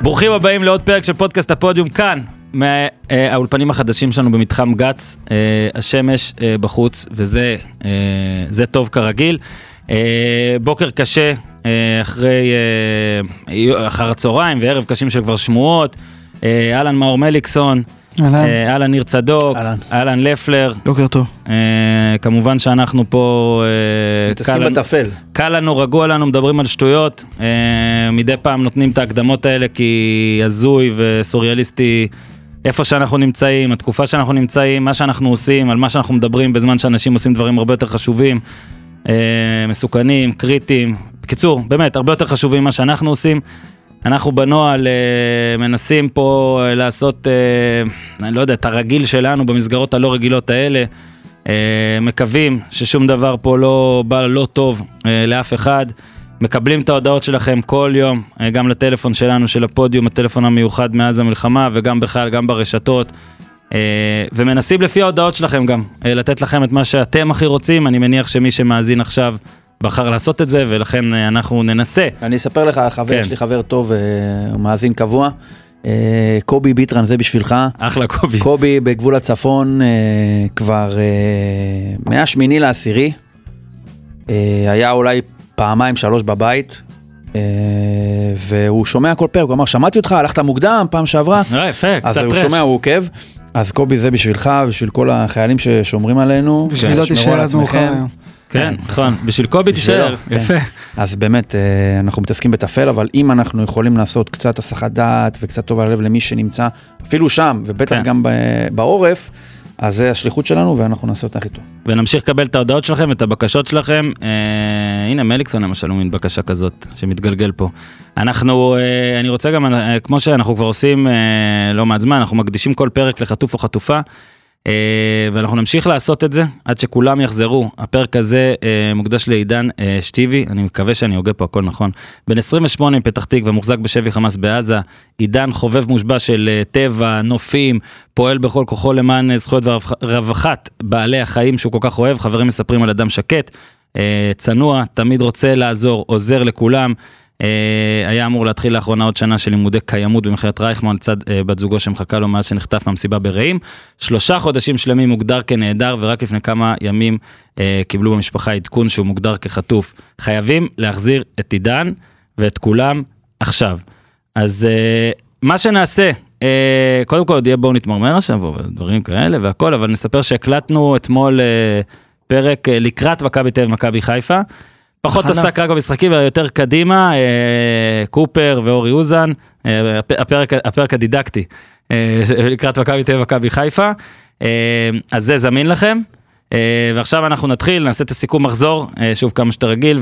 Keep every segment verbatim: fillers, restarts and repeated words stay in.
ברוכים הבאים לעוד פרק של פודקאסט הפודיום כאן, מהאולפנים החדשים שלנו במתחם גץ, השמש בחוץ, וזה זה טוב כרגיל. בוקר קשה, אחרי, אחר הצהריים וערב קשים של כבר שמועות. אלן מאור מליקסון, אלן ניר צדוק, אלן לפלר. בוקר טוב. כמובן שאנחנו פה מתעסקים בתפל. קל לנו, רגוע לנו, מדברים על שטויות. מדי פעם נותנים את ההקדמות האלה כי הזוי וסוריאליסטי איפה שאנחנו נמצאים, התקופה שאנחנו נמצאים, מה שאנחנו עושים, על מה שאנחנו מדברים בזמן שאנשים עושים דברים הרבה יותר חשובים, מסוכנים, קריטיים. בקיצור, באמת, הרבה יותר חשובים מה שאנחנו עושים. אנחנו בנועל מנסים פה לעשות, אני לא יודע, את הרגיל שלנו במסגרות הלא רגילות האלה, מקווים ששום דבר פה לא בא לא טוב לאף אחד, מקבלים את ההודעות שלכם כל יום, גם לטלפון שלנו, של הפודיום, הטלפון המיוחד מאז המלחמה, וגם בכלל, גם ברשתות, ומנסים לפי ההודעות שלכם גם, לתת לכם את מה שאתם הכי רוצים. אני מניח שמי שמאזין עכשיו, בחר לעשות את זה, ולכן אנחנו ננסה. אני אספר לך, חבר, שלי חבר טוב, הוא מאזין קבוע, קובי ביטרן, זה בשבילך. אחלה קובי. קובי בגבול הצפון, כבר מהשמיני לעשירי, היה אולי פעמיים שלוש בבית, והוא שומע כל פרק, הוא אמר, שמעתי אותך, הלכת מוקדם, פעם שעברה. לא, יפה, קצת אז הוא רש. שומע, הוא עוקב. אז קובי, זה בשבילך, בשביל כל החיילים ששומרים עלינו. בשביל לא תישאר עד מאוחר היום. כן, נכון, בשביל קובי תישאר, יפה. אז באמת, אנחנו מתעסקים בתפל, אבל אם אנחנו יכולים לעשות קצת הסחת דעת וקצת טוב על הלב למי שנמצא, אפילו שם, ובטח גם בעורף, אז זה השליחות שלנו, ואנחנו נעשה אותה הכי טוב. ונמשיך לקבל את ההודעות שלכם, את הבקשות שלכם. הנה, מליקסון למשל, הוא מין בקשה כזאת, שמתגלגל פה. אנחנו, אני רוצה גם, כמו שאנחנו כבר עושים לא מעט זמן, אנחנו מקדישים כל פרק לחטוף או חטופה, ואנחנו נמשיך לעשות את זה עד שכולם יחזרו. הפרק הזה מוקדש לעידן שטיבי, אני מקווה שאני הוגה פה הכל נכון, בן עשרים ושמונה פתח תקווה, מוחזק בשבי חמאס בעזה. עידן חובב מושבע של טבע, נופים, פועל בכל כוחו למען זכויות ורווחת בעלי החיים שהוא כל כך אוהב. חברים מספרים על אדם שקט, צנוע, תמיד רוצה לעזור, עוזר לכולם. היה אמור להתחיל לאחרונה עוד שנה של לימודי קיימות במכללת רייכמן לצד בת זוגו שמחכה לו מאז שנחטף מהמסיבה ברעים. שלושה חודשים שלמים מוגדר כנהדר, ורק לפני כמה ימים קיבלו במשפחה עדכון שהוא מוגדר כחטוף. חייבים להחזיר את עידן ואת כולם עכשיו. אז מה שנעשה, קודם כל עוד יהיה בואו נתמרמר עכשיו ודברים כאלה והכל, אבל נספר שהקלטנו אתמול פרק לקראת מכבי תל אביב ומכבי חיפה, פחות עסק רק במשחקים ויותר קדימה, קופר ואורי אוזן, הפרק, הפרק הדידקטי, לקראת מכבי תל אביב ומכבי חיפה. אז זה זמין לכם, ועכשיו אנחנו נתחיל, נעשה את הסיכום מחזור, שוב כמה שאתה רגיל,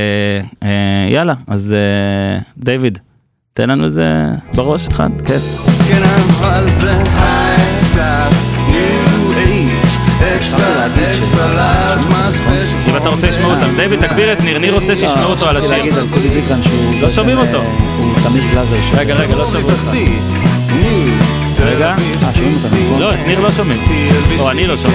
ויאללה, אז דיוויד, תן לנו איזה בראש אחד, כן. כן, אבל זה high class, new age, extra, extra large, my special. אם אתה רוצה לשמוע אותם, דיוויד, תגביר את ניר, ניר רוצה שישמעו אותו על השיר. להגיד על קובי ביטרן שהוא... לא שומעים אותו. הוא תמיר גלאזר. רגע, רגע, לא שומעים אותך. רגע. אה, שומעים אותנו. לא, את ניר לא שומעים. או, אני לא שומע.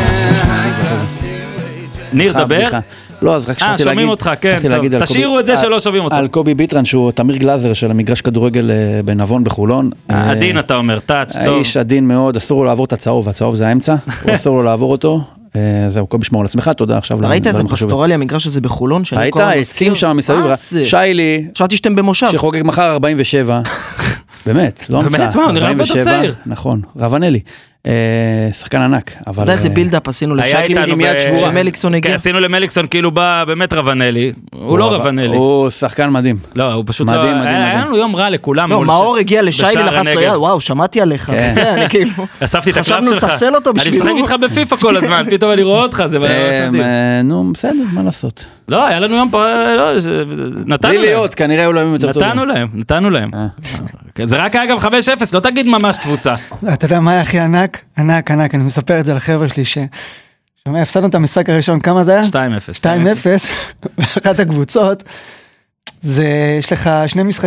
ניר, דבר. לא, אז רק שכחתי להגיד... אה, שומעים אותך, כן, טוב. תשאירו את זה שלא שומעים אותו. על קובי ביטרן, שהוא תמיר גלאזר של המגרש כדורגל בנבון בחולון. עדין, אתה אומר, טאץ', טוב. האיש עדין מאוד, אסור לו לעבור את הצהוב, הצהוב זה האמצע, הוא אסור לו לעבור אותו. זהו, קובי שמור על עצמך, תודה עכשיו. ראית איזה פסטורלי המגרש הזה בחולון? ראית, עצים שם מסביב, שיילי, חשבתי שאתם במושב. שחוגג מחר ארבעים ושבע, באמת, לא המצא. באמת, מה, הוא נראה הרבה יותר צעיר. נכון, רבנלי. שחקן ענק, אבל... אתה יודע איזה בילדאפ עשינו לשיילי עם יד שבורה. שמליקסון הגיע. כן, עשינו למליקסון, כאילו בא באמת רבנלי. הוא לא רבנלי. הוא שחקן מדהים. לא, הוא פשוט לא... מדהים, מדהים, מדהים. היה לנו יום רע לכולם. לא, מאור הגיע לשיילי, לחס לו יד, וואו, שמעתי עליך. זה, אני כאילו... אספתי את הקלף שלך. חשבנו לספסל אותו בשבילו. אני משחק איתך בפיפה כל הזמן, פתאום אני רואה אותך, זה נו, בסדר, מה לעשות? לא, היה לנו יום פה, נתנו להם. בלי להיות, כנראה הוא לא ימים יותר טובים. נתנו להם, נתנו להם. זה רק היה גם חמש אפס, לא תגיד ממש תבוסה. אתה יודע מה היה הכי ענק? ענק, ענק, אני מספר את זה לחבר'ה שלי, ששומע, הפסדנו את המשחק הראשון, כמה זה היה? שתיים אפס. שתיים אפס, באחת הקבוצות, זה, יש לך שני משחקים.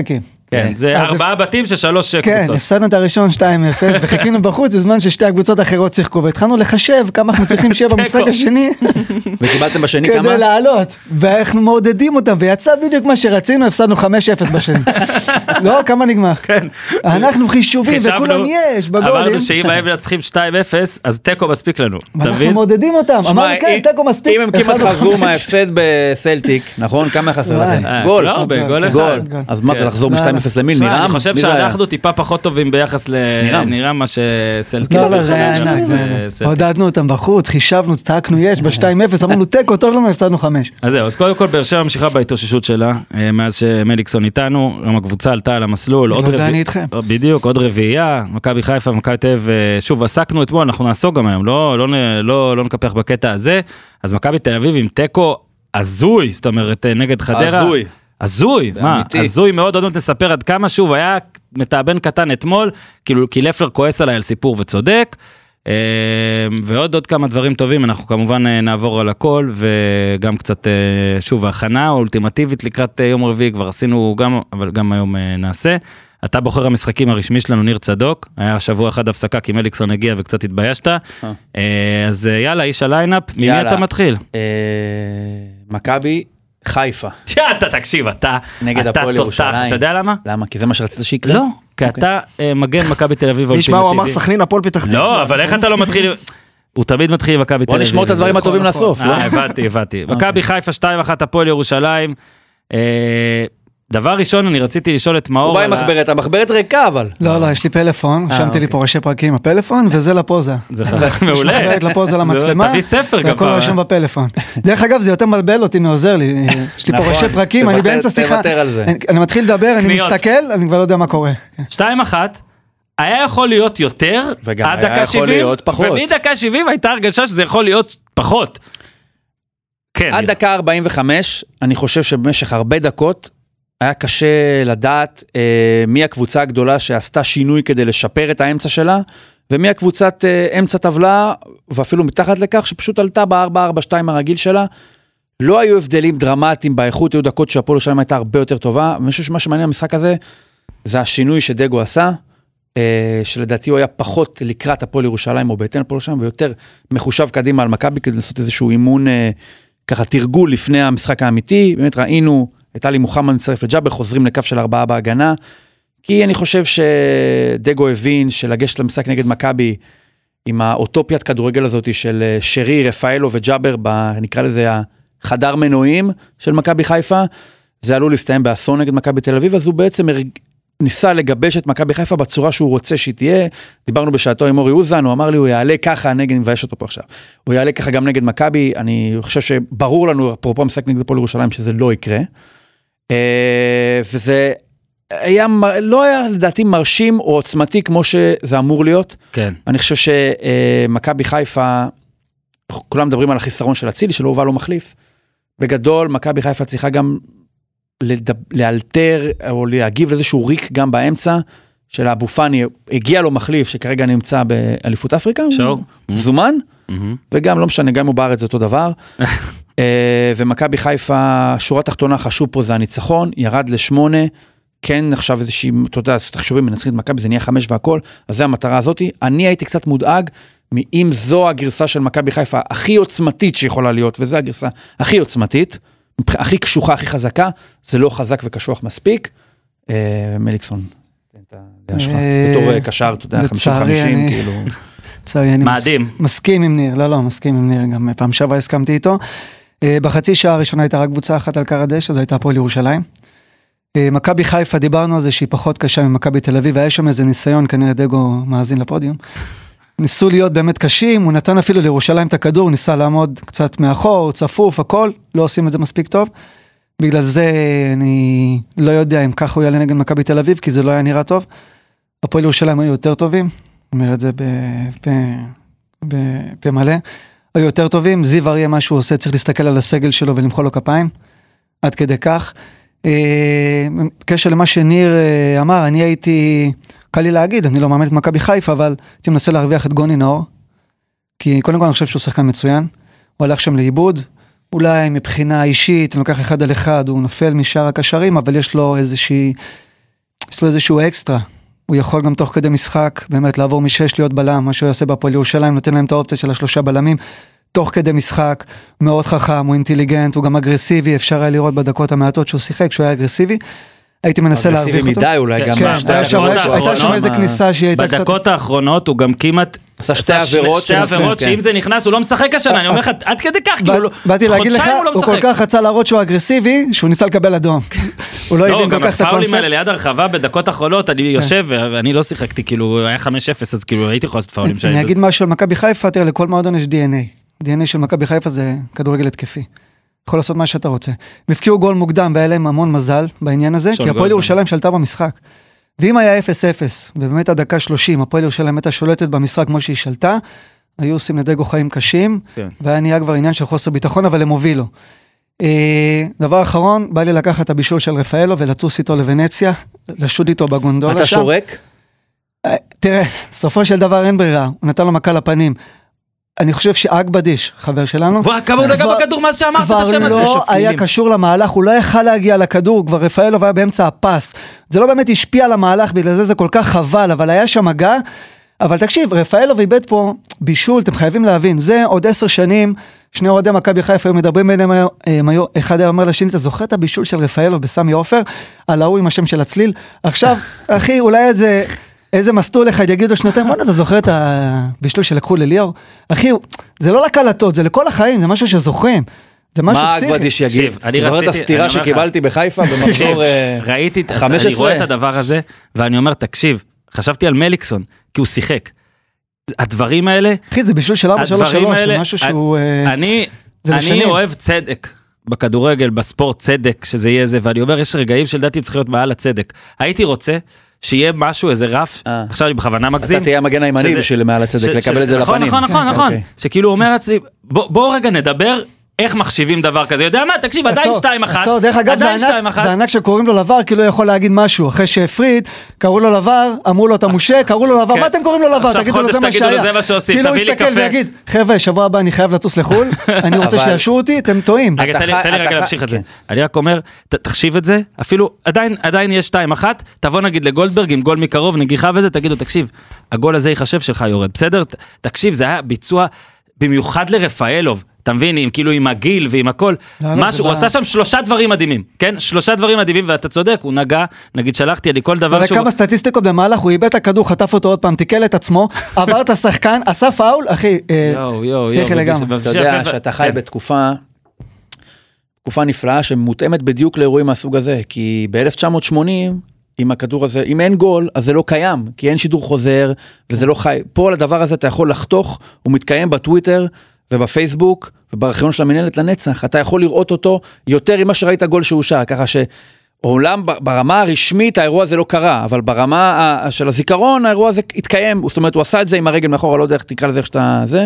כן, זה ארבעה בתים של שלוש קבוצות. כן, הפסדנו את הראשון שתיים אפס, וחיכינו בחוץ בזמן ששתי הקבוצות האחרות שיחקו, והתחלנו לחשב כמה אנחנו צריכים שיהיה במשחק השני. וקיבלתם בשני כמה? כדי לעלות, ואנחנו מעודדים אותם, ויצא בדיוק מה שרצינו, הפסדנו חמש אפס בשני. לא, כמה נגמר? כן. אנחנו חישובים, וכולם יש, בגולים. אמרנו שאם הם מנצחים שתיים אפס, אז טקו מספיק לנו. אנחנו מעודדים אותם, אמרנו כן, טקו מספיק. אם הם כמעט חזרו מההפסד בסלטיק, נכון? כמה חסר לכם? גול. לא, בגול אחד. אז מה זה לחזור מ-שתיים אפס למי? נירם? אני חושב שאנחנו טיפה פחות טובים ביחס לנירם מה שסלטיק. לא, לא, זה היה ענק. עודדנו אותם בחוץ, חישבנו, צעקנו יש, ב-שתיים אפס, אמרנו טקו, טוב לנו, הפסדנו חמש. אז זהו, אז קודם כל באר שבע ממשיכה בהתאוששות שלה, מאז שמליקסון איתנו, גם הקבוצה עלתה על המסלול. זה אני איתכם. בדיוק, עוד רביעייה, מכבי חיפה, מכבי תל אביב, שוב, עסקנו אתמול, אנחנו נעסוק גם היום, לא, לא, לא, לא נקפח בקטע הזה, אז מכבי תל אביב עם טקו הזוי, זאת אומרת, נגד חדרה. הזוי. הזוי, מה? הזוי מאוד, עוד מעט נספר עד כמה, שוב, היה מתאבן קטן אתמול, כאילו, כי לפלר כועס עליי על סיפור וצודק, ועוד עוד כמה דברים טובים, אנחנו כמובן נעבור על הכל, וגם קצת, שוב, ההכנה אולטימטיבית לקראת יום רביעי, כבר עשינו גם, אבל גם היום נעשה. אתה בוחר המשחקים הרשמי שלנו, ניר צדוק, היה שבוע אחד הפסקה, כי מליקסון הגיע וקצת התביישת, אז יאללה, איש הליינאפ, ממי אתה מתחיל? מכבי חיפה. אתה תקשיב, אתה נגד הפועל ירושלים. אתה יודע למה? למה? כי זה מה שרצית שיקרה? לא, כי אתה מגן מכבי תל אביב. נשמע, הוא אמר סכנין, הפועל פתח תקווה. לא, אבל איך אתה לא מתחיל... הוא תמיד מתחיל עם מכבי תל אביב. בוא נשמור את הדברים הטובים לסוף. הבנתי, הבנתי. מכבי חיפה שתיים אחת הפועל ירושלים. דבר ראשון, אני רציתי לשאול את מאור... הוא בא עם מחברת, המחברת ריקה אבל. לא, לא, יש לי פלאפון, שמתי לי פה ראשי פרקים הפלאפון, וזה לפוזה. זה מעולה. יש מחברת לפוזה למצלמה, תביא ספר גם. והכל רשום בפלאפון. דרך אגב, זה יותר מלבל אותי, מעוזר לי. יש לי פה ראשי פרקים, אני באמצע שיחה. אני מתחיל לדבר, אני מסתכל, אני כבר לא יודע מה קורה. שתיים אחת, היה יכול להיות יותר, עד דקה שבעים, ומדקה שבעים הייתה הרגשה שזה יכול להיות פחות. עד דקה ארבעים וחמש, אני חושב שבמשך הרבה דקות, היה קשה לדעת אה, מי הקבוצה הגדולה שעשתה שינוי כדי לשפר את האמצע שלה, ומי הקבוצת אה, אמצע טבלה, ואפילו מתחת לכך, שפשוט עלתה ב-ארבע ארבע שתיים הרגיל שלה. לא היו הבדלים דרמטיים באיכות, היו דקות שהפועל ירושלים הייתה הרבה יותר טובה, ואני חושב שמה שמעניין במשחק הזה, זה השינוי שדגו עשה, אה, שלדעתי הוא היה פחות לקראת הפועל ירושלים, או בהתאם לפועל ירושלים, ויותר מחושב קדימה על מכבי, כדי לעשות איזשהו אימון, אה, ככה תרגול לפני המשחק האמיתי. באמת ראינו, הייתה לי מוחמד מצטרף לג'אבר, חוזרים לקו של ארבעה בהגנה, כי אני חושב שדגו הבין שלגשת למשחק נגד מכבי, עם האוטופיית כדורגל הזאת של שרי, רפאלו וג'אבר, נקרא לזה החדר מנועים של מכבי חיפה, זה עלול להסתיים באסון נגד מכבי תל אביב, אז הוא בעצם ניסה לגבש את מכבי חיפה בצורה שהוא רוצה שהיא תהיה. דיברנו בשעתו עם אורי אוזן, הוא אמר לי, הוא יעלה ככה נגד, אני מבייש אותו פה עכשיו, הוא יעלה ככה גם נגד מכבי. אני חושב שברור לנו, אפרופו המשחק נגד הפועל ירושלים, שזה לא יקרה. וזה היה, לא היה לדעתי מרשים או עוצמתי כמו שזה אמור להיות. כן. אני חושב שמכבי חיפה, כולם מדברים על החיסרון של הצילי, שלא הובא לו מחליף. בגדול, מכבי חיפה צריכה גם לאלתר או להגיב לאיזשהו ריק גם באמצע, של אבו פאני, הגיע לו מחליף שכרגע נמצא באליפות אפריקה, זומן, וגם לא משנה, גם הוא בארץ זה אותו דבר. ומכבי חיפה, שורה תחתונה חשוב פה זה הניצחון, ירד לשמונה, כן עכשיו איזושהי, אתה יודע, תחשובים, מנצחים את מכבי, זה נהיה חמש והכל, אז זה המטרה הזאת. אני הייתי קצת מודאג, מאם זו הגרסה של מכבי חיפה הכי עוצמתית שיכולה להיות, וזו הגרסה הכי עוצמתית, הכי קשוחה, הכי חזקה, זה לא חזק וקשוח מספיק. מליקסון, בתור קשר, אתה יודע, חמישים חמישים, כאילו. מאדים. מסכים עם ניר, לא, לא, מסכים עם ניר, גם פעם שעברה הסכמתי איתו. בחצי שעה הראשונה הייתה רק קבוצה אחת על קר הדשא, זו הייתה הפועל ירושלים. מכבי חיפה, דיברנו על זה שהיא פחות קשה ממכבי תל אביב, והיה שם איזה ניסיון, כנראה דגו מאזין לפודיום. ניסו להיות באמת קשים, הוא נתן אפילו לירושלים את הכדור, הוא ניסה לעמוד קצת מאחור, צפוף, הכל, לא עושים את זה מספיק טוב. בגלל זה אני לא יודע אם ככה הוא יעלה נגד מכבי תל אביב, כי זה לא היה נראה טוב. הפועל ירושלים היו יותר טובים, אומר את זה בפה מלא, היו יותר טובים, זיו אריה מה שהוא עושה, צריך להסתכל על הסגל שלו ולמחוא לו כפיים, עד כדי כך. קשר למה שניר אמר, אני הייתי, קל לי להגיד, אני לא מאמן את מכבי חיפה, אבל הייתי מנסה להרוויח את גוני נאור, כי קודם כל אני חושב שהוא שחקן מצוין, הוא הלך שם לאיבוד, אולי מבחינה אישית, אני לוקח אחד על אחד, הוא נופל משאר הקשרים, אבל יש לו איזושהי, יש לו איזשהו אקסטרה. הוא יכול גם תוך כדי משחק, באמת לעבור משש להיות בלם, מה שהוא יעשה בהפועל ירושלים, נותן להם את האופציה של השלושה בלמים, תוך כדי משחק, מאוד חכם, הוא אינטליגנט, הוא גם אגרסיבי, אפשר היה לראות בדקות המעטות שהוא שיחק, שהוא היה אגרסיבי, הייתי מנסה להרוויח אותו. אגרסיבי מדי אולי, גם הייתה שם איזה כניסה שהיא הייתה קצת... בדקות האחרונות הוא גם כמעט... עשה שתי עבירות. שתי עבירות, שאם זה נכנס הוא לא משחק השנה, אני אומר לך, עד כדי כך, כאילו, באתי להגיד לך, הוא כל כך רצה להראות שהוא אגרסיבי, שהוא ניסה לקבל אדום. הוא לא הבין כל כך את הקונספט. הפאולים האלה ליד הרחבה בדקות האחרונות, אני יושב ואני לא שיחקתי, כאילו, היה חמש אפס, אז כאילו הייתי יכול לעשות פאולים שהיו. אני אגיד משהו על מכבי חיפה, תראה, לכל מועדון יש די אן איי. די אן איי של מכבי חיפה זה כדורגל התקפי. יכול לעשות מה שאתה רוצה. הם הפקיעו גול מוקדם, והיה להם המון מזל בעניין הזה, כי הפועל ירושלים שלטה במשחק. ואם היה אפס אפס, ובאמת הדקה שלושים, הפועל ירושלים הייתה שולטת במשחק כמו שהיא שלטה, היו עושים לדגו חיים קשים, והיה נהיה כבר עניין של חוסר ביטחון, אבל הם הובילו. דבר אחרון, בא לי לקחת את הבישול של רפאלו, ולטוס איתו לוונציה, לשוט איתו בגונדולה שם. אתה שורק? תראה, סופו של דבר אין ברירה, הוא נתן לו מכה לפנים. אני חושב שאגבדיש, חבר שלנו, וואו, כמה הוא נגע בכדור, מה שאמרת את השם הזה? כבר לא היה קשור למהלך, הוא לא יכל להגיע לכדור, כבר רפאלוב היה באמצע הפס, זה לא באמת השפיע על המהלך, בגלל זה זה כל כך חבל, אבל היה שם מגע, אבל תקשיב, רפאלוב איבד פה בישול, אתם חייבים להבין, זה עוד עשר שנים, שני אוהדי מכבי חיפה היו מדברים ביניהם, אחד היה אומר לשני, אתה זוכר את הבישול של רפאלוב בסמי עופר, על ההוא עם השם של הצליל, עכשיו, אחי, אולי את זה... איזה מסטול אחד יגידו שנותיים, בוא אתה זוכר את הבישול שלקחו לליאור? אחי, זה לא לקלטות, זה לכל החיים, זה משהו שזוכרים. זה משהו פסיכי. מה אגבדיש יגיד? אני זוכר את הסתירה שקיבלתי בחיפה במחזור ראיתי, אני רואה את הדבר הזה, ואני אומר, תקשיב, חשבתי על מליקסון, כי הוא שיחק. הדברים האלה... אחי, זה בישול של ארבע שלוש שלוש, זה משהו שהוא... אני אוהב צדק. בכדורגל, בספורט, צדק, שזה יהיה זה, ואני אומר, יש רגעים שלדעתי צריך להיות מעל הצדק. הייתי רוצה שיהיה משהו, איזה רף, עכשיו אני בכוונה מגזים. אתה תהיה המגן הימני בשביל מעל הצדק, לקבל את זה לפנים. נכון, נכון, נכון, שכאילו אומר עצמי, בואו רגע נדבר, איך מחשיבים דבר כזה, יודע מה, תקשיב, עדיין שתיים אחת, דרך אגב, זה ענק שקוראים לו לבר, כי לא יכול להגיד משהו, אחרי שהפריד, קראו לו לבר, אמרו לו אתה מושה, קראו לו לבר, מה אתם קוראים לו לבר, תגידו לו זה מה שהיה, כאילו הוא הסתכל ויגיד, חבר'ה, שבוע הבא אני חייב לטוס לחול, אני רוצה שישו אותי, אתם טועים. תן לי רגע להמשיך את זה, אני רק אומר, תחשיב את זה, אפילו עדיין יש שתיים אחת, תבוא נגיד לגולדברג עם גול מקרוב, נגיחה וזה, תגידו, תקשיב, הגול הזה יחשב שלך יורד, בסדר? תקשיב, זה היה ביצוע במיוחד לרפאלוב, אתה מבין, עם, כאילו עם הגיל ועם הכל, משהו, הוא עשה שם שלושה דברים מדהימים, כן? שלושה דברים מדהימים, ואתה צודק, הוא נגע, נגיד שלחתי לי כל דבר שהוא... וכמה סטטיסטיקות במהלך, הוא איבד את הכדור, חטף אותו עוד פעם, תיקל את עצמו, עבר את השחקן, עשה פאול, אחי, צריך לגמרי. אתה יודע שאתה חי בתקופה, תקופה נפלאה, שמותאמת בדיוק לאירועים מהסוג הזה, כי ב-אלף תשע מאות שמונים, עם הכדור הזה, אם אין גול, אז זה לא קיים, כי אין שידור חוזר, וזה לא חי. פה לדבר הזה אתה יכול לחתוך, הוא מתקיים בטוויטר, ובפייסבוק, ובארכיון של המנהלת לנצח, אתה יכול לראות אותו יותר ממה שראית גול שאושר, ככה שעולם, ברמה הרשמית האירוע הזה לא קרה, אבל ברמה של הזיכרון האירוע הזה התקיים, זאת אומרת הוא עשה את זה עם הרגל מאחור, לא יודע איך תקרא לזה איך שאתה זה,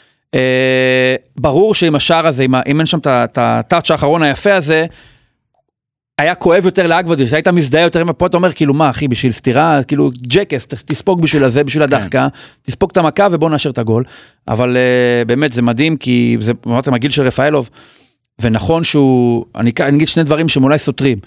ברור שעם השער הזה, אם אין שם את הטאץ' האחרון היפה הזה, היה כואב יותר לאגבדיש, היית מזדהה יותר, פה אתה אומר, כאילו מה אחי, בשביל סתירה, כאילו ג'קס, תספוג בשביל הזה, בשביל הדחקה, תספוג את המכה ובוא נאשר את הגול, אבל באמת זה מדהים, כי זה אמרתם הגיל של רפאלוב, ונכון שהוא, אני אגיד שני דברים שהם אולי סותרים,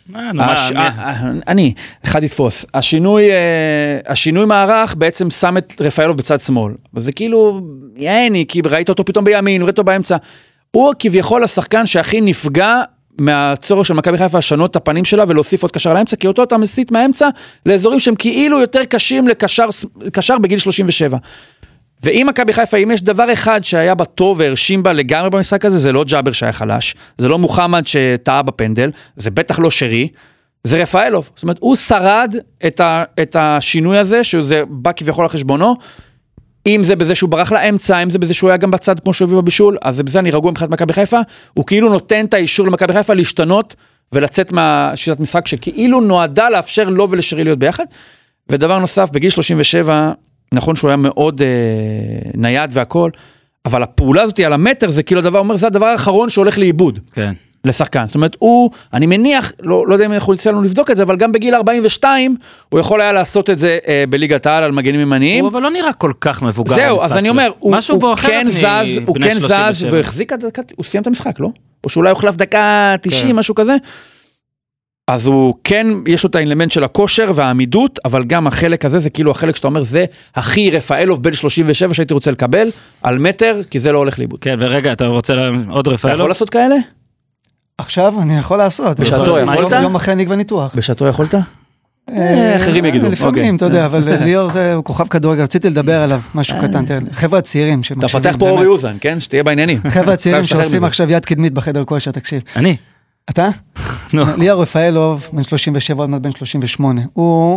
אני, אחד יתפוס, השינוי, השינוי מערך בעצם שם את רפאלוב בצד שמאל, וזה כאילו, יעני, כי ראית אותו פתאום בימין, ראית אותו באמצע, הוא כביכול השחקן שהכי נפגע, מהצורך של מכבי חיפה לשנות את הפנים שלה ולהוסיף עוד קשר לאמצע, כי אותו אתה מסית מהאמצע לאזורים שהם כאילו יותר קשים לקשר, לקשר בגיל שלושים ושבע. ואם מכבי חיפה, אם יש דבר אחד שהיה בטוב והרשים בה לגמרי במשחק הזה, זה לא ג'אבר שהיה חלש, זה לא מוחמד שטעה בפנדל, זה בטח לא שרי, זה רפאלוב. זאת אומרת, הוא שרד את, ה, את השינוי הזה, שזה בא כביכול לחשבונו, אם זה בזה שהוא ברח לאמצע, אם זה בזה שהוא היה גם בצד כמו שהוא הביא בבישול, אז בזה אני רגוע מבחינת מכבי חיפה, הוא כאילו נותן את האישור למכבי חיפה להשתנות ולצאת מהשיטת משחק שכאילו נועדה לאפשר לו ולשרי להיות ביחד. ודבר נוסף, בגיל שלושים ושבע, נכון שהוא היה מאוד אה, נייד והכל, אבל הפעולה הזאת על המטר זה כאילו הדבר, אומר, זה הדבר האחרון שהולך לאיבוד. כן. לשחקן, זאת אומרת, הוא, אני מניח, לא, לא יודע אם אנחנו יצא לנו לבדוק את זה, אבל גם בגיל ארבעים ושתיים, הוא יכול היה לעשות את זה אה, בליגת העל על מגנים ימניים. הוא אבל לא נראה כל כך מבוגר. זהו, אז אני אומר, הוא, הוא כן זז, הוא כן זז, והחזיק, הוא סיים את המשחק, לא? או שאולי הוא חלף דקה תשעים, משהו כזה. אז הוא כן, יש לו את האלמנט של הכושר והעמידות, אבל גם החלק הזה, זה כאילו החלק שאתה אומר, זה הכי רפאלוב בין שלושים ושבע שהייתי רוצה לקבל, על מטר, כי זה לא הולך לאיבוד. כן, ורגע, אתה רוצה עוד רפאלוב? אתה יכול לעשות כאלה? עכשיו אני יכול לעשות. בשעתו יכולת? יום אחרי נגווה ניתוח. בשעתו יכולת? אחרים יגידו. לפעמים, אתה יודע, אבל ליאור זה כוכב כדורגל, רציתי לדבר עליו משהו קטן, חבר'ה הצעירים. אתה פתח פה אורי אוזן, כן? שתהיה בעניינים. חבר'ה הצעירים שעושים עכשיו יד קדמית בחדר כושר, תקשיב. אני. אתה? ליאור רפאלוב, בן שלושים ושבע, עוד מעט בן שלושים ושמונה. הוא,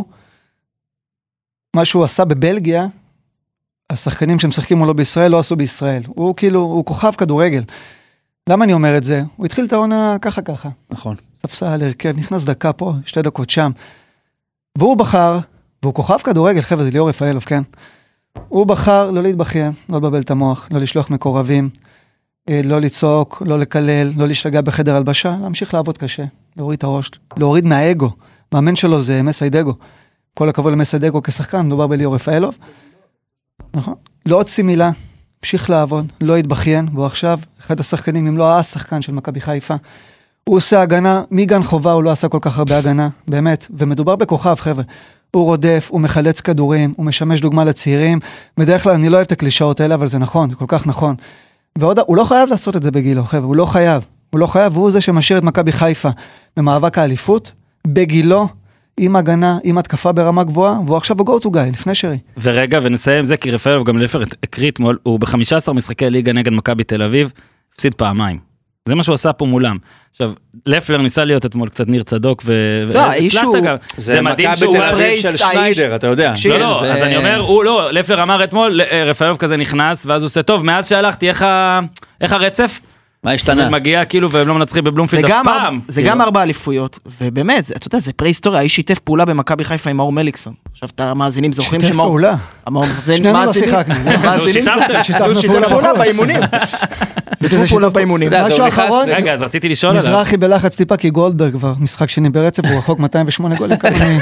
מה שהוא עשה בבלגיה, השחקנים שמשחקים מולו בישראל לא עשו בישראל. הוא כאילו, הוא כוכב כדורגל. למה אני אומר את זה? הוא התחיל את העונה ככה ככה. נכון. ספסל, הרכב, נכנס דקה פה, שתי דקות שם. והוא בחר, והוא כוכב כדורגל, חבר'ה, זה ליאור רפאלוב, כן? הוא בחר לא להתבכיין, לא לבלבל את המוח, לא לשלוח מקורבים, לא לצעוק, לא לקלל, לא להשתגע בחדר הלבשה, להמשיך לעבוד קשה, להוריד את הראש, להוריד מהאגו. מאמן שלו זה מסיידגו. כל הכבוד למסיידגו כשחקן, מדובר בליאור רפאלוב. נכון? לא עוד מילה, המשיך לעבוד, לא התבכיין, והוא עכשיו אחד השחקנים, אם לא השחקן של מכבי חיפה. הוא עושה הגנה, מגן חובה הוא לא עשה כל כך הרבה הגנה, באמת, ומדובר בכוכב, חבר'ה. הוא רודף, הוא מחלץ כדורים, הוא משמש דוגמה לצעירים. בדרך כלל אני לא אוהב את הקלישאות האלה, אבל זה נכון, זה כל כך נכון. ועוד, הוא לא חייב לעשות את זה בגילו, חבר'ה, הוא לא חייב. הוא לא חייב, והוא זה שמשאיר את מכבי חיפה במאבק האליפות, בגילו, עם הגנה, עם התקפה ברמה גבוהה, והוא עכשיו ב-go to guy, לפני שרי. ורגע, ונסיים זה, כי רפאלוב גם לפר הקריא אתמול, הוא ב-חמישה עשר משחקי ליגה נגד מכבי תל אביב, הפסיד פעמיים. זה מה שהוא עשה פה מולם. עכשיו, לפלר ניסה להיות אתמול קצת ניר צדוק, והצלחת גם. זה מכבי תל אביב של שניידר, אתה יודע. לא, לא, אז אני אומר, הוא לא, לפלר אמר אתמול, רפאלוב כזה נכנס, ואז הוא עושה, טוב, מאז שהלכתי, איך הרצף? מה השתנה? מגיע כאילו, והם לא מנצחים בבלומפילד אף פעם. זה גם ארבע אליפויות, ובאמת, אתה יודע, זה פרה-היסטוריה, האיש שיתף פעולה במכבי חיפה עם מאור מליקסון. עכשיו, את המאזינים זוכרים שיתף פעולה. שנינו לא שיחקנו. שיתפנו פעולה באימונים. שיתפנו פעולה באימונים. משהו אחרון. רגע, אז רציתי לשאול עליו. מזרחי בלחץ טיפה, כי גולדברג כבר משחק שני ברצף, הוא רחוק מאתיים ושמונה גולים.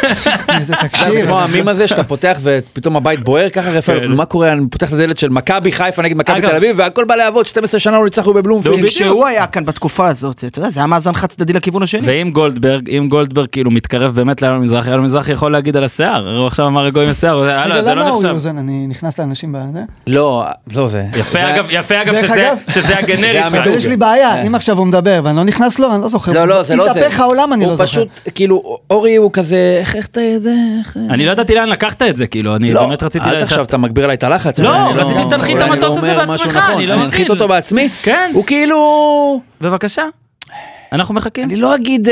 זה תקשיב. זה כמו המים הזה שאתה פותח ופתאום הבית בוער ככה רפאלוב. מה קורה? אני פותח את הדלת של מכבי חיפה נגד מכבי תל אביב, והכל בא לעבוד, שתים עשרה שנה לא ניצחו בבלומפילד. כשהוא היה כאן בתקופה הזאת, אתה יודע, זה היה מאזן חד צדדי לכיוון השני. ואם גולדברג, אם גולדברג כאילו מתקרב באמת לאלון מזרחי, אלון מזרחי יכול להגיד על השיער, הוא עכשיו אמר רגוע עם השיער, זה לא נחשב. אני נכנס לאנשים בזה. לא, לא זה. יפה אגב שזה הגנרי שלו. יש לי בעיה, אם עכשיו הוא מדבר ואני לא נכנס לו, אני לא זוכר. לא, לא, זה לא זה. התהפך העולם, אני לא זוכר. הוא פשוט, כאילו, אורי הוא כזה, איך אתה יודע? אני לא ידעתי לאן לקחת את זה, כאילו, אני באמת רציתי... אל תחשב, אתה מגביר עליי את הלחץ. לא, רציתי שתנחית את המטוס הזה בעצמך, אני לא מבין. אני אנחית אותו בעצמי? כן. הוא כאילו... בבקשה. אנחנו מחכים. אני לא אגיד...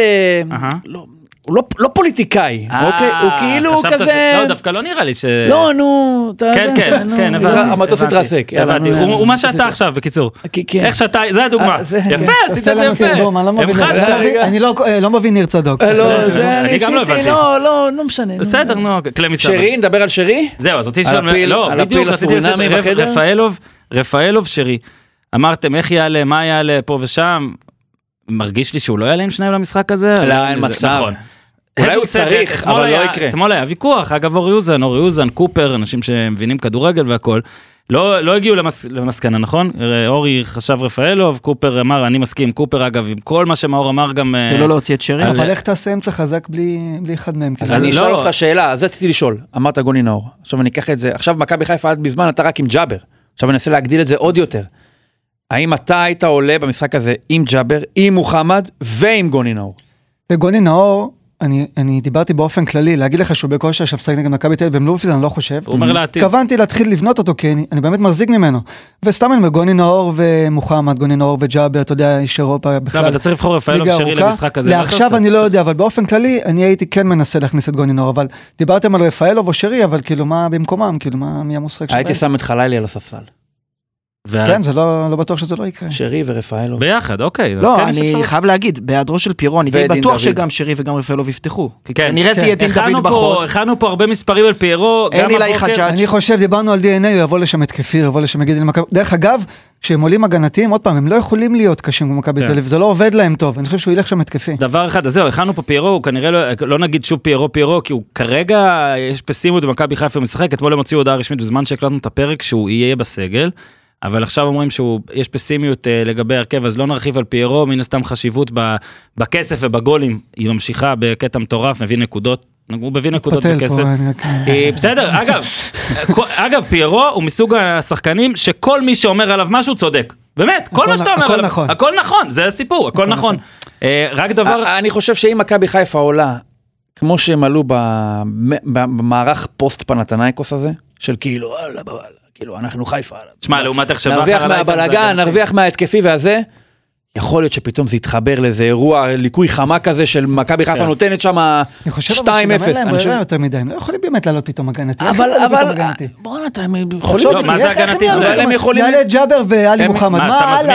הוא לא פוליטיקאי, אוקיי? הוא כאילו כזה... לא, דווקא לא נראה לי ש... לא, נו... כן, כן, כן, המטוס התרסק. הבנתי, הוא מה שאתה עכשיו, בקיצור. איך שאתה, זה הדוגמה. יפה, עשית את זה יפה. אני לא מבין ניר צדוק. לא, זה ניסיתי, לא, לא, לא משנה. בסדר, נו, כלי מצטער. שרי, נדבר על שרי? זהו, אז רציתי לשאול... לא, בדיוק, רציתי לעשות רפאלוב, רפאלוב, שרי. אמרתם, איך יעלה, מה יעלה, פה ושם. מרגיש לי שהוא לא יעלה עם שניים למשחק הזה. לא, אין מצב. אולי הוא צריך, אבל לא יקרה. אתמול היה ויכוח, אגב אורי אוזן, אורי אוזן, קופר, אנשים שמבינים כדורגל והכל, לא הגיעו למסקנה, נכון? אורי חשב רפאלוב, קופר אמר, אני מסכים, קופר אגב, עם כל מה שמאור אמר גם... ולא להוציא את שרי. אבל איך תעשה אמצע חזק בלי אחד מהם? אז אני אשאל אותך שאלה, אז רציתי לשאול, אמרת גוני נאור, עכשיו אני אקח את זה, עכשיו מכבי חיפה עד בזמן, אתה רק עם ג'אבר, עכשיו אני אנסה להגדיל את זה עוד יותר. האם אתה היית עולה במשחק הזה עם ג'אבר, עם מוחמד ועם גוני נאור? וגוני נאור, אני, אני דיברתי באופן כללי, להגיד לך שהוא בכושר שפסק נגד מכבי תל אביב במלובפיד, אני לא חושב. הוא אומר לעתיד. התכוונתי להתחיל לבנות אותו, כי אני, אני באמת מחזיק ממנו. וסתם אני אומר, גוני נאור ומוחמד, גוני נאור וג'אבר, אתה יודע, איש אירופה בכלל. לא, אבל אתה צריך לבחור רפאלוב שרי למשחק הזה. לעכשיו אני לא יודע, אבל באופן כללי, אני הייתי כן מנסה להכניס את גוני נאור, אבל דיברתם על רפאלוב או שרי, אבל כאילו מה במקומם, כאילו מה, מי המשחק שלהם? הייתי שם את חלילי על הספסל. כן, זה לא, לא בטוח שזה לא יקרה. שרי ורפאלוב. ביחד, אוקיי. לא, אני חייב להגיד, בהיעדרו של פירו, אני די בטוח שגם שרי וגם רפאלוב יפתחו. כן, נראה זה יהיה דין דוד בחוד. הכנו פה הרבה מספרים על פירו, גם הבוקר. אני חושב, דיברנו על די אן איי, הוא יבוא לשם התקפי, הוא יבוא לשם יגיד למכבי. דרך אגב, כשהם עולים הגנתיים, עוד פעם, הם לא יכולים להיות קשים כמו מכבי תל אביב, זה לא עובד להם טוב, אני חושב שהוא ילך שם התקפי. דבר אחד, אז זהו, הכנו פה פירו, הוא כנראה לא נגיד שוב פירו פירו, כי הוא כרגע יש פסימיות במכבי חיפה משחק, אתמול הם הוציאו הודעה רשמית בזמן שהקלטנו את הפרק שהוא יהיה בסגל. אבל עכשיו אומרים שיש פסימיות לגבי הרכב, אז לא נרחיב על פיירו, מן הסתם חשיבות בכסף ובגולים, היא ממשיכה בקטע מטורף, מביא נקודות, הוא מביא נקודות בכסף. בסדר, אגב, אגב, פיירו הוא מסוג השחקנים שכל מי שאומר עליו משהו צודק. באמת, כל מה שאתה אומר עליו, הכל נכון, זה הסיפור, הכל נכון. רק דבר... אני חושב שאם מכבי חיפה עולה, כמו שהם עלו במערך פוסט פנתנייקוס הזה, של כאילו, כאילו, אנחנו חיפה. תשמע, לעומת איך שבא נרוויח מהבלגן, נרוויח מההתקפי והזה, יכול להיות שפתאום זה יתחבר לאיזה אירוע, ליקוי חמה כזה של מכבי חיפה נותנת שם שתיים אפס. אני חושב אבל שגם אין להם ברירה יותר מדי, הם לא יכולים באמת לעלות פתאום הגנתי. אבל, אבל, בוא נתה, הם יכולים... מה זה הגנתי שלהם? הם יכולים... יעלה ג'אבר ואלי מוחמד, מה הלאה?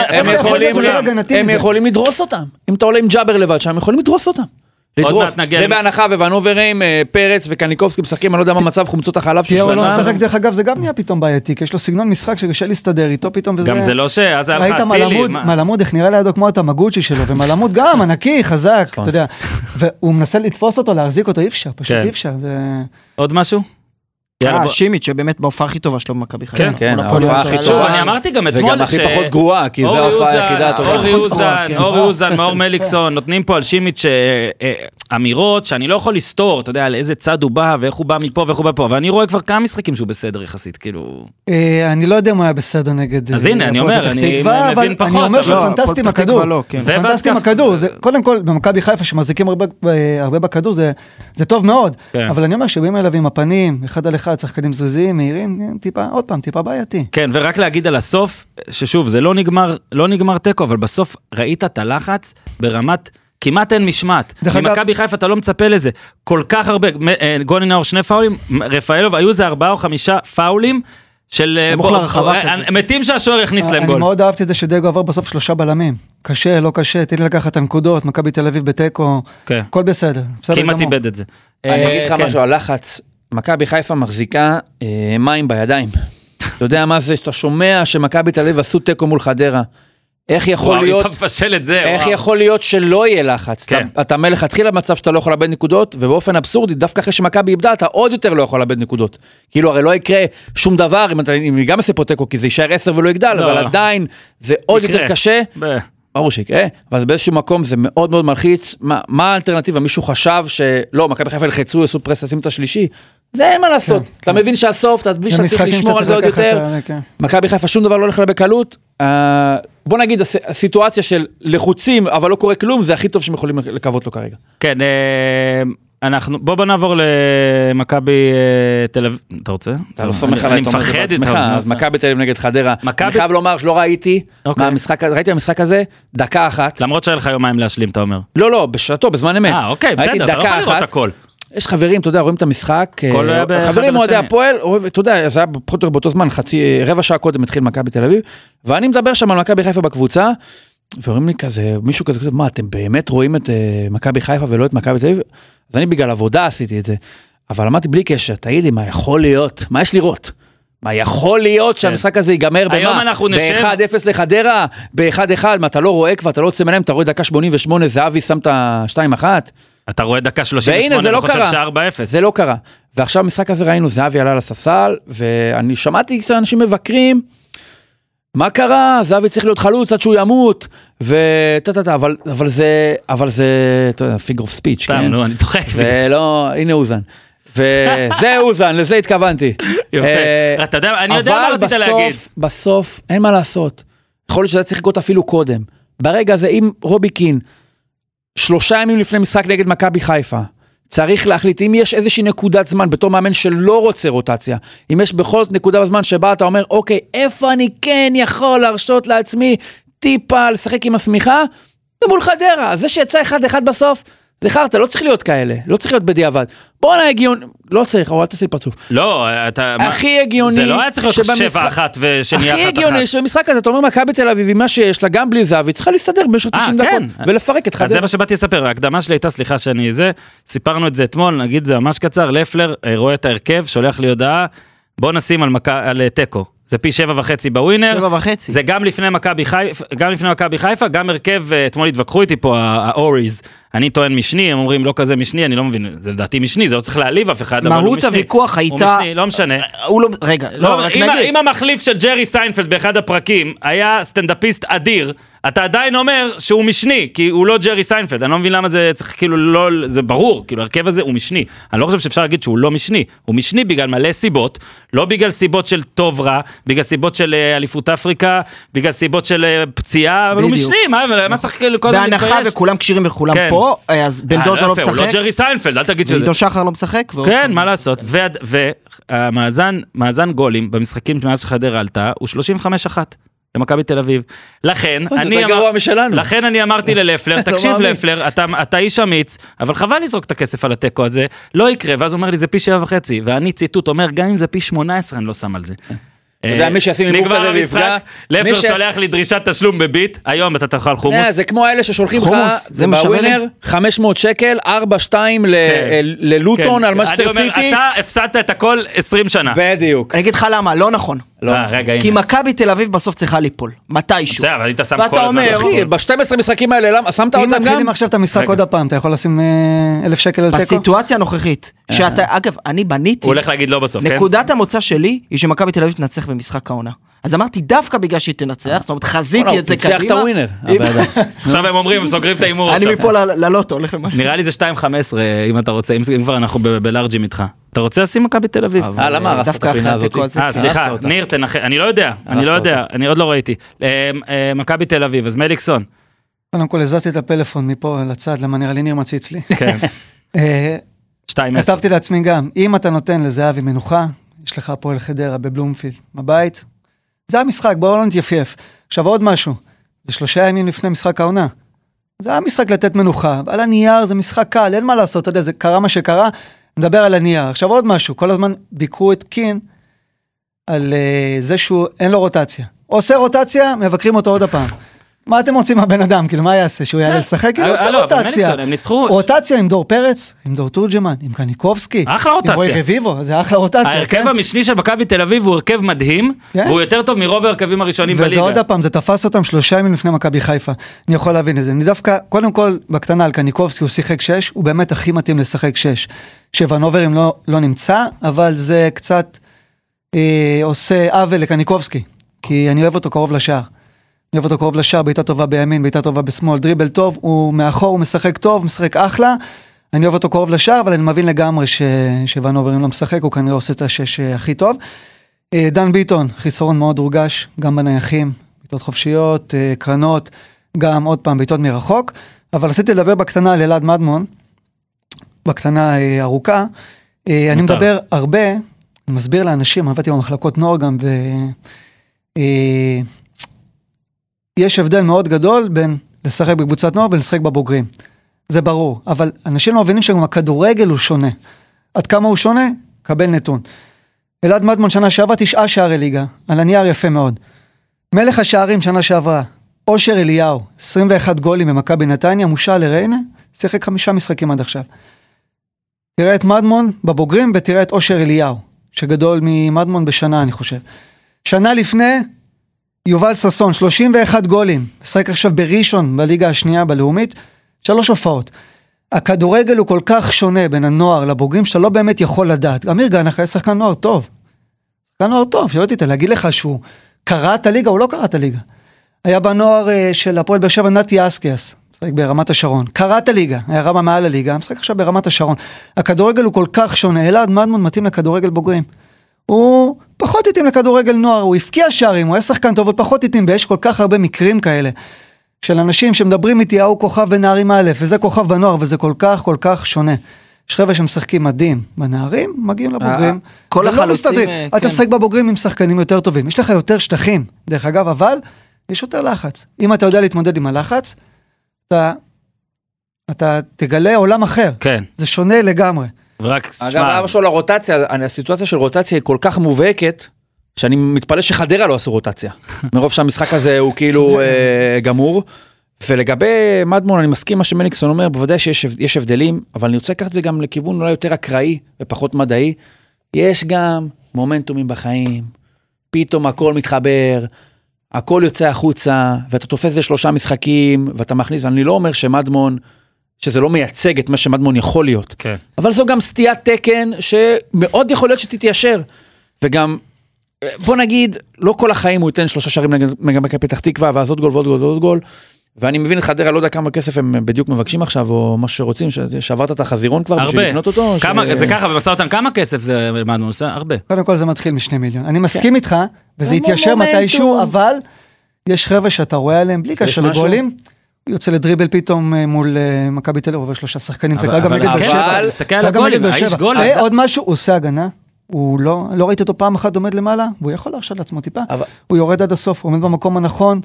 הם יכולים לדרוס אותם. אם אתה עולה עם ג'אבר לבד שם, הם יכולים לדרוס אותם. לדרוס, זה בהנחה וונוברים, פרץ וקניקובסקי משחקים, אני לא יודע מה מצב חומצות החלב פיירו לא משחק דרך אגב, זה גם נהיה פתאום בעייתי, כי יש לו סגנון משחק שקשה להסתדר איתו פתאום וזה... גם זה לא ש... אז היה לך אצילי. ראית מלמוד, איך נראה לידו כמו את המגוצ'י שלו, ומלמוד גם, ענקי, חזק, אתה יודע, והוא מנסה לתפוס אותו, להחזיק אותו, אי אפשר, פשוט אי אפשר. עוד משהו? אה, שימיץ' שבאמת בהופעה הכי טובה שלו במכבי חיפה. כן, כן, ההופעה הכי טובה. אני אמרתי גם אתמול וגם הכי פחות גרועה, כי זו ההופעה היחידה הטובה. אורי אוזן, אורי אוזן, מאור מליקסון, נותנים פה על שימיץ' אמירות שאני לא יכול לסתור, אתה יודע, על איזה צד הוא בא, ואיך הוא בא מפה ואיך הוא בא פה, ואני רואה כבר כמה משחקים שהוא בסדר יחסית, כאילו... אני לא יודע מה היה בסדר נגד... אז הנה, אני אומר, אני מבין פחות. אני אומר שפנטסטי מהכדור. פנטסטי מהכדור. קודם כל, במכבי חיפה שמחזיקים הרבה בכדור, זה טוב מאוד. אבל אני אומר שבאים אליו עם הפנים, אחד על אחד, שחקנים זריזיים, מהירים, טיפה, עוד פעם, טיפה בעייתי. כן, ורק להגיד על הסוף, ששוב, זה לא נגמר, לא נגמר טקו, אבל בסוף ראית את הלחץ ברמת, כמעט אין משמעת. ממכבי חיפה אתה לא מצפה לזה. כל כך הרבה, גוני נאור שני פאולים, רפאלוב, היו זה ארבעה או חמישה פאולים, של... סמוך לרחבה כזה. מתים שהשוער יכניס להם גול. אני מאוד אהבתי את זה שדגו עבר בסוף שלושה בלמים. קשה, לא קשה, תן לי לקחת את הנקודות, מכבי תל אביב בטקו, הכל בסדר. כמעט איבד את זה. אני אגיד לך משהו, הלחץ, מכבי חיפה מחזיקה אה, מים בידיים. אתה יודע מה זה, שאתה שומע שמכבי תל אביב עשו טקו מול חדרה. איך יכול וואו, להיות, אתה מפשל את זה, איך וואו. יכול להיות שלא יהיה לחץ? כן. אתה, אתה מלך התחיל במצב שאתה לא יכול לאבד נקודות, ובאופן אבסורדי, דווקא אחרי שמכבי איבדה, אתה עוד יותר לא יכול לאבד נקודות. כאילו, הרי לא יקרה שום דבר, אם אתה אם גם עושה פה טקו, כי זה יישאר עשר ולא יגדל, לא. אבל עדיין זה עוד יקרה. יותר קשה. ב... ברור שיקרה, אבל באיזשהו מקום זה מאוד מאוד מלחיץ. מה, מה האלטרנטיבה? מישהו חשב שלא, מכבי חיפה לחצו, יעשו פרס, לשים את השלישי. זה אין מה לעשות. כן, אתה כן. מבין שהסוף, אתה מבין שאתה צריך לשמור על זה עוד יותר. כן. מכבי חיפה שום דבר לא הולך לה בקלות. Uh, בוא נגיד, הס, הסיטואציה של לחוצים, אבל לא קורה כלום, זה הכי טוב שהם יכולים לקוות לו כרגע. כן, אנחנו, בוא בוא נעבור למכבי תל אביב, אתה רוצה? אתה לא סומך עליי, אני מפחד איתך. אז מכבי תל אביב נגד חדרה. אני חייב לומר שלא ראיתי, מהמשחק, ראיתי המשחק הזה, דקה אחת. למרות שהיה לך יומיים להשלים, אתה אומר. לא, לא, בשעתו, בזמן אמת. אה, אוקיי, בסדר, אתה לא יכול לראות הכל. יש חברים, אתה יודע, רואים את המשחק, חברים אוהדי הפועל, אתה יודע, זה היה פחות או באותו זמן, חצי, רבע שעה קודם התחיל מכבי תל אביב, ואני מדבר שם על מכבי חיפה בקבוצה, ואומרים לי כזה, מישהו כזה, מה, אתם באמת רואים את מכבי חיפה ולא את מכבי תל אביב? אז אני בגלל עבודה עשיתי את זה, אבל אמרתי בלי קשר, תגידי, מה יכול להיות? מה יש לראות? מה יכול להיות שהמשחק הזה ייגמר במה? ב-אחד אפס לחדרה, ב-אחד אחד, מה אתה לא רואה כבר, אתה לא יוצא מנהם, אתה רואה דקה שמונים ושמונה, זהבי שם את ה-שתיים אחת. אתה רואה דקה שלושים ושמונה וחושב ש-ארבע אפס. זה לא קרה. ועכשיו במשחק הזה ראינו, זהבי עלה לספסל, ואני שמעתי שאנשים מבקרים, מה קרה? זהבי צריך להיות חלוץ עד שהוא ימות, וטטטה, אבל, אבל זה, אבל זה, אתה יודע, figure of speech, כן? לא, אני צוחק. זה לא, הנה אוזן. וזה אוזן, לזה התכוונתי. יפה. אתה יודע, אני יודע מה רצית להגיד. אבל בסוף, בסוף, אין מה לעשות. יכול להיות שזה צריך לקרות אפילו קודם. ברגע הזה, אם רובי קין, שלושה ימים לפני משחק נגד מכבי חיפה, צריך להחליט, אם יש איזושהי נקודת זמן, בתור מאמן שלא רוצה רוטציה, אם יש בכל נקודה בזמן שבה אתה אומר, אוקיי, איפה אני כן יכול להרשות לעצמי טיפה לשחק עם הסמיכה? ומול חדרה, אז זה שיצא אחד אחד בסוף, זה חרטה, לא צריך להיות כאלה, לא צריך להיות בדיעבד. בוא נהיה הגיון, לא צריך, אבל אל תעשי פרצוף. לא, אתה... הכי הגיוני... זה לא היה צריך להיות שבע אחת ושנייה אחת אחת. הכי הגיוני שבמשחק הזה, אתה אומר, מכבי בתל אביב, עם מה שיש לה, גם בלי זהבי, צריכה להסתדר במשך תשעים דקות, ולפרק את חדרה. אז זה מה שבאתי לספר, ההקדמה שלי הייתה, סליחה שאני זה, סיפרנו את זה אתמול, נגיד זה ממש קצר, לפלר רואה את ההרכב, שולח לי הודעה, בוא נשים על, מק... על טקו. זה פי שבע וחצי בווינר. שבע וחצי. זה גם לפני מכבי חיפה, גם לפני מכבי חיפה, גם הרכב, אתמול התווכחו איתי פה, האוריז, אני טוען משני, הם אומרים לא כזה משני, אני לא מבין, זה לדעתי משני, זה לא צריך להעליב אף אחד, אבל הוא משני. מהות הוויכוח הייתה... הוא משני, לא משנה. הוא לא... רגע, לא, רק אם, נגיד. אם המחליף של ג'רי סיינפלד באחד הפרקים היה סטנדאפיסט אדיר, אתה עדיין אומר שהוא משני, כי הוא לא ג'רי סיינפלד, אני לא מבין למה זה צריך כאילו לא, זה ברור, כאילו הרכב הזה הוא משני, אני לא חושב שאפשר להגיד שהוא לא משני, הוא משני בגלל מלא סיבות, לא בגלל סיבות של טוב רע, בגלל סיבות של אליפות אפריקה, בגלל סיבות של פציעה, אבל הוא משני, מה, מה צריך כאילו קודם להתבייש? בהנחה וכולם קשירים וכולם פה, אז בן דודו לא משחק. הוא לא ג'רי סיינפלד, אל תגיד שזה. ועידו שחר לא משחק. כן, מה לעשות, והמאזן, מאזן גולים במשחקים מאז שחדרה עלתה, הוא שלושים וחמש אחת. למכבי תל אביב. לכן, אני אמר... לכן אני אמרתי ללפלר, תקשיב לפלר, אתה, אתה איש אמיץ, אבל חבל לזרוק את הכסף על הטקו הזה, לא יקרה, ואז הוא אומר לי, זה פי שבע וחצי, ואני ציטוט אומר, גם אם זה פי שמונה עשרה, אני לא שם על זה. אתה יודע, מי שעשים הימור כזה ויפגע... לפלר שולח לי דרישת תשלום בביט, היום אתה תאכל חומוס. זה כמו האלה ששולחים לך בווינר, חמש מאות שקל, ארבע שתיים ללוטון על מאסטר סיטי. אתה הפסדת את הכל עשרים שנה. בדיוק. אני אגיד לך למה, לא נכון. כי מכבי תל אביב בסוף צריכה ליפול, מתישהו. בסדר, אבל היית שם כל הזמן. אחי, ב-שתים עשרה משחקים האלה, למה? שמת אותם גם? אם מתחילים עכשיו את המשחק עוד הפעם, אתה יכול לשים אלף שקל על תיקו? בסיטואציה הנוכחית, שאתה, אגב, אני בניתי, הוא הולך להגיד לא בסוף, כן? נקודת המוצא שלי היא שמכבי תל אביב תנצח במשחק העונה. אז אמרתי דווקא בגלל שהיא תנצח, זאת אומרת, חזיתי את זה קדימה. הוא פיצח את הווינר. עכשיו הם אומרים, הם סוגרים את האימור אני עכשיו. מפה ללוטו, הולך למשהו. נראה לי זה שתיים חמש עשרה, אם אתה רוצה, אם כבר אנחנו בלארג'ים איתך. אתה רוצה לשים מכבי תל אביב? אה, למה הרסת את הפינה הזאת? אה, סליחה, ניר, תנחם, אני לא יודע, אני לא יודע, אני עוד לא ראיתי. מכבי תל אביב, אז מליקסון. קודם כל, הזזתי את הפלאפון מפה לצד, למה נראה לי ניר מציץ לי. כן. שתיים עשרה. כתבתי לעצמי גם, אם אתה נותן לזהבי מנוחה, יש לך הפועל חדרה בבלומפילד, בבית, זה המשחק, בואו לא נתייפייף. עכשיו עוד משהו, זה שלושה ימים לפני משחק העונה. זה המשחק לתת מנוחה, על הנייר זה משחק קל, אין מה לעשות, אתה יודע, זה קרה מה שקרה, נדבר על הנייר. עכשיו עוד משהו, כל הזמן ביקרו את קין, על uh, זה שהוא אין לו רוטציה. עושה רוטציה, מבקרים אותו עוד הפעם. מה אתם רוצים מהבן אדם? כאילו, מה יעשה? שהוא יעלה לשחק? כאילו, עושה רוטציה. רוטציה עם דור פרץ, עם דור תורג'מן, עם קניקובסקי. אחלה רוטציה. עם רוי רביבו, זה אחלה רוטציה. ההרכב המשני של מכבי תל אביב הוא הרכב מדהים, והוא יותר טוב מרוב ההרכבים הראשונים בליגה. וזה עוד הפעם, זה תפס אותם שלושה ימים לפני מכבי חיפה. אני יכול להבין את זה. אני דווקא, קודם כל, בקטנה על קניקובסקי, הוא שיחק שש, הוא באמת הכי מתאים לשחק שש. שוונוברים לא, לא נמצא, אבל זה קצת אה, עושה עוול לקניקובסקי, כי אני אוהב אותו קרוב לשער. אני אוהב אותו קרוב לשער, בעיטה טובה בימין, בעיטה טובה בשמאל, דריבל טוב, הוא מאחור, הוא משחק טוב, משחק אחלה, אני אוהב אותו קרוב לשער, אבל אני מבין לגמרי שוונוברים לא משחק, הוא כנראה עושה את השש הכי טוב. דן ביטון, חיסרון מאוד הורגש, גם בנייחים, בעיטות חופשיות, קרנות, גם עוד פעם בעיטות מרחוק, אבל רציתי לדבר בקטנה על אלעד מדמון, בקטנה ארוכה, אני מדבר הרבה, אני מסביר לאנשים, עבדתי במחלקות נוער גם, ו... יש הבדל מאוד גדול בין לשחק בקבוצת נוער ולשחק בבוגרים. זה ברור, אבל אנשים לא מבינים שגם הכדורגל הוא שונה. עד כמה הוא שונה? קבל נתון. אלעד מדמון שנה שעברה תשעה שערי ליגה, על הנייר יפה מאוד. מלך השערים שנה שעברה, אושר אליהו, עשרים ואחד גולים במכבי נתניה, מושל לריינה, שיחק חמישה משחקים עד עכשיו. תראה את מדמון בבוגרים ותראה את אושר אליהו, שגדול ממדמון בשנה אני חושב. שנה לפני, יובל ססון, שלושים ואחד גולים, משחק עכשיו בראשון בליגה השנייה בלאומית, שלוש הופעות. הכדורגל הוא כל כך שונה בין הנוער לבוגרים, שאתה לא באמת יכול לדעת. אמיר גנח היה שחקן נוער טוב. שחקן נוער טוב, שלא תיתן, להגיד לך שהוא קרא את הליגה, הוא לא קרא את הליגה. היה בנוער של הפועל באר שבע נתי אסקיאס, משחק ברמת השרון. קרא את הליגה, היה רמה מעל הליגה, משחק עכשיו ברמת השרון. הכדורגל הוא כל כך שונה, אלעד מדמון מתאים לכדורגל בוגרים. הוא פחות איתים לכדורגל נוער, הוא הפקיע שערים, הוא היה שחקן טוב, אבל פחות איתים, ויש כל כך הרבה מקרים כאלה, של אנשים שמדברים איתי, הוא כוכב בנערים א', וזה כוכב בנוער, וזה כל כך, כל כך שונה. יש חבר'ה שמשחקים מדהים בנערים, מגיעים לבוגרים, כל החלוצים, אתה משחק בבוגרים עם שחקנים יותר טובים, יש לך יותר שטחים, דרך אגב, אבל יש יותר לחץ. אם אתה יודע להתמודד עם הלחץ, אתה, אתה תגלה עולם אחר. כן. זה שונה לגמרי. ורק, אגב, משהו על הרוטציה, הסיטואציה של רוטציה היא כל כך מובהקת, שאני מתפלא שחדרה לא עשו רוטציה. מרוב שהמשחק הזה הוא כאילו גמור. ולגבי מדמון, אני מסכים מה שמליקסון אומר, בוודאי שיש הבדלים, אבל אני רוצה לקחת את זה גם לכיוון אולי יותר אקראי ופחות מדעי. יש גם מומנטומים בחיים, פתאום הכל מתחבר, הכל יוצא החוצה, ואתה תופס לשלושה משחקים, ואתה מכניס, אני לא אומר שמדמון שזה לא מייצג את מה שמדמון יכול להיות. כן. אבל זו גם סטיית תקן שמאוד יכול להיות שתתיישר. וגם, בוא נגיד, לא כל החיים הוא ייתן שלושה שערים נגד מכבי פתח תקווה, ואז עוד גול ועוד גול ועוד גול. ואני מבין חדרה, לא יודע כמה כסף הם בדיוק מבקשים עכשיו, או מה שרוצים, שעברת את החזירון כבר בשביל לקנות אותו. זה ככה, במשא אותם, כמה כסף זה מדמון עושה? הרבה. קודם כל זה מתחיל משני מיליון. אני מסכים איתך, וזה יתיישר מתישהו, אבל יש חבר'ה שאתה רואה עליהם, בלי קשר לגולים, הוא יוצא לדריבל פתאום מול מכבי תל אביב, עובר שלושה שחקנים, זה קרה גם נגד באר שבע. תסתכל על הגולים, האיש גול. עוד משהו, הוא עושה הגנה, הוא לא, לא ראיתי אותו פעם אחת עומד למעלה, והוא יכול להרשות לעצמו טיפה, הוא יורד עד הסוף, הוא עומד במקום הנכון,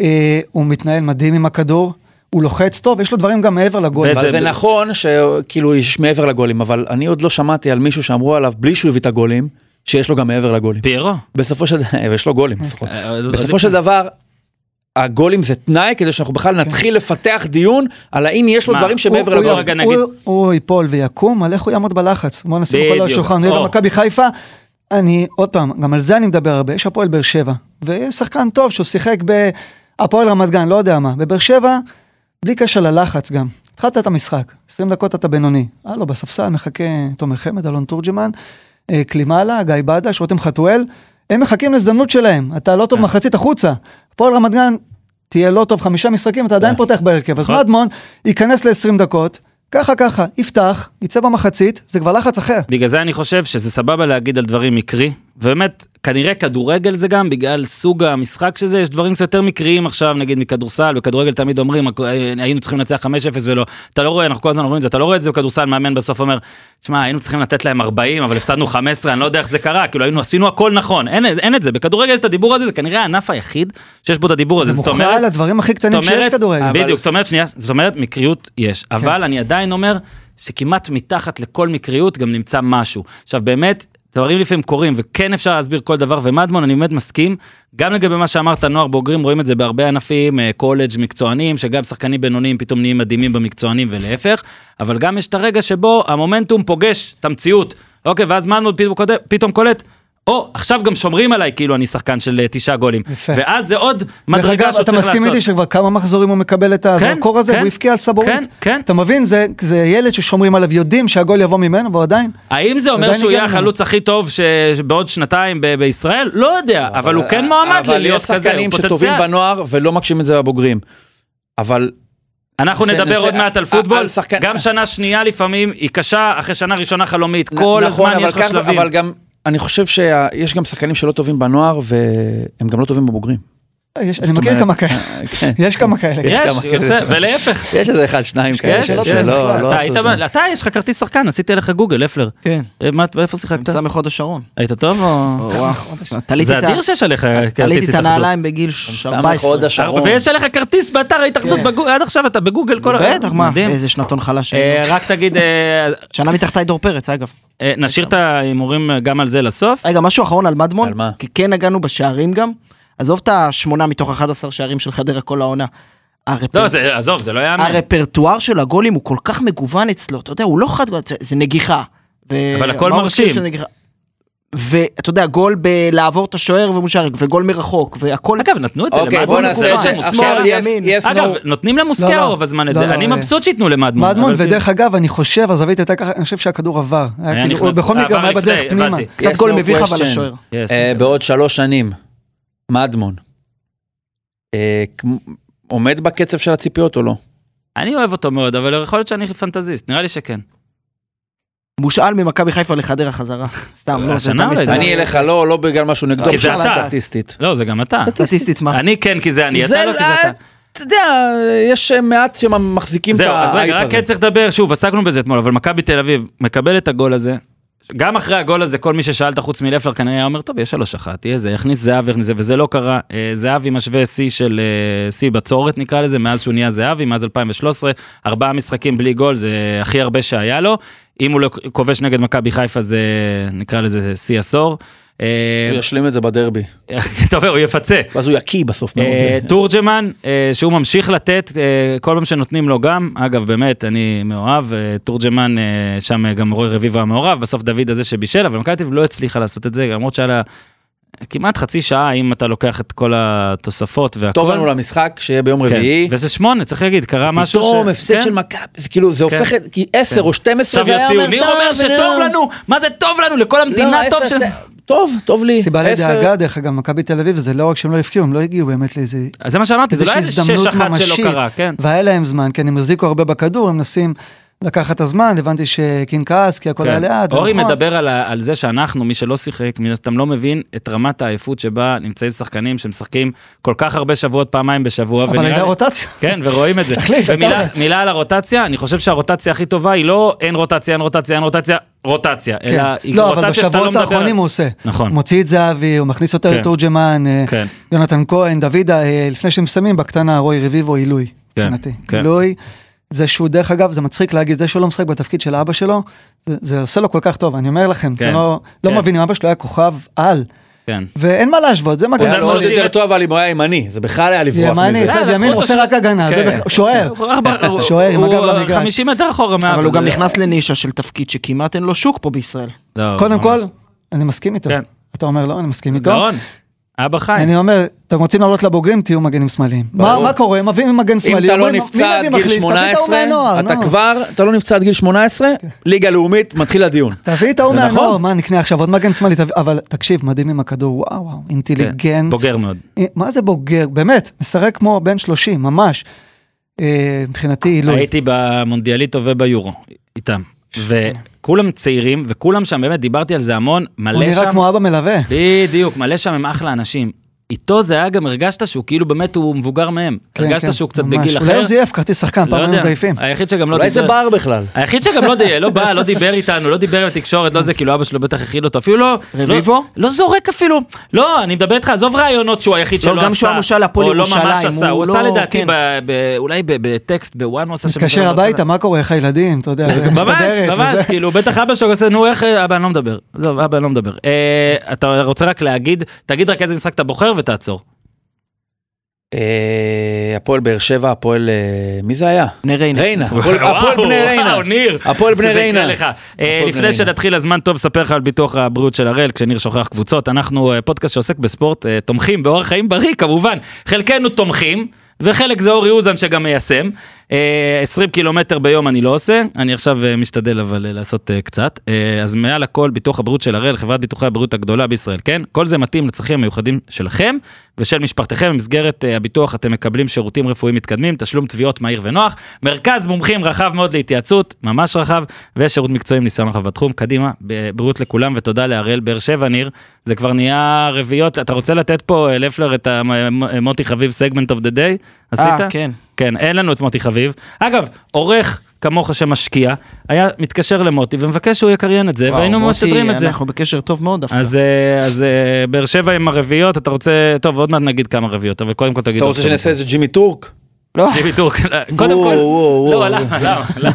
הוא מתנהל מדהים עם הכדור, הוא לוחץ טוב, יש לו דברים גם מעבר לגולים. אבל זה נכון שכאילו יש מעבר לגולים, אבל אני עוד לא שמעתי על מישהו שאמרו עליו, בלי שהוא הביא את הגולים, שיש לו גם מעבר לגולים. פיירו. בסופו של דבר, ויש לו גולים לפחות. בסופו של דבר, הגולים זה תנאי, כדי שאנחנו בכלל נתחיל לפתח דיון, על האם יש לו דברים שמעבר לגולים. הוא ייפול ויקום, על איך הוא יעמוד בלחץ. בוא נשים כל השולחן, נראה במכבי חיפה, אני, עוד פעם, גם על זה אני מדבר הרבה, יש הפועל באר שבע, ויש שחקן טוב שהוא שיחק בהפועל רמת גן, לא יודע מה, בבאר שבע, בלי קשר ללחץ גם. התחלת את המשחק, עשרים דקות אתה בינוני, הלו, בספסל מחכה תומר חמד, אלון תורג'מן, קלימאלה, גיא בדש, רותם חתואל, הם מחכים להזדמנות שלהם, אתה לא טוב מחצית החוצה, הפועל רמת גן תהיה לא טוב חמישה משחקים, אתה עדיין פותח בהרכב, אז מדמון ייכנס ל-עשרים דקות, ככה ככה, יפתח, יצא במחצית, זה כבר לחץ אחר. בגלל זה אני חושב שזה סבבה להגיד על דברים מקרי, ובאמת, כנראה כדורגל זה גם, בגלל סוג המשחק שזה, יש דברים קצת יותר מקריים עכשיו, נגיד מכדורסל, בכדורגל תמיד אומרים, היינו צריכים לנצח חמש אפס ולא, אתה לא רואה, אנחנו כל הזמן אומרים את זה, אתה לא רואה את זה בכדורסל, מאמן בסוף אומר, תשמע, היינו צריכים לתת להם ארבעים, אבל הפסדנו חמש עשרה, אני לא יודע איך זה קרה, כאילו היינו, עשינו הכל נכון, אין, אין את זה, בכדורגל יש את הדיבור הזה, זה כנראה הענף היחיד שיש בו את הדיבור הזה. זה מוכרע על הדברים הכי קטנים שיש כדורגל. בדיוק, זאת אומרת, שנייה, זאת אומרת, מקריות יש, אבל אני עדיין אומר שכמעט מתחת לכל מקריות גם נמצא משהו. עכשיו באמת, דברים לפעמים קורים, וכן אפשר להסביר כל דבר, ומדמון, אני באמת מסכים, גם לגבי מה שאמרת, נוער בוגרים, רואים את זה בהרבה ענפים, קולג' מקצוענים, שגם שחקנים בינוניים פתאום נהיים מדהימים במקצוענים ולהפך, אבל גם יש את הרגע שבו המומנטום פוגש את המציאות, אוקיי, ואז מדמון פתאום קולט, או, עכשיו גם שומרים עליי, כאילו אני שחקן של תשעה גולים. יפה. ואז זה עוד מדרגה שהוא צריך לעשות. אתה מסכים איתי שכבר כמה מחזורים הוא מקבל את הזרקור הזה, והוא הפקיע על סבורית. כן, כן. אתה מבין, זה, זה ילד ששומרים עליו, יודעים שהגול יבוא ממנו, ועדיין. האם זה אומר שהוא יהיה החלוץ הכי טוב שבעוד שנתיים ב- בישראל? לא יודע, אבל, אבל הוא כן מועמד להיות כזה, הוא פוטנציאל. אבל יש שחקנים שטובים בנוער ולא מקשים את זה בבוגרים. אבל אנחנו נדבר עוד מעט על פוטבול, גם שנה שנייה לפעמים היא קשה, אחרי שנה ראשונה חלומית, כל הזמן יש לך שלבים. אבל גם אני חושב שיש גם שחקנים שלא טובים בנוער, והם גם לא טובים בבוגרים. אני מכיר כמה כאלה. יש כמה כאלה. יש, יוצא, ולהפך. יש איזה אחד, שניים כאלה. אתה, יש לך כרטיס שחקן, עשיתי עליך גוגל, אפלר. כן. איפה שיחקת? סמך הוד השרון. היית טוב או? זה אדיר שיש עליך כרטיס התאחדות. תליתי את הנעליים בגיל ארבע עשרה. ויש עליך כרטיס באתר ההתאחדות, עד עכשיו אתה בגוגל כל... בטח, מה? איזה שנתון חלש. רק תגיד... שנה מתחתיי דור פרץ, אגב. נשאיר את ההימורים גם על זה לסוף. רגע, משהו אחרון על מדמון, כי כן הגענו בשערים גם. עזוב את השמונה מתוך אחד עשר שערים של חדרה כל העונה. לא, עזוב, זה לא יאמן. הרפרטואר של הגולים הוא כל כך מגוון אצלו, אתה יודע, הוא לא חד, זה נגיחה. אבל הכל מרשים. ואתה יודע, גול בלעבור את השוער ומושרק, וגול מרחוק, והכל... אגב, נתנו את זה למדמון. אגב, נותנים למוסקה רוב הזמן את זה. אני מבסוט שיתנו למדמון. מדמון, ודרך אגב, אני חושב, הזווית הייתה ככה, אני חושב שהכדור עבר. בכל מקרה, היה בדרך פנימה. קצת גול מביך אבל לשוער. בעוד שלוש שנים. מדמון, עומד בקצב של הציפיות או לא? אני אוהב אותו מאוד, אבל יכול להיות שאני פנטזיסט, נראה לי שכן. מושאל ממכבי חיפה לחדרה חזרה. סתם, לא, זה השנה אולי. אני אלך לא, לא בגלל משהו נגדו. כי זה אתה. סטטיסטית. לא, זה גם אתה. סטטיסטית מה? אני כן, כי זה אני, אתה לא, כי זה אתה. אתה יודע, יש מעט שמחזיקים את האייפ הזה. זהו, אז רגע, רק כן צריך לדבר, שוב, עסקנו בזה אתמול, אבל מכבי תל אביב מקבל את הגול הזה, גם אחרי הגול הזה, כל מי ששאלת חוץ מלפלר, כנראה היה אומר, טוב, יש שלוש אחת, תהיה זה, יכניס זהב, יכניס זה, וזה לא קרה. זהבי משווה שיא של, שיא בצורת נקרא לזה, מאז שהוא נהיה זהבי, מאז אלפיים ושלוש עשרה, ארבעה משחקים בלי גול, זה הכי הרבה שהיה לו. אם הוא לא כובש נגד מכבי חיפה, זה נקרא לזה שיא עשור. הוא ישלים את זה בדרבי. טוב, הוא יפצה. ואז הוא יקיא בסוף. תורג'מן, שהוא ממשיך לתת, כל פעם שנותנים לו גם, אגב, באמת, אני מאוהב, תורג'מן, שם גם רוי רביב המאוהב, בסוף דוד הזה שבישל, אבל מכבי תל אביב לא הצליחה לעשות את זה, למרות שהיה לה כמעט חצי שעה, אם אתה לוקח את כל התוספות והכל. טוב לנו למשחק, שיהיה ביום רביעי. וזה שמונה, צריך להגיד, קרה משהו ש... פתאום, הפסק של מכבי, זה כאילו, זה הופך, כי עשר או שתים עשרה זה היה עכשיו יציעו, ניר אומר שטוב לנו, מה זה טוב לנו, לכל המדינה טוב ש... טוב, טוב לי. סיבה לדאגה, דרך אגב, מכבי תל אביב, זה לא רק שהם לא הפקיעו, הם לא הגיעו באמת לאיזה... אז זה מה שאמרתי, זה לא היה שש אחת שלא קרה, כן. והיה להם זמן, כן, הם החזיקו הרבה בכדור, הם מנסים לקחת את הזמן, הבנתי שקינקס, כי הכל היה לאט, אורי מדבר על זה שאנחנו, מי שלא שיחק, מן הסתם לא מבין את רמת העייפות שבה נמצאים שחקנים שמשחקים כל כך הרבה שבועות, פעמיים בשבוע. אבל זה רוטציה. כן, ורואים את זה. ומילה על הרוטציה, אני חושב שהרוטציה הכי טובה היא לא אין רוטציה, אין רוטציה, אין רוטציה, רוטציה, אלא היא רוטציה שאתה לא מדבר. לא, אבל בשבועות האחרונים הוא עושה. נכון. מוציא את זהבי, הוא מכניס יותר את תורג'מן, יונתן כהן, דוד, לפני שהם שמים בקטנה, רוי רביבו, עילוי. עילוי. זה שהוא דרך אגב, זה מצחיק להגיד, זה שהוא לא משחק בתפקיד של אבא שלו, זה, זה עושה לו כל כך טוב, אני אומר לכם, כן, לא, כן. לא מבינים, אבא שלו היה כוכב על, כן. ואין מה להשוות, זה מגן. זה עוד יותר טוב, אבל אם הוא היה ימני, זה בכלל היה לברוח מזה. ימני, צד ימין, עושה רק הגנה, זה שוער, שוער עם הגב למגרש. חמישים מטר אחורה, אבל הוא גם נכנס לנישה של תפקיד שכמעט אין לו שוק פה בישראל. קודם כל, אני מסכים איתו. אתה אומר לא, אני מסכים איתו. אבא חי. אני אומר, אתם רוצים לעלות לבוגרים, תהיו מגנים שמאליים. מה קורה? מביאים מגן שמאלי. אם אתה לא נפצע עד גיל שמונה עשרה, אתה כבר, אתה לא נפצע עד גיל שמונה עשרה, ליגה לאומית, מתחיל הדיון. תביא את ההוא מהנוער, מה נקנה עכשיו עוד מגן שמאלי, אבל תקשיב, מדהים עם הכדור, וואו, וואו, אינטליגנט. בוגר מאוד. מה זה בוגר? באמת, משחק כמו בן שלושים, ממש. מבחינתי, אילוי. הייתי במונדיאליטו וביורו, איתם. וכולם צעירים, וכולם שם, באמת, דיברתי על זה המון, מלא שם. הוא נראה כמו אבא מלווה. בדיוק, מלא שם הם אחלה אנשים. איתו זה היה גם, הרגשת שהוא כאילו באמת הוא מבוגר מהם. הרגשת שהוא קצת בגיל אחר. אולי הוא זייף, כרטיס שחקן, פעם הם זייפים. היחיד שגם לא דיבר. אולי זה בר בכלל. היחיד שגם לא בא, לא דיבר איתנו, לא דיבר בתקשורת, לא זה, כאילו אבא שלו בטח הכיל אותו, אפילו לא... רביבו? לא זורק אפילו. לא, אני מדבר איתך, עזוב רעיונות שהוא היחיד שלא עשה. גם שהוא מושל הפועל ירושלים. הוא עשה לדעתי, אולי בטקסט, בוואן הוא עשה שם... מתקשר הביתה, מה קורה, איך הילדים, אתה יודע, ממש, ממש, כאילו, בטח אבא שלו עושה, נו, איך, אבא, אני לא מדבר. עזוב, אבא, אני לא מדבר. אתה רוצה רק להגיד, תגיד רק איזה משחק אתה בוחר ותעצור. הפועל באר שבע, הפועל, מי זה היה? בני ריינה. ריינה, הפועל בני ריינה. וואו, ניר. הפועל בני ריינה. לפני שנתחיל הזמן טוב, ספר לך על ביטוח הבריאות של הראל, כשניר שוכח קבוצות, אנחנו פודקאסט שעוסק בספורט, תומכים באורח חיים בריא, כמובן. חלקנו תומכים, וחלק זה אורי אוזן שגם מיישם. עשרים קילומטר ביום אני לא עושה, אני עכשיו משתדל אבל לעשות קצת. אז מעל הכל ביטוח הבריאות של הראל, חברת ביטוחי הבריאות הגדולה בישראל, כן? כל זה מתאים לצרכים המיוחדים שלכם ושל משפחתכם. במסגרת הביטוח אתם מקבלים שירותים רפואיים מתקדמים, תשלום תביעות מהיר ונוח, מרכז מומחים רחב מאוד להתייעצות, ממש רחב, ושירות מקצועי ניסיון רחב בתחום. קדימה, בריאות לכולם, ותודה להראל. באר שבע, ניר, זה כבר נהיה רביעיות. אתה רוצה לתת פה לפלר את מוטי חביב segment of the day? עשית? כן. כן, אין לנו את מוטי חביב. אגב, עורך כמוך שמשקיע, היה מתקשר למוטי ומבקש שהוא יקריין את זה, והיינו משדרים את זה. אנחנו בקשר טוב מאוד דווקא. אז, אז באר שבע עם הרביעיות, אתה רוצה, טוב, עוד מעט נגיד כמה רביעיות, אבל קודם כל תגיד... אתה רוצה שנעשה את זה ג'ימי טורק? לא. ג'ימי טורק, קודם כל... לא, למה, למה, למה?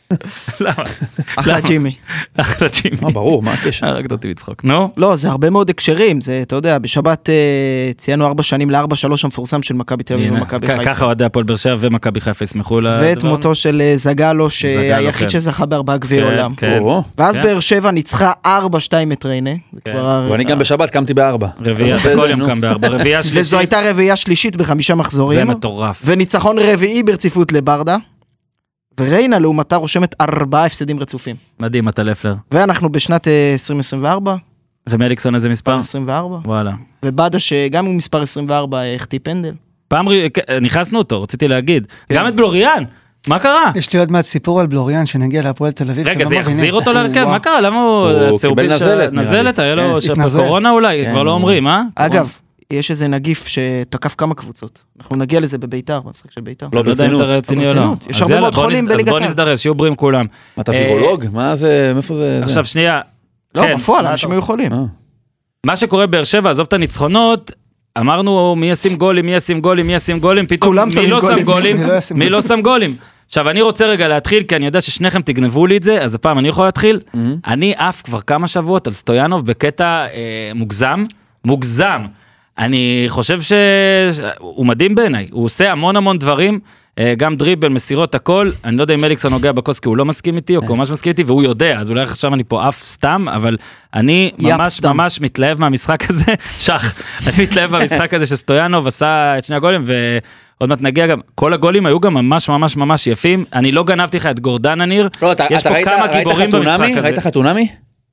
למה? אחלה ג'ימי. אחלה ג'ימי. מה, ברור, מה הקשר? רק אותי בצחוק. נו? לא, זה הרבה מאוד הקשרים, זה, אתה יודע, בשבת ציינו ארבע שנים לארבע שלוש המפורסם של מכבי תל אביב ומכבי חיפה. ככה אוהדי הפועל באר שבע ומכבי חיפה ישמחו לדבר. ואת מותו של זגלו, שהיחיד שזכה בארבעה גביעי עולם. ואז באר שבע ניצחה ארבע שתיים את ריינה. ואני גם בשבת קמתי בארבע. רביעייה, כל יום קם בארבע. רביעייה שלישית. וזו הייתה רביעייה שלישית בחמישה מחזורים. זה מטורף. וניצחון רביעי ברציפות לברדה. וריינה לעומתה רושמת ארבעה הפסדים רצופים. מדהים, אתה לפלר. ואנחנו בשנת עשרים עשרים וארבע. ומליקסון איזה מספר? עשרים וארבע. וואלה. ובאדה שגם הוא מספר עשרים וארבע החטיא פנדל. פעם נכנסנו אותו, רציתי להגיד. גם את בלוריאן. מה קרה? יש לי עוד מעט סיפור על בלוריאן שנגיע להפועל תל אביב. רגע, זה יחזיר אותו להרכב? מה קרה? למה הוא... הוא קיבל נזלת. נזלת, היה לו קורונה אולי, כבר לא אומרים, אה? אגב, יש איזה נגיף שתקף כמה קבוצות. אנחנו נגיע לזה בביתר, במשחק של ביתר. לא ברצינות. יש הרבה מאוד חולים בליגת העל. אז בוא נזדרז, שיהיו בריאים כולם. אתה וירולוג? מה זה, מאיפה זה? עכשיו שנייה. לא, בפועל, אנשים היו חולים. מה שקורה באר שבע, עזוב את הניצחונות, אמרנו מי ישים גולים, מי ישים גולים, מי ישים גולים, פתאום מי לא שם גולים, מי לא שם גולים. עכשיו אני רוצה רגע להתחיל, כי אני יודע ששניכם תגנבו לי את זה, אז הפעם אני יכול להתחיל. אני אף כבר כמה שבועות על סטויאנוב בקטע מוגזם, מוגזם. אני חושב שהוא מדהים בעיניי, הוא עושה המון המון דברים, גם דריבל, מסירות, הכל, אני לא יודע אם מליקסון נוגע בכוס, כי הוא לא מסכים איתי, או כי הוא ממש מסכים איתי, והוא יודע, אז אולי עכשיו אני פה אף סתם, אבל אני ממש ממש מתלהב מהמשחק הזה, שח, אני מתלהב מהמשחק הזה שסטויאנוב עשה את שני הגולים, ועוד מעט נגיע גם, כל הגולים היו גם ממש ממש ממש יפים, אני לא גנבתי לך את גורדנה ניר, יש פה כמה גיבורים במשחק הזה. ראית חתונמי?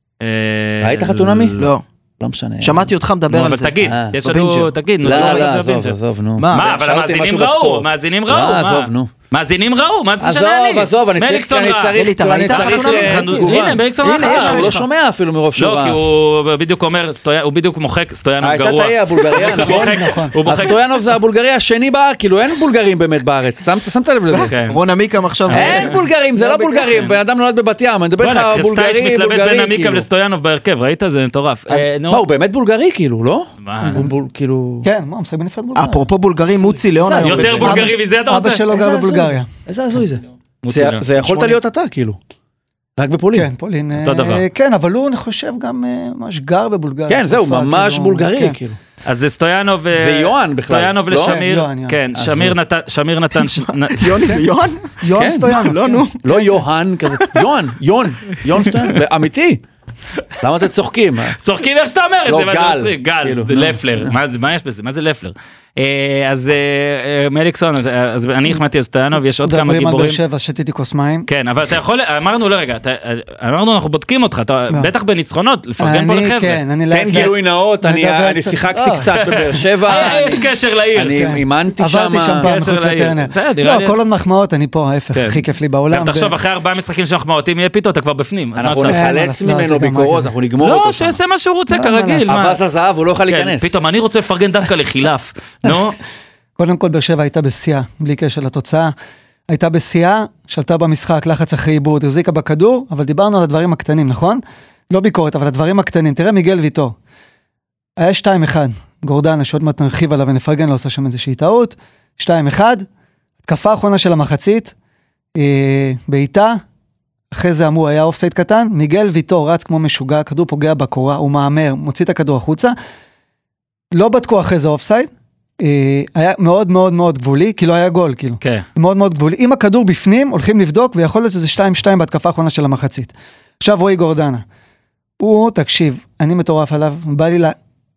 ראית חתונמי? לא. לא משנה. שמעתי אותך מדבר על זה. אבל תגיד, יש לנו, תגיד. לא, לא, עזוב, עזוב, נו. מה, אבל המאזינים ראו, מאזינים ראו. לא, עזוב, נו. מאזינים ראו, מה זה משנה לי? עזוב, עזוב, אני צריך, אני צריך, אני צריך תגובה. הנה, מליקסון ראה. הוא לא שומע אפילו מרוב שורה. לא, כי הוא בדיוק אומר, הוא בדיוק מוחק, סטויאנוב גרוע. הייתה תהיה הבולגריה, נכון? הסטויאנוב זה הבולגריה השני בארץ, כאילו אין בולגרים באמת בארץ, שמת לב לזה. רון עמיקם עכשיו. אין בולגרים, זה לא בולגרים, בן אדם נולד בבת ים, אני מדבר לך בולגרי, מתלבט בין עמיקם לסטויאנוב בהרכב, ראית? זה מטורף. מה, הוא באמת בולגרי כאילו, לא? כאילו... כן, מה, משחק בנפרד בולגריה. אפרופו בולגרי, מוצי ליאון. יותר בולגרי מזה אתה רוצה? אבא שלו גר בבולגריה. איזה הזוי זה. זה יכולת להיות אתה כאילו. רק בפולין. כן, פולין. אותו דבר. כן, אבל הוא אני חושב גם ממש גר בבולגריה. כן, זהו, ממש בולגרי כאילו. אז זה סטויאנוב, זה יוהן בכלל. סטויאנוב לשמיר, כן, שמיר נתן, יוני זה יוהן? יוהן סטויאנוב, לא נו. לא יוהן כזה, יוהן, יוהן, יוהן סטויאנוב, אמיתי. למה אתם צוחקים? צוחקים איך שאתה אומר את זה, לא, גל. גל, לפלר, מה יש בזה, מה זה לפלר? אז מליקסון, אז אני החמאתי על סטויאנוב, יש עוד כמה גיבורים. מדברים על באר שבע, שתיתי כוס מים. כן, אבל אתה יכול, אמרנו לרגע, אמרנו אנחנו בודקים אותך, בטח בניצחונות, לפרגן פה לחבר'ה. כן, אני תן גילוי נאות, אני שיחקתי קצת בבאר שבע. יש קשר לעיר. אני אימנתי שם. עברתי שם פעם מחוץ לטרנר. לא, כל עוד מחמאות, אני פה, ההפך, הכי כיף לי בעולם. תחשוב, אחרי ארבעה משחקים של מחמאותים יהיה פתאום, אתה כבר בפנים. אנחנו נחלץ ממנו ביקורות, אנחנו נגמור אותו. לא, שיעשה מה שהוא רוצה כרגיל. אבס הזהב, הוא לא יכול להיכנס. פתאום אני רוצה לפרגן דווקא לחילף. נו. קודם כל, באר שבע הייתה בשיאה, בלי קשר לתוצאה. הייתה בשיאה, שלטה במשחק, לחץ אחרי עיבוד, החזיקה בכדור, אבל דיברנו על הדברים הקטנים, נכון? לא ביקורת, אבל הדברים הקטנים. תראה מיגל ויטור. היה שתיים אחד. גורדנה, שעוד מעט נרחיב עליו ונפרגן, לא עושה שם איזושהי טעות. שתיים אחד. התקפה האחרונה של המחצית. אה, בעיטה. אחרי זה אמרו, היה אופסייד קטן. מיגל ויטור רץ כמו משוגע, הכדור פוגע בקורה, הוא מאמר, מוציא את הכדור החוצה. לא בדקו אחרי זה אופסייד. היה מאוד מאוד מאוד גבולי, כי לא היה גול, כאילו. כן. מאוד מאוד גבולי. אם הכדור בפנים, הולכים לבדוק, ויכול להיות שזה שתיים שתיים בהתקפה האחרונה של המחצית. עכשיו רועי גורדנה. הוא, תקשיב, אני מטורף עליו, בא לי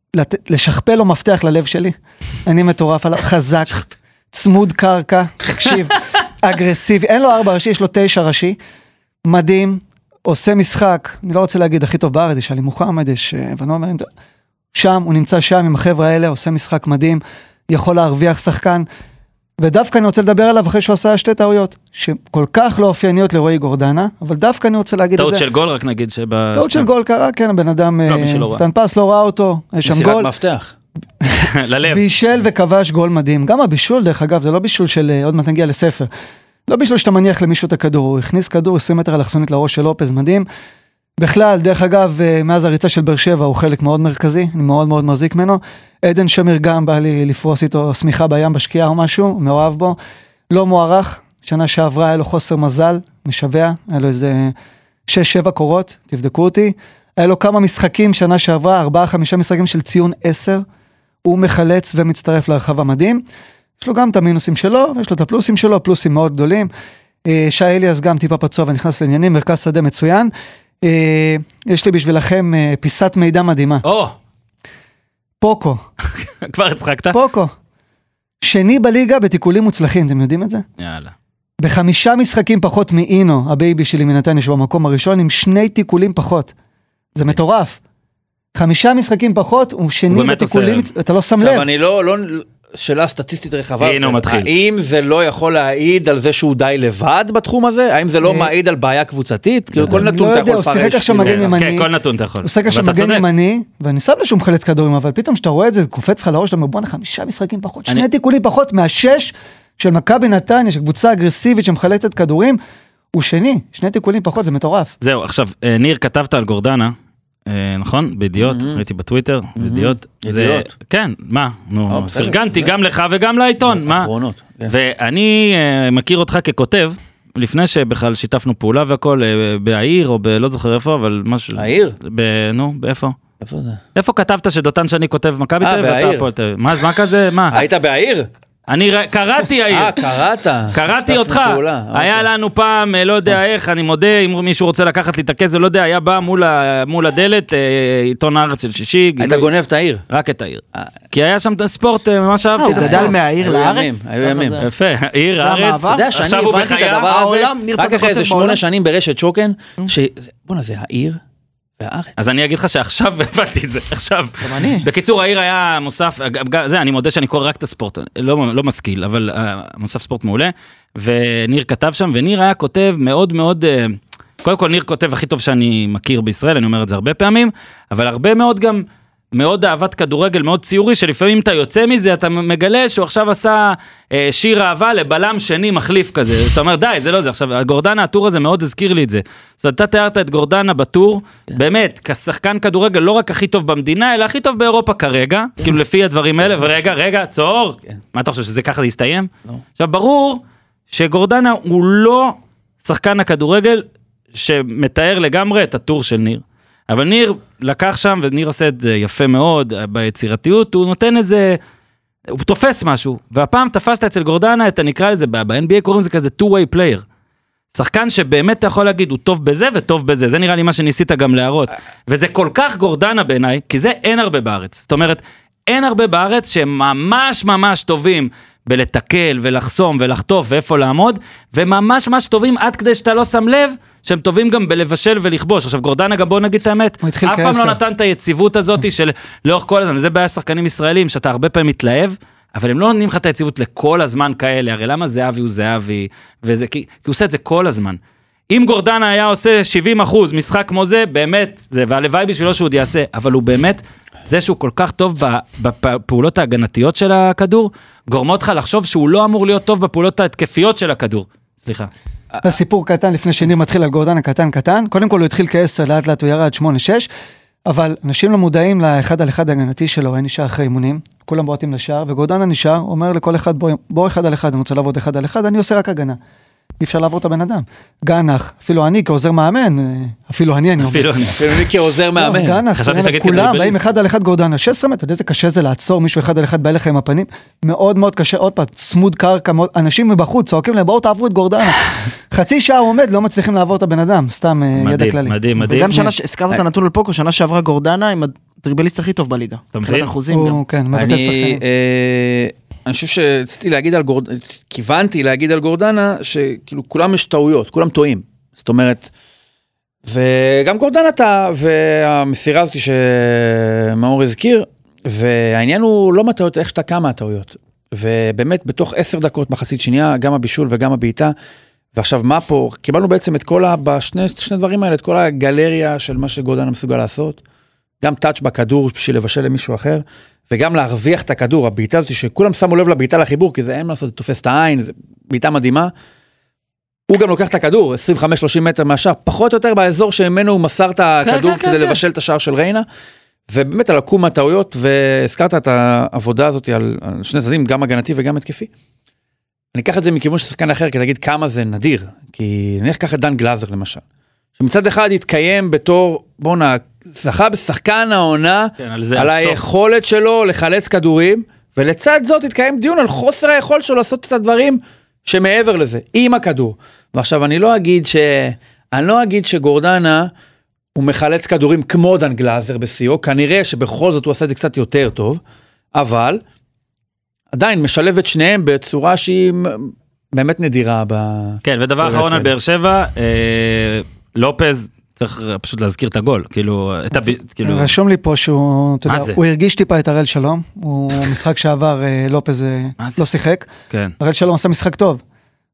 לשכפל לו מפתח ללב שלי. אני מטורף עליו, חזק, צמוד קרקע, תקשיב, אגרסיבי, אין לו ארבע ראשי, יש לו תשע ראשי, מדהים, עושה משחק, אני לא רוצה להגיד הכי טוב בארץ, יש עלי מוחמד, יש ונומרים, שם, הוא נמצא שם עם החבר'ה האלה, עושה משחק מדהים, יכול להרוויח שחקן, ודווקא אני רוצה לדבר עליו אחרי שהוא עשה שתי טעויות, שכל כך לא אופייניות לרועי גורדנה, אבל דווקא אני רוצה להגיד את זה. טעות של גול רק נגיד שב... טעות של גול קרה, כן, הבן אדם, נתן פס, לא ראה אותו, יש שם גול. מפתח. ללב. בישל וכבש גול מדהים, גם הבישול דרך אגב, זה לא בישול של, עוד מעט נגיע לספר, לא בישול שאתה מניח למישהו את הכדור, הוא הכניס כדור עשרים מטר אלכסונית לראש של לופז, מדהים. בכלל, דרך אגב, מאז הריצה של באר שבע הוא חלק מאוד מרכזי, אני מאוד מאוד מחזיק ממנו. עדן שמיר גם בא לי לפרוס איתו סמיכה בים בשקיעה או משהו, מאוהב בו. לא מוערך, שנה שעברה היה לו חוסר מזל, משווה, היה לו איזה שש שבע קורות, תבדקו אותי. היה לו כמה משחקים שנה שעברה, ארבעה חמישה משחקים של ציון עשר, הוא מחלץ ומצטרף להרחבה מדהים. יש לו גם את המינוסים שלו, ויש לו את הפלוסים שלו, פלוסים מאוד גדולים. שי אליאס גם טיפה פצוע ונכנס לעניינים, מרכז שדה מצוין. יש לי בשבילכם פיסת מידע מדהימה. או! פוקו. כבר הצחקת? פוקו. שני בליגה בתיקולים מוצלחים, אתם יודעים את זה? יאללה. בחמישה משחקים פחות מאינו, הבייבי שלי מנתניה שבמקום הראשון, עם שני תיקולים פחות. זה מטורף. חמישה משחקים פחות, הוא שני בתיקולים, אתה לא שם לב. עכשיו אני לא, לא, שאלה סטטיסטית רחבה. הנה הוא מתחיל. האם זה לא יכול להעיד על זה שהוא די לבד בתחום הזה? האם זה לא מעיד על בעיה קבוצתית? כל נתון אתה יכול לפרש. הוא שיחק עכשיו מגן ימני. כן, כל נתון אתה יכול. הוא שיחק עכשיו מגן ימני, ואני שם לשום חלץ כדורים, אבל פתאום שאתה רואה את זה, קופץ לך לראש, אתה בוא חמישה משחקים פחות, שני תיקולים פחות מהשש של מכבי נתניה, שקבוצה אגרסיבית שמחלצת כדורים, הוא שני, שני תיקולים פחות, זה מטורף. זהו, עכשיו, ניר, כתבת על גורדנה, נכון? בידיעות, ראיתי בטוויטר, בידיעות. ידיעות. כן, מה? נו, פרגנתי גם לך וגם לעיתון, מה? אחרונות. ואני מכיר אותך ככותב, לפני שבכלל שיתפנו פעולה והכל, בעיר או בלא זוכר איפה, אבל משהו... העיר? נו, באיפה? איפה זה? איפה כתבת שדותן שאני כותב מכבי תל אביב? אה, בעיר. מה, מה כזה? מה? היית בעיר? אני קראתי יאיר. אה, קראת. קראתי אותך. היה לנו פעם, לא יודע איך, אני מודה, אם מישהו רוצה לקחת לי את הכסף, לא יודע, היה בא מול הדלת, עיתון הארץ של שישי. היית גונב את העיר. רק את העיר. כי היה שם את הספורט, ממש אהבתי את הספורט. הוא גדל מהעיר לארץ? היו ימים. יפה, עיר, הארץ. אתה יודע שאני הבנתי את הדבר הזה, רק אחרי איזה שמונה שנים ברשת שוקן, שבוא'נה, זה העיר והארץ. אז אני אגיד לך שעכשיו הבנתי את זה, עכשיו. בקיצור, העיר היה מוסף, זה, אני מודה שאני קורא רק את הספורט, לא משכיל, אבל מוסף ספורט מעולה, וניר כתב שם, וניר היה כותב מאוד מאוד, קודם כל ניר כותב הכי טוב שאני מכיר בישראל, אני אומר את זה הרבה פעמים, אבל הרבה מאוד גם, מאוד אהבת כדורגל, מאוד ציורי, שלפעמים אתה יוצא מזה, אתה מגלה שהוא עכשיו עשה אה, שיר אהבה לבלם שני מחליף כזה, זאת אומרת, די, זה לא זה, עכשיו, גורדנה, הטור הזה מאוד הזכיר לי את זה, זאת אומרת, אתה תיארת את גורדנה בטור, yeah. באמת, כשחקן כדורגל לא רק הכי טוב במדינה, אלא הכי טוב באירופה כרגע, yeah. כאילו לפי הדברים האלה, ורגע, רגע, צור, yeah. מה אתה חושב, שזה ככה להסתיים? No. עכשיו, ברור שגורדנה הוא לא שחקן הכדורגל, שמתאר לגמרי את הטור של ניר. אבל ניר לקח שם, וניר עושה את זה יפה מאוד, ביצירתיות, הוא נותן איזה, הוא תופס משהו, והפעם תפסת אצל גורדנה, אתה נקרא לזה, ב-אן בי איי קוראים לזה כזה two-way player, שחקן שבאמת אתה יכול להגיד, הוא טוב בזה וטוב בזה, זה נראה לי מה שניסית גם להראות, וזה כל כך גורדנה בעיניי, כי זה אין הרבה בארץ, זאת אומרת, אין הרבה בארץ שממש ממש טובים, בלתקל ולחסום ולחטוף ואיפה לעמוד, וממש ממש טובים עד כדי שאתה לא שם לב, שהם טובים גם בלבשל ולכבוש. עכשיו גורדנה גם בוא נגיד את האמת, אף פעם לא נתן את היציבות הזאת של לאורך כל הזמן, וזה בעיה שחקנים ישראלים שאתה הרבה פעמים מתלהב, אבל הם לא נותנים לך את היציבות לכל הזמן כאלה, הרי למה זהבי הוא זהבי, וזה, כי, כי הוא עושה את זה כל הזמן. אם גורדנה היה עושה שבעים אחוז משחק כמו זה, באמת, זה, והלוואי בשבילו שהוא עוד יעשה, אבל הוא באמת, זה שהוא כל כך טוב בפעולות ההגנתיות של הכדור, גורמות לך לחשוב שהוא לא אמור להיות טוב בפעולות ההתקפיות של הכדור. סליחה. הסיפור קטן לפני שניר מתחיל על גורדנה קטן קטן, קודם כל הוא התחיל כעשר, לאט לאט הוא ירד שמונה שש, אבל אנשים לא מודעים לאחד על אחד ההגנתי שלו, אין נשאר אחרי אימונים, כולם בועטים לשער, וגורדנה נשאר, אומר לכל אחד בוא, בוא אחד על אחד, אני רוצה לעבוד אחד על אחד, אני עושה רק הגנה. אי אפשר לעבור את הבן אדם. גנח, אפילו אני כעוזר מאמן, אפילו אני, אני אומר. אפילו אני כעוזר מאמן. גנח, כולם באים אחד על אחד גורדנה, שש עשרה מטר, אתה יודע איזה קשה זה לעצור מישהו אחד על אחד בא לך עם הפנים, מאוד מאוד קשה, עוד פעם, צמוד קרקע, אנשים מבחוץ צועקים להם, בואו תעברו את גורדנה. חצי שעה הוא עומד, לא מצליחים לעבור את הבן אדם, סתם ידע כללי. מדהים, מדהים. וגם שנה, הזכרת את הנתון לפוקו, שנה שעברה גורדנה עם הדריבליסט הכי טוב בליגה. אתה מבין? אני חושב שרציתי להגיד על גורדנה, כיוונתי להגיד על גורדנה, שכאילו כולם יש טעויות, כולם טועים. זאת אומרת, וגם גורדנה טעה, והמסירה הזאת שמאור הזכיר, והעניין הוא לא מהטעויות, איך שאתה כמה הטעויות. ובאמת בתוך עשר דקות מחצית שנייה, גם הבישול וגם הבעיטה, ועכשיו מה פה, קיבלנו בעצם את כל, בשני שני דברים האלה, את כל הגלריה של מה שגורדנה מסוגל לעשות, גם טאץ' בכדור בשביל לבשל למישהו אחר, וגם להרוויח את הכדור, הבעיטה הזאת, שכולם שמו לב לבעיטה לחיבור, כי זה אין מה לעשות, זה תופס את העין, זה בעיטה מדהימה, הוא גם לוקח את הכדור, עשרים וחמש שלושים מטר מהשאר, פחות או יותר באזור שממנו הוא מסר את הכדור, כדי לבשל את השער של ריינה, ובאמת על עקום מהטעויות, והזכרת את העבודה הזאת על שני צדדים, גם הגנתי וגם התקפי. אני אקח את זה מכיוון של שחקן אחר, כדי להגיד כמה זה נדיר, כי אני אקח את דן גלאזר למשל, שמצד אחד יתקיים בתור, בוא נע, זכה בשחקן העונה, כן, על, על היכולת שלו לחלץ כדורים, ולצד זאת יתקיים דיון על חוסר היכולת שלו לעשות את הדברים שמעבר לזה, עם הכדור. ועכשיו אני לא אגיד ש... אני לא אגיד שגורדנה הוא מחלץ כדורים כמו דן גלאזר בסיוע, כנראה שבכל זאת הוא עשה את זה קצת יותר טוב, אבל עדיין משלב את שניהם בצורה שהיא באמת נדירה. ב... כן, ודבר אחרון על באר שבע, אה, לופז, צריך פשוט להזכיר את הגול, כאילו, את הב... כאילו... רשום לי פה שהוא, אתה יודע, הוא הרגיש טיפה את הראל שלום, הוא משחק שעבר, לופז לא שיחק, כן. הראל שלום עשה משחק טוב,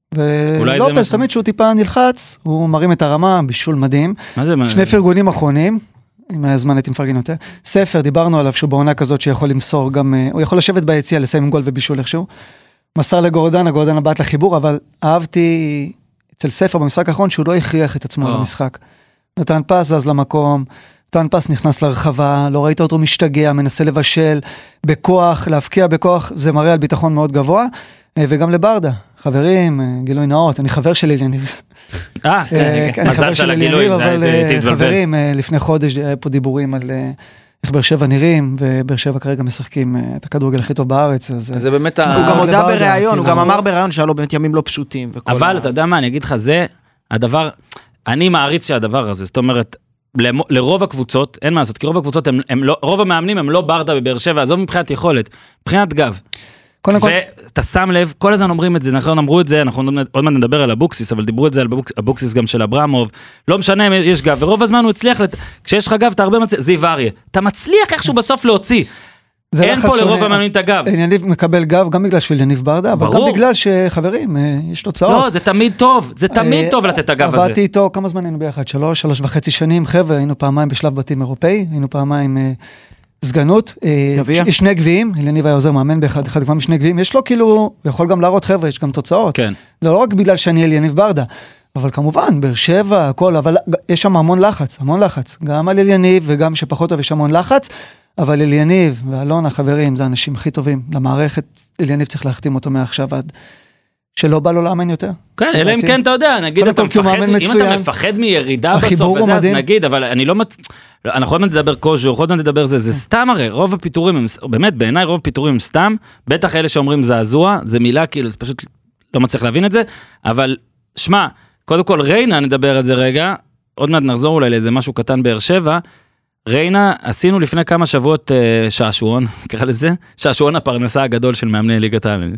ולופז תמיד שהוא טיפה נלחץ, הוא מרים את הרמה, בישול מדהים, שני פרגונים אחרונים, אם היה זמן הייתי מפרגן יותר, ספר, דיברנו עליו שהוא בעונה כזאת שיכול למסור גם, הוא יכול לשבת ביציאה, לסיים עם גול ובישול איכשהו, מסר לגורדנה, גורדנה באת לחיבור, אבל אהבתי אצל ספר במשחק האחרון שהוא לא הכריח את עצמו למשחק. נתן פס, זז למקום, נתן פס, נכנס לרחבה, לא ראית אותו משתגע, מנסה לבשל, בכוח, להפקיע בכוח, זה מראה על ביטחון מאוד גבוה, וגם לברדה, חברים, גילוי נאות, אני חבר של אליניב. אה, מזל של הגילוי, אבל חברים, לפני חודש היה פה דיבורים על איך באר שבע נראים, ובאר שבע כרגע משחקים את הכדורגל הכי טוב בארץ. אז זה באמת... הוא גם הודע בראיון, הוא גם אמר בראיון שהיה לו באמת ימים לא פשוטים. אבל אתה יודע מה, אני אגיד לך, זה הדבר, אני מעריץ שהדבר הזה, זאת אומרת, לרוב הקבוצות, אין מה לעשות, כי רוב הקבוצות, הם, הם לא, רוב המאמנים הם לא ברדה בבאר שבע, עזוב מבחינת יכולת, מבחינת גב. ואתה שם לב, כל הזמן אומרים את זה, נכון, אמרו את זה, אנחנו עוד מעט נדבר על אבוקסיס, אבל דיברו את זה על אבוקסיס גם של אברמוב, לא משנה, יש גב, ורוב הזמן הוא הצליח, כשיש לך גב, אתה הרבה מצליח, זיו אריה, אתה מצליח איכשהו בסוף להוציא, אין פה לרוב המאמנים את הגב. יניב מקבל גב גם בגלל של יניב ברדה, אבל גם בגלל שחברים, יש תוצאות. לא, זה תמיד טוב, זה תמיד טוב לתת את הגב הזה. עבדתי איתו, כמה זמן היינו ביחד? שלוש, שלוש וחצי שנים, חבר'ה, היינו פעמיים בשלב בתים אירופאי, היינו פעמיים סגנות, יש שני גביעים, יניב היה עוזר מאמן באחד, אחד כבר משני גביעים, יש לו כאילו, הוא יכול גם להראות חבר'ה, יש גם תוצאות. כן. לא רק בגלל שאני אל יניב ברדה, אבל כמובן, באר שבע, הכל, אבל יש שם המון לחץ, המון לחץ, גם על יניב וגם שפחות טוב יש המון לחץ, אבל אליניב ואלון החברים, זה האנשים הכי טובים למערכת, אליניב צריך להחתים אותו מעכשיו עד שלא בא לו לאמן יותר. כן, אלא אם כן אתה יודע, נגיד אתה מפחד, אם אתה מפחד מירידה בסוף וזה, אז נגיד, אבל אני לא, אנחנו עוד מעט נדבר קוז'ו, עוד מעט נדבר זה, זה סתם הרי, רוב הפיתורים, באמת בעיניי רוב הפיתורים הם סתם, בטח אלה שאומרים זעזוע, זה מילה כאילו, פשוט לא מצליח להבין את זה, אבל שמה, קודם כל ריינה נדבר על זה רגע, עוד מעט נחזור אולי לאיזה משהו קטן באר שבע, ריינה, עשינו לפני כמה שבועות uh, שעשועון, נקרא לזה, שעשועון הפרנסה הגדול של מאמני ליגת העל.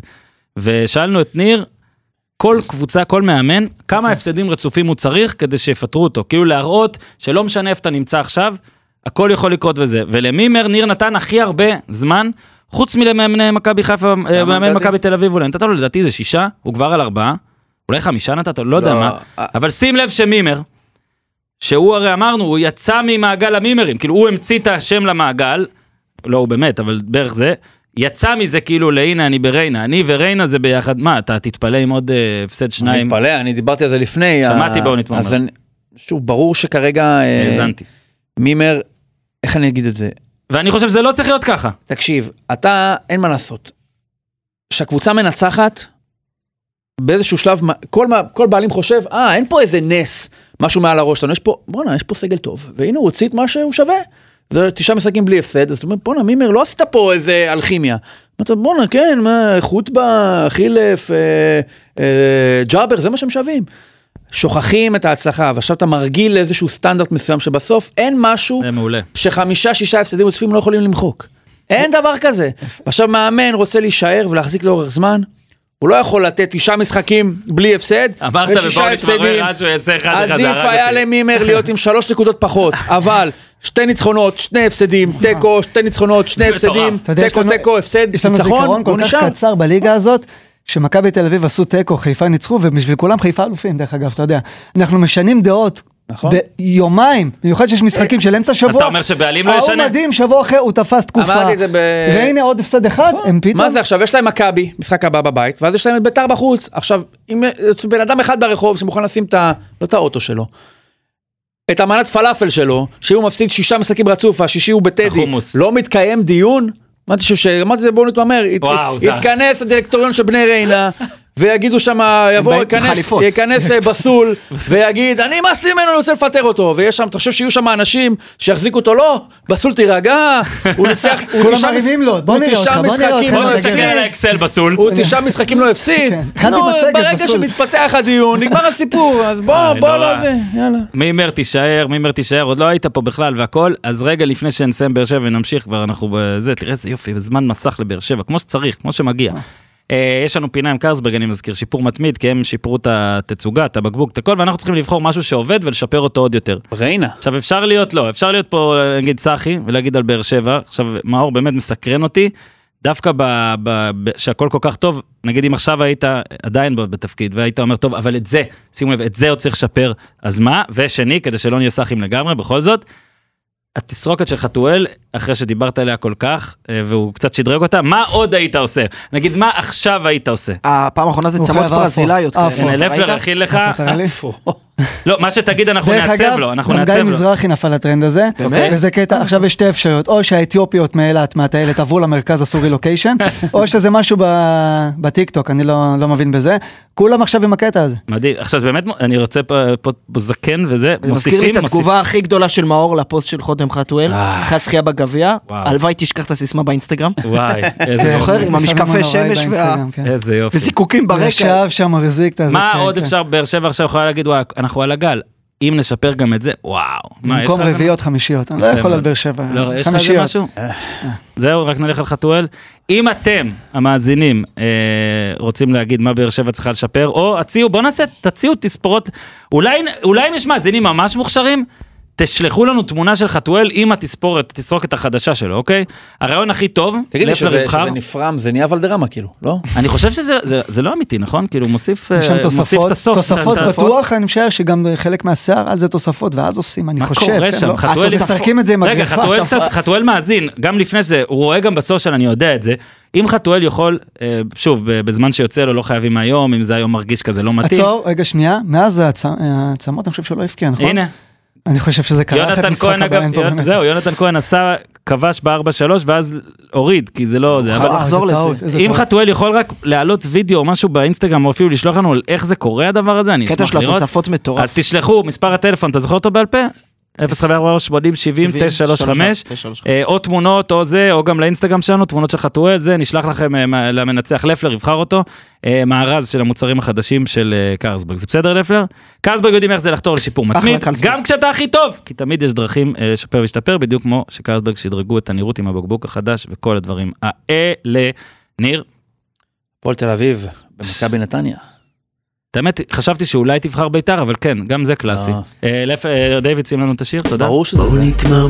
ושאלנו את ניר, כל קבוצה, כל מאמן, כמה הפסדים רצופים הוא צריך כדי שיפטרו אותו. כאילו להראות שלא משנה איפה אתה נמצא עכשיו, הכל יכול לקרות וזה. ולמימר ניר נתן הכי הרבה זמן, חוץ מלמאמני מכבי חיפה, מאמן מכבי תל אביב, אולי נתת לו לדעתי זה שישה, הוא כבר על ארבעה, אולי חמישה נתת לו, לא יודע מה. אבל שים לב שמימר, שהוא הרי אמרנו, הוא יצא ממעגל המימרים, כאילו הוא המציא את השם למעגל, לא הוא באמת, אבל בערך זה, יצא מזה כאילו להנה אני בריינה, אני וריינה זה ביחד, מה, אתה תתפלא עם עוד הפסד שניים? אני מתפלא, אני דיברתי על זה לפני. שמעתי בו נתממר. אז שוב, ברור שכרגע, האזנתי. מימר, איך אני אגיד את זה? ואני חושב שזה לא צריך להיות ככה. תקשיב, אתה, אין מה לעשות. שהקבוצה מנצחת, באיזשהו שלב, כל, כל בעלים חושב, אה, אין פה איזה נס, משהו מעל הראש שלנו, יש פה, בוא'נה, יש פה סגל טוב, והנה הוא הוציא את מה שהוא שווה, זה תשעה משחקים בלי הפסד, אז אתה אומר, בוא'נה, מימר, לא עשית פה איזה אלכימיה, בוא'נה, כן, מה, חוטבה, חילף, אה, אה, ג'אבר, זה מה שהם שווים, שוכחים את ההצלחה, ועכשיו אתה מרגיל לאיזשהו סטנדרט מסוים, שבסוף אין משהו, שחמישה, שישה הפסדים מוצפים לא יכולים למחוק, אין דבר כזה, עכשיו מאמן רוצה להישאר ולהחזיק לאורך זמן, הוא לא יכול לתת תשעה משחקים בלי הפסד, ושישה הפסדים, עדיף היה למימר להיות עם שלוש נקודות פחות, אבל שתי ניצחונות, שני הפסדים, טקו, שתי ניצחונות, שני הפסדים, טקו, טקו, הפסד, יש לנו זיכרון כל כך קצר בליגה הזאת, שמכבי תל אביב עשו טקו, חיפה ניצחו, ובשביל כולם חיפה אלופים, דרך אגב, אתה יודע, אנחנו משנים דעות, ביומיים, במיוחד שיש משחקים של אמצע שבוע, אז אתה אומר שבעלים לא ישנה? הוא מדהים, שבוע אחר, הוא תפס תקופה, והנה עוד הפסד אחד, הם פתאום... מה זה עכשיו? יש להם מכבי, משחק הבא בבית, ואז יש להם את ביתר בחוץ, עכשיו, אם בן אדם אחד ברחוב, שמוכן לשים את ה... לא את האוטו שלו, את המנת פלאפל שלו, שהוא מפסיד שישה משחקים רצוף, השישי הוא בטדי, לא מתקיים דיון, אמרתי שאמרתי זה בואו נתממר, יתכנס הדירקטוריון של בני ריינה, ויגידו שם, יבוא, ייכנס בסול, ויגיד, אני מסלים ממנו, אני רוצה לפטר אותו, ויש שם, אתה חושב שיהיו שם אנשים, שיחזיקו אותו, לא, בסול תירגע, הוא ניצח, הוא תשעה משחקים, בוא נסתכל על האקסל בסול, הוא תשעה משחקים לא הפסיד, ברגע שמתפתח הדיון, נגמר הסיפור, אז בוא, בוא לא זה, יאללה. מימר תישאר, מימר תישאר, עוד לא היית פה בכלל והכל, אז רגע לפני שנסיים באר שבע ונמשיך כבר, אנחנו בזה, תראה איזה יופי, בזמן מסך לבאר שבע, כמו שצריך, כמו שמגיע. יש לנו פינה עם קרסברג, אני מזכיר, שיפור מתמיד, כי הם שיפרו את התצוגה, את הבקבוק, את הכל, ואנחנו צריכים לבחור משהו שעובד ולשפר אותו עוד יותר. ריינה. עכשיו אפשר להיות, לא, אפשר להיות פה, נגיד צחי, ולהגיד על באר שבע, עכשיו מאור באמת מסקרן אותי, דווקא ב, ב, ב, שהכל כל כך טוב, נגיד אם עכשיו היית עדיין בתפקיד, והיית אומר, טוב, אבל את זה, שימו לב, את זה עוד צריך לשפר, אז מה? ושני, כדי שלא נהיה סחים לגמרי, בכל זאת, התסרוקת של חתואל, אחרי שדיברת עליה כל כך, והוא קצת שדרג אותה, מה עוד היית עושה? נגיד, מה עכשיו היית עושה? הפעם האחרונה זה צמות ברזילאיות. לפלר הכין לך. לא, מה שתגיד אנחנו דרך נעצב אגב, לו, אנחנו גם נעצב גיא לו. מזרחי נפל לטרנד הזה, באמת? וזה קטע, עכשיו יש שתי אפשרויות, או שהאתיופיות מאילת, מהטיילת, עברו למרכז הסורי לוקיישן, או שזה משהו ב- בטיקטוק, אני לא לא מבין בזה, כולם עכשיו עם הקטע הזה. מדהים, עכשיו באמת אני רוצה פה פה זקן וזה, זה מזכיר לי מוסיפים, את התגובה הכי גדולה של מאור לפוסט של חותם חתואל, אה. אחרי הזכייה בגביע, וואו. הלוואי תשכח את הסיסמה באינסטגרם. וואי, איזה אתה זוכר? יופי, עם המשקפי לפעמים הוא נוראי שמש וה- באינסטגרם, כן. איזה יופי. וזיקוקים ברקע. ישב שם מחזיק את הזה. מה כן, עוד כן. אפשר, באר שבע עכשיו יכולה להגיד, וואי, אנחנו על הגל, אם נשפר גם את זה, וואו. מה, יש במקום לך איזה- רביעיות חמישיות, אני לא יפה יכול מאוד. על באר שבע, לא, יש לך איזה חמישיות. משהו? זהו, רק נלך על חתואל. אם אתם, המאזינים, אה, רוצים להגיד מה באר שבע צריכה לשפר, או הציעו, בוא נעשה, תציעו תספורות, אולי, אולי אם יש מאזינים ממש מוכשרים, תשלחו לנו תמונה של חתואל עם התספורת, התסרוקת החדשה שלו, אוקיי? הרעיון הכי טוב, תגיד לי לפלר שזה יבחר. שזה נפרם, זה נהיה ולדרמה כאילו, לא? אני חושב שזה זה, זה לא אמיתי, נכון? כאילו הוא מוסיף, יש שם אה, מוסיף תוספות, את הסוף. תוספות את ה- בטוח, אני משער שגם חלק מהשיער על זה תוספות, ואז עושים, אני מה חושב, קורה כן, שם? לא? חתואל משחקים את זה עם רגע, הגרפה. חתואל אתה- קצת- חתואל מאזין, גם לפני שזה, הוא רואה גם בסושיאל, אני יודע את זה, אם חתואל יכול, אה, שוב, ב- בזמן שיוצא לו, לא חייבים היום, אם זה היום מרגיש כזה לא מתאים. עצור, רגע שנייה, מאז העצ- העצמות אני חושב שהוא לא הבקיע, נכון? הנה, אני חושב שזה קרה אחרי יונתן משחק כהן הבא, אגב, אין פה יונ- באמת. זהו, יונתן כהן עשה, כבש ב-ארבע שלוש ואז הוריד, כי זה לא זה, חבל אבל לחזור איזה לזה. טעות, איזה אם טעות. חתואל יכול רק להעלות וידאו או משהו באינסטגרם, או אפילו לשלוח לנו על איך זה קורה הדבר הזה, אני קטע אשמח של לראות. התוספות מטורף. אז תשלחו, מספר הטלפון, אתה זוכר אותו בעל פה? אפס חמש ארבע שמונים שבעים תשע שלוש חמש, אה, או תמונות או זה, או גם לאינסטגרם שלנו, תמונות של חתואל, זה נשלח לכם אה, מה- למנצח לפלר, יבחר אותו, אה, מארז של המוצרים החדשים של אה, קרסברג, זה בסדר לפלר? קרסברג יודעים איך זה לחתור לשיפור מתמיד, קרסברג. גם כשאתה הכי טוב, כי תמיד יש דרכים אה, לשפר ולהשתפר, בדיוק כמו שקרסברג שדרגו את הנראות עם הבקבוק החדש וכל הדברים האלה. ניר, הפועל תל אביב, במכבי נתניה. האמת, חשבתי שאולי תבחר ביתר, אבל כן, גם זה קלאסי. אה. אה, לפ- אה, דיוויד, שים לנו את השיר, תודה. ברור שזה זה.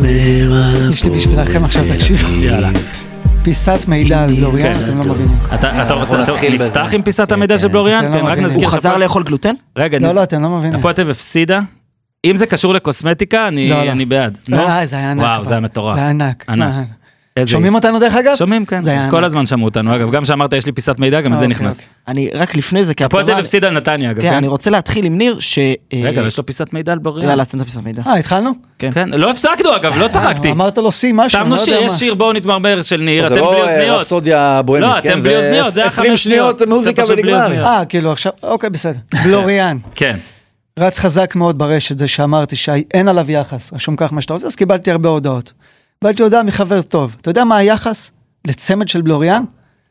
יש לי בשבילכם עכשיו, תקשיב, יאללה. פיסת מידע על בלוריאן, כן. אתם לא מבינים. אתה אתה רוצה, אתה נתחיל נפתח בזה. עם פיסת כן, המידע כן. של בלוריאן? אתם לא כן, רק מבינים. נזכיר. הוא חזר שהפועל- לאכול גלוטן? רגע, לא, נז- לא, אתם לא מבינים. הפועל תל אביב הפסידה. אם זה קשור לקוסמטיקה, אני לא, לא. אני בעד. נו? אה, זה היה ענק. וואו, כבר. זה היה מטורף. זה היה ענק. ענק. מה? איזה שומעים איש. אותנו דרך אגב? שומעים, כן. זה היה כל ענק. הזמן שמעו אותנו. אגב, גם שאמרת, יש לי פיסת מידע, גם את זה אוקיי, נכנס. אוקיי. אני רק לפני זה, כי הפועל תל אתה אביב הפסידה על נתניה, אגב. כן, כן? אני רוצה להתחיל עם ניר, ש... רגע, אבל יש לו פיסת מידע על בלוריאן. יאללה, אז תן את הפיסת מידע. אה, התחלנו? כן, לא הפסקנו אגב, לא צחקתי. אמרת לו סי משהו, אני שמנו לא שיר, יודע יש מה. שיר בואו נתמרמר של ניר, זה אתם לא בלי אה, אוזניות. רפסודיה בוהמית, לא, כן? אתם בלי אוזניות, זה היה עשרים חמש שניות שניות. מוזיקה זה פשוט בלי ונגמר. אוזניות. אה, כאילו עכשיו, אוקיי, בסדר. בלוריאן. כן. רץ חזק מאוד ברשת, זה שאמרתי שאין עליו יחס, רשום כך מה שאתה רוצה, אז קיבלתי הרבה הודעות. קיבלתי הודעה מחבר טוב. אתה יודע מה היחס לצמד של בלוריאן?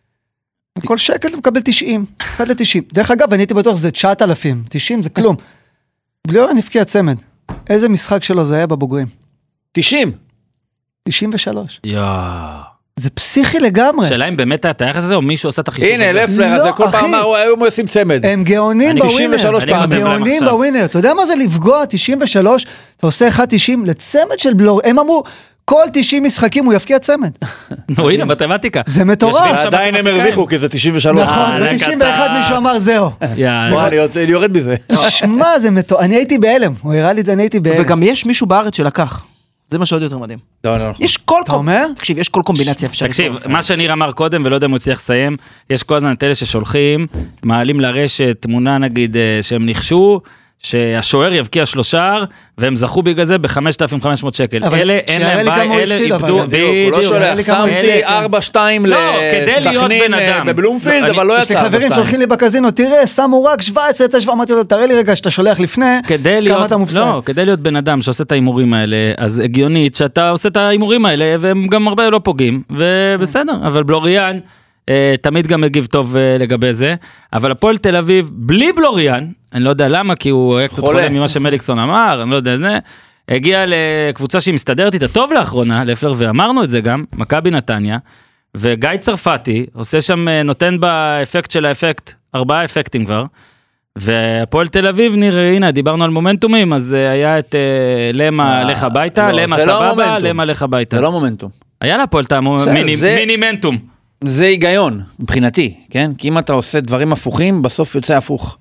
על כל שקל אתה מקבל תשעים, אחד ל-תשעים. דרך אגב, אני הייתי בטוח שזה תשעת אלפים, תשעים זה כלום. בלוריאן הפקיע צמד. איזה משחק שלו זה היה בבוגרים? תשעים. תשעים ושלוש. יואו. זה פסיכי לגמרי. שאלה אם באמת היה את היחס הזה, או מישהו עשה את החישוב הזה. הנה, לפלר, לא, אז כל אחי. פעם אמרו, היום עושים צמד. הם גאונים אני בווינר. תשעים ושלוש אני הם כותב להם גאונים עכשיו. בווינר. אתה יודע מה זה לפגוע תשעים ושלוש? אתה עושה אחד תשעים לצמד של בלוריאן. הם אמרו, כל תשעים משחקים הוא יפקיע צמד. נו, הנה, מתמטיקה. זה מטורף. יושבים שם ועדיין הם מתמטיקאים. הרוויחו, כי זה תשעים ושלוש. נכון, אה, ב-תשעים ואחת קטן. מישהו אמר זהו. יאללה. וואי, אני יוצא- אני יורד מזה. שמע, זה מטורף. אני הייתי בהלם. הוא הראה לי את זה, אני הייתי בהלם. וגם יש מישהו בארץ שלקח. זה מה שעוד יותר מדהים. לא, לא, לא. יש כל... אתה אומר? תקשיב, יש כל קומבינציה אפשרית. תקשיב, מה שניר אמר קודם, ולא יודע אם הוא הצליח לסיים, יש כל הזמן את אלה ששולחים, מעלים לרשת תמונה נגיד אה, שהם ניחשו, שהשוער יבקיע שלושה, והם זכו בגלל זה ב-חמשת אלפים וחמש מאות שקל. אבל אלה, אין שיראה להם לי בעיה, כמה הוא אלה הפסיד, אבל. איבדו, בדיוק, הוא לא היה שולח, לי כמה שמתי אלה- ארבע שתיים לא, כדי להיות בן אדם. בבלומפילד, לא, אבל לא אני- יש לי יצא ארבע חברים שתיים. שהולכים לי בקזינו, תראה, שמו רק שבע עשרה, יצא שבע, אמרתי לו, תראה לי רגע שאתה שולח לפני, כדי כמה להיות, אתה מופסד. לא, כדי להיות בן אדם שעושה את ההימורים האלה, אז הגיונית שאתה עושה את ההימורים האלה, והם גם הרבה לא פוגעים, ובסדר, אבל בלוריאן אה, תמיד גם מגיב טוב אה, לגבי זה, אבל הפועל תל אביב, בלי בלוריאן, אני לא יודע למה, כי הוא היה קצת חולה. חולה ממה שמליקסון אמר, אני לא יודע, זה, הגיע לקבוצה שהיא מסתדרת איתה טוב לאחרונה, לפלר, ואמרנו את זה גם, מכבי נתניה, וגיא צרפתי, עושה שם, אה, נותן באפקט של האפקט, ארבעה אפקטים כבר, והפועל תל אביב, נראה, הנה, דיברנו על מומנטומים, אז אה, היה את אה, למה לך הביתה, לא, למה זה לא סבבה, מומנטום. למה לך הביתה. זה לא מומנטום. היה להפועל את זה- זה- המינימנטום. זה היגיון, מבחינתי, כן? כי אם אתה עושה דברים הפוכים, בסוף יוצא הפוך.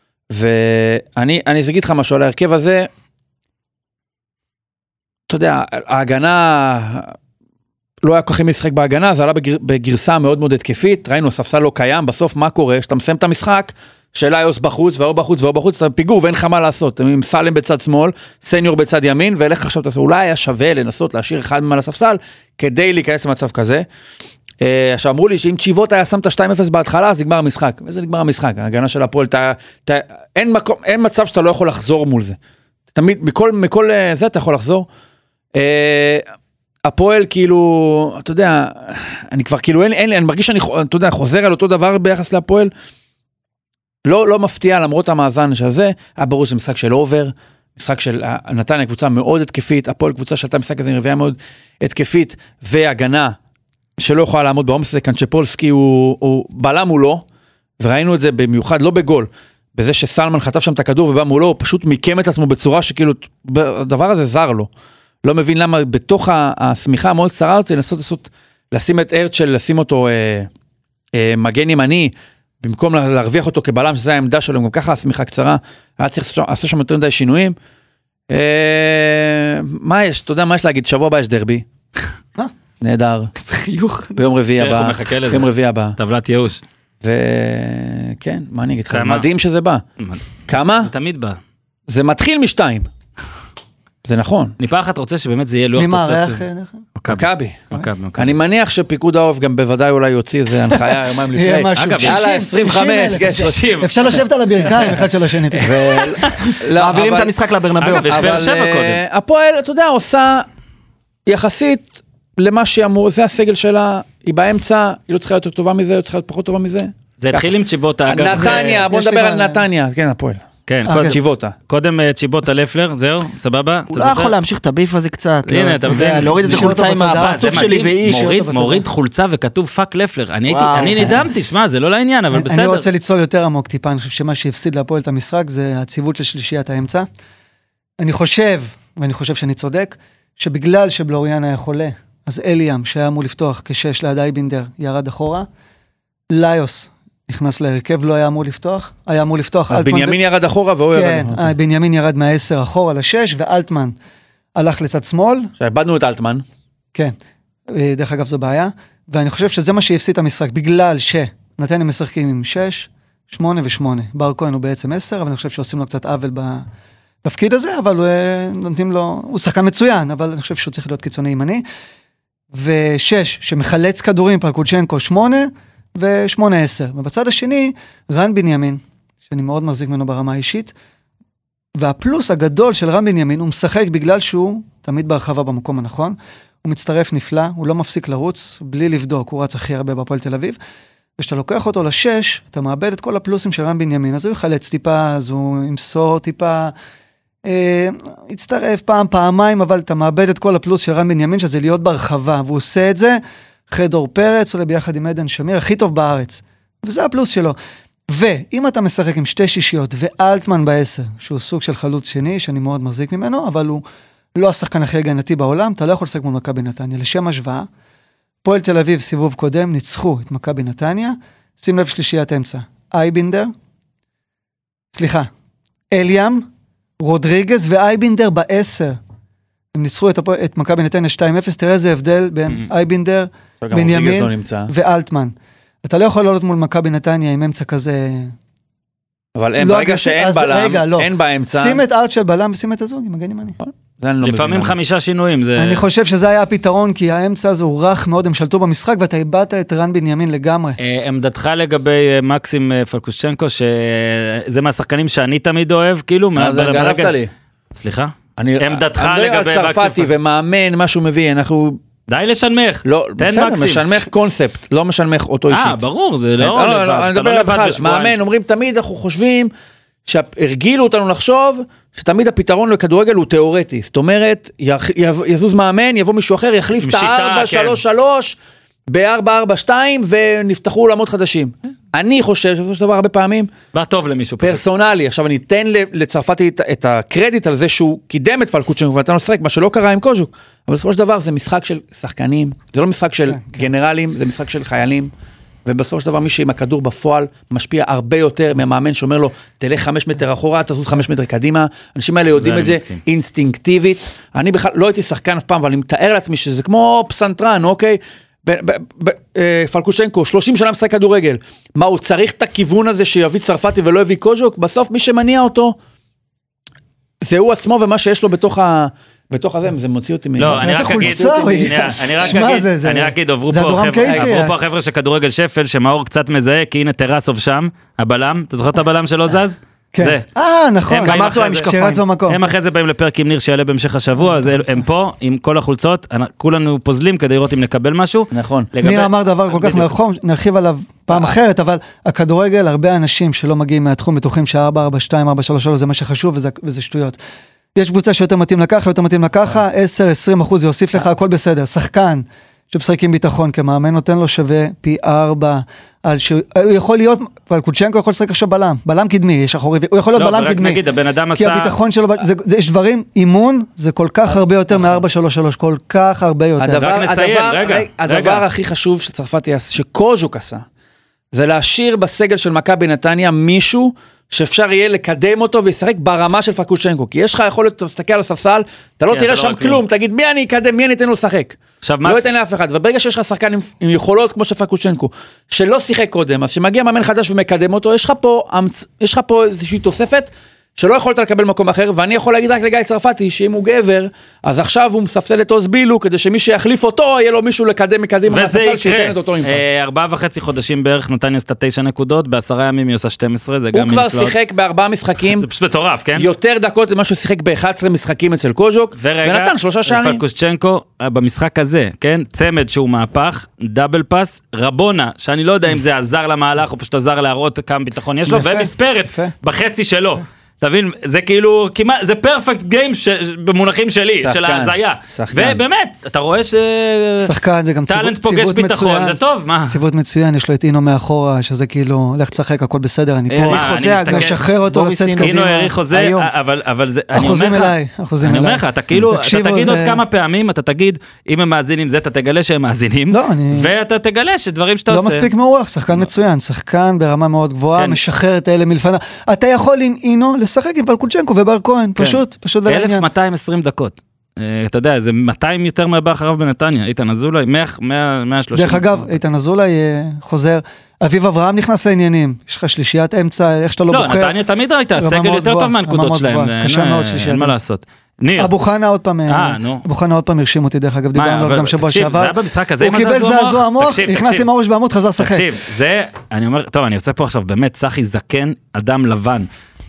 ואני אני אגיד לך משהו על ההרכב הזה, אתה יודע, ההגנה, לא היה כל כך משחק בהגנה, זה עלה בגר, בגרסה מאוד מאוד התקפית, ראינו, הספסל לא קיים, בסוף מה קורה? שאתה מסיים את המשחק, שליוס בחוץ, והוא בחוץ, והוא בחוץ, אתה פיגור ואין לך מה לעשות, עם סלם בצד שמאל, סניור בצד ימין, ואלך עכשיו תעשה, אולי היה שווה לנסות להשאיר אחד ממה לספסל, כדי להיכנס למצב כזה. עכשיו אמרו לי שאם צ'יבוט היה שם את ה-שתיים אפס בהתחלה, אז נגמר המשחק. וזה נגמר המשחק, ההגנה של הפועל, אין מקום, אין מצב שאתה לא יכול לחזור מול זה. תמיד, מכל, מכל זה אתה יכול לחזור. הפועל כאילו, אתה יודע, אני כבר כאילו, אין, אין, אני מרגיש שאני, אתה יודע, חוזר על אותו דבר ביחס להפועל, לא, לא מפתיע למרות המאזן שזה, היה ברור שזה משחק של אובר, משחק של, נתניה קבוצה מאוד התקפית, הפועל קבוצה שעלתה משחק הזה רביעה מאוד התקפית, והגנה שלא יכולה לעמוד בעומס הזה, קנצ'פולסקי הוא, הוא בלם מולו, וראינו את זה במיוחד, לא בגול, בזה שסלמן חטף שם את הכדור ובא מולו, הוא פשוט מיקם את עצמו בצורה שכאילו, הדבר הזה זר לו. לא מבין למה בתוך הסמיכה המאוד קצרה הזאת, לנסות לעשות, לשים את ארצ'ל, לשים אותו אה, אה, מגן ימני, במקום להרוויח אותו כבלם, שזה העמדה שלו, גם ככה הסמיכה קצרה, היה צריך לעשות שם יותר מדי שינויים. אה, מה יש? אתה יודע מה יש להגיד? שבוע הבא יש דרבי. מה? נהדר. זה חיוך. ביום רביעי הבא. הוא מחכה לזה. ביום רביעי הבא. טבלת ייאוש. וכן, מה אני אגיד לך? כמה? מדהים שזה בא. כמה? זה תמיד בא. זה מתחיל משתיים. זה נכון. אני פעם אחת רוצה שבאמת זה יהיה לוח מי תוצאות. מארח? מכבי. מכבי, מכבי. אני מניח שפיקוד העוף גם בוודאי אולי יוציא איזה הנחיה יומיים לפני. יהיה משהו. אגב, יאללה, עשרים וחמש, כן, שישים. אפשר לשבת על הברכיים אחד של השני. מעבירים את המשחק לברנבאו. אגב, יש באר שבע אבל, קודם. אה, הפועל, אתה יודע, עושה יחסית למה שהיא אמור, זה הסגל שלה, היא באמצע, היא לא צריכה להיות יותר טובה מזה, היא צריכה להיות פחות טובה מזה. זה התחיל עם צ'יבוטה, אגב. נתניה, בוא יש לי נדבר על בעיה. נתניה, כן, הפועל. כן, אה, קודם- כן. צ'יבוטה. קודם אה, צ'יבוטה לפלר, זהו, סבבה? הוא אתה לא זוכר? יכול להמשיך את הביף הזה קצת. הנה, לא, אתה יודע, מבין? להוריד את זה לשאול חולצה אותו עם בתודעה. הפרצוף זה שלי מדהים, ואיש. מוריד- אותו מוריד חולצה וכתוב פאק לפלר. אני הייתי- וואו. אני נדהמתי, שמע, זה לא לעניין, אבל אני בסדר. רוצה לצלול יותר עמוק טיפה, אני חושב שמה שהפסיד להפועל את המשחק זה הציוות של שלישיית האמצע. אני חושב, ואני חושב שאני צודק, שבגלל שבלוריאן היה חולה, אז אליאם, שהיה אמור לפתוח כשש ליד אייבינדר, ירד אחורה. ליוס נכנס להרכב, לא היה אמור לפתוח, היה אמור לפתוח. אז אלטמן בנימין ירד אחורה והוא כן, ירד. אה, בנימין ירד מהעשר אחורה לשש, ואלטמן הלך לצד שמאל, עכשיו, איבדנו את אלטמן. כן, אה, דרך אגב זו בעיה, ואני חושב שזה מה שהפסיד את המשחק, בגלל שנתניה משחקים עם שש, שמונה ושמונה. בר כהן הוא בעצם עשר, אבל אני חושב שעושים לו קצת עוול בתפקיד הזה, אבל אה, נותנים לו, הוא שחקן מצוין, אבל אני חושב שהוא צריך להיות קיצוני ימני. ושש, שמחלץ כדורים, פלקוצ'נקו שמונה, ושמונה עשר. ובצד השני, רן בנימין, שאני מאוד מחזיק ממנו ברמה האישית, והפלוס הגדול של רן בנימין, הוא משחק בגלל שהוא תמיד בהרחבה במקום הנכון, הוא מצטרף נפלא, הוא לא מפסיק לרוץ, בלי לבדוק, הוא רץ הכי הרבה בהפועל תל אביב, וכשאתה לוקח אותו לשש, אתה מאבד את כל הפלוסים של רן בנימין, אז הוא יחלץ טיפה, אז הוא ימסור טיפה, אה, יצטרף פעם, פעמיים, אבל אתה מאבד את כל הפלוס של רן בנימין, שזה להיות בהרחבה, והוא עושה את זה, אחרי דור פרץ, עולה ביחד עם עדן שמיר, הכי טוב בארץ, וזה הפלוס שלו. ואם אתה משחק עם שתי שישיות, ואלטמן בעשר, שהוא סוג של חלוץ שני, שאני מאוד מחזיק ממנו, אבל הוא לא השחקן הכי הגנתי בעולם, אתה לא יכול לשחק מול מכבי נתניה. לשם השוואה, פועל תל אביב, סיבוב קודם, ניצחו את מכבי נתניה, שים לב שלישיית אמצע, אייבינדר, סליחה, אליאם, רודריגז ואייבינדר בעשר. הם ניצחו את, הפועל, את מכבי נתניה שתיים אפס, תראה איזה הבדל בין אייבינדר, בנימין ואלטמן. אתה לא יכול לעלות מול מכבי נתניה עם אמצע כזה... אבל אין, לא ברגע אגרסיבי, שאין אז בלם, רגע, לא. אין באמצע. שים את ארט של בלם ושים את הזוג עם מגן ימני. זה אני לא לפעמים מבין. חמישה שינויים, זה... אני חושב שזה היה הפתרון, כי האמצע הזה הוא רך מאוד, הם שלטו במשחק, ואתה איבדת את רן בנימין לגמרי. אה, עמדתך לגבי אה, מקסים אה, פלקושצ'נקו, שזה מהשחקנים שאני תמיד אוהב, כאילו... אז ברגע- גנבת לי. סליחה? אני- עמדתך אני מדבר לגבי על מקסים צרפתי פלקושצ'נקו. ומאמן, מה שהוא מביא, אנחנו... די לשנמך. לא, תן בסדר, מקסים. משנמך קונספט, לא משנמך אותו אישית. אה, ברור, זה לא לא, לא, לבד. לא, אני אתה מדבר לא על לבד בכלל, בשבועיים. מאמן, אומרים תמיד, אנחנו חושבים, שהרגילו אותנו לחשוב, שתמיד הפתרון לכדורגל הוא תיאורטי, זאת אומרת, יח- יב- יזוז מאמן, יבוא מישהו אחר, יחליף עם את שיטה, ה-ארבע כן. שלוש שלוש, ב-ארבע ארבע שתיים, ונפתחו עולמות חדשים. אני חושב, שבסופו של דבר הרבה פעמים, בא טוב למישהו. פשוט. פרסונלי, עכשיו אני אתן ל- לצרפתי את- את הקרדיט על זה שהוא קידם את פלקוצ'נקו ונתן לו לשחק, מה שלא קרה עם קוז'וק, אבל בסופו של דבר זה משחק של שחקנים, זה לא משחק של גנרלים, זה משחק של חיילים, ובסופו של דבר מי שעם הכדור בפועל משפיע הרבה יותר מהמאמן שאומר לו, תלך חמש מטר אחורה, תזוז חמש מטר קדימה, אנשים האלה יודעים זה את זה אני מסכים. אינסטינקטיבית, אני בכלל לא הייתי שחקן אף פעם, אבל אני מתאר לעצמי שזה כמו פסנתרן, אוקיי? פלקושנקו, שלושים שנה משחק כדורגל, מה הוא צריך את הכיוון הזה שיביא צרפתי ולא יביא קוז'וק? בסוף מי שמניע אותו, זה הוא עצמו ומה שיש לו בתוך ה... בתוך הזה, זה מוציא אותי... לא, אני רק אגיד, אני רק אגיד, עברו פה החבר'ה של כדורגל שפל, שמאור קצת מזהה, כי הנה טרסוב שם, הבלם, אתה זוכר את הבלם שלו זז? כן. אה, נכון. גם אז הוא עם משקפיים. הם אחרי זה באים לפרק עם ניר שיעלה בהמשך השבוע, אז הם פה עם כל החולצות, כולנו פוזלים כדי לראות אם נקבל משהו. נכון. ניר אמר דבר כל כך נכון, נרחיב עליו פעם אחרת, אבל הכדורגל, הרבה אנשים שלא מגיעים מהתחום, בטוחים ש-ארבע ארבע שתיים ארבע שלוש שלוש זה מה שחשוב וזה שטויות. יש קבוצה שיותר מתאים לקחה, יותר מתאים לקחה, עשר עשרים אחוז יוסיף לך, הכל בסדר. שחקן שמשחק עם ביטחון, כמאמן נותן לו שווה פי ארבע, על שהוא יכול להיות, פלקושנקו יכול לשחק עכשיו בלם, בלם קדמי, יש אחורי, הוא יכול להיות בלם קדמי. נגיד, הבן אדם כי עשה... הביטחון שלו, יש דברים, אימון, זה כל כך הרבה יותר מ-ארבע שלוש שלוש, כל כך הרבה יותר. הדבר הכי חשוב שצרפתי עשה, שקוז'וק עשה, זה להשאיר בסגל של מכבי נתניה מישהו שאפשר יהיה לקדם אותו וישחק ברמה של פלקושנקו, כי יש לך יכולת להסתכל על הספסל, אתה לא תראה שם כלום, תגיד מי אני אקדם, מי אני אתן לו לשחק. לא אתן לאף אחד, וברגע שיש לך שחקן עם יכולות כמו שפלקושנקו, שלא שיחק קודם, אז שמגיע מאמן חדש ומקדם אותו, יש לך פה, יש לך פה איזושהי תוספת, שלא יכולת לקבל מקום אחר, ואני יכול להגיד רק לגיא צרפתי, שאם הוא גבר, אז עכשיו הוא מספסל את אוזבילו, כדי שמי שיחליף אותו, יהיה לו מישהו לקדם מקדם, וזה יקרה. ארבעה וחצי חודשים בערך, נתניה עשתה תשע נקודות, בעשרה ימים היא עושה שתים עשרה, זה גם... הוא כבר שיחק בארבעה משחקים, זה פשוט מטורף, כן? יותר דקות למה שהוא שיחק ב-אחד עשרה משחקים אצל קוז'וק, ונתן שלושה שערים. פלקושנקו, במשחק הזה, כן? צמד שהוא מהפך, דאבל פאס, רבונה, שאני לא יודע אם זה עזר למהלך, או פשוט עזר להראות כמה ביטחון יש לו, ומספרת בחצי שלו. תבין, זה כאילו, כמעט, זה פרפקט גיים במונחים שלי, של ההזיה. ובאמת, אתה רואה ש... שחקן, זה גם טלנט פוגש ביטחון, זה טוב, מה? ציוות מצוין, יש לו את אינו מאחורה, שזה כאילו, לך תשחק, הכל בסדר, אני פה, משחרר אותו לצאת קדימה. אינו העריך חוזה, אבל זה, אני אחוזים אליי, אחוזים אליי. אני אומר לך, אתה כאילו, אתה תגיד עוד כמה פעמים, אתה תגיד, אם הם מאזינים זה, אתה תגלה שהם מאזינים, ואתה תגלה שדברים שאתה עושה. לא מספיק מעורך, שחקן מצוין, שחקן ברמה מאוד גבוהה, משחרר את האלה מלפניו. אתה יכול עם אינו לשחק עם פלקושנקו ובר כהן, פשוט, פשוט ולעניין. אלף מאתיים ועשרים דקות. אתה יודע, זה מאתיים יותר מהבא אחריו בנתניה. איתן אזולאי, מאה שלושים. דרך אגב, איתן אזולאי חוזר, אביב אברהם נכנס לעניינים, יש לך שלישיית אמצע, איך שאתה לא בוחר. לא, נתניה תמיד הייתה, סגל יותר טוב מהנקודות שלהם. קשה מאוד שלישיית אין מה לעשות. ניר. אבו חנה עוד פעם, אבו חנה עוד פעם הרשים אותי, דרך אגב, דיברנו עליו גם שבוע שעבר. זה היה במשחק הזה, הוא קיבל זעזוע המוח, נכנס עם הראש בעמוד, חזר שחק. תקשיב, זה, אני אומר, טוב, אני יוצא פה עכשיו, באמת, צחי זקן, אדם לבן.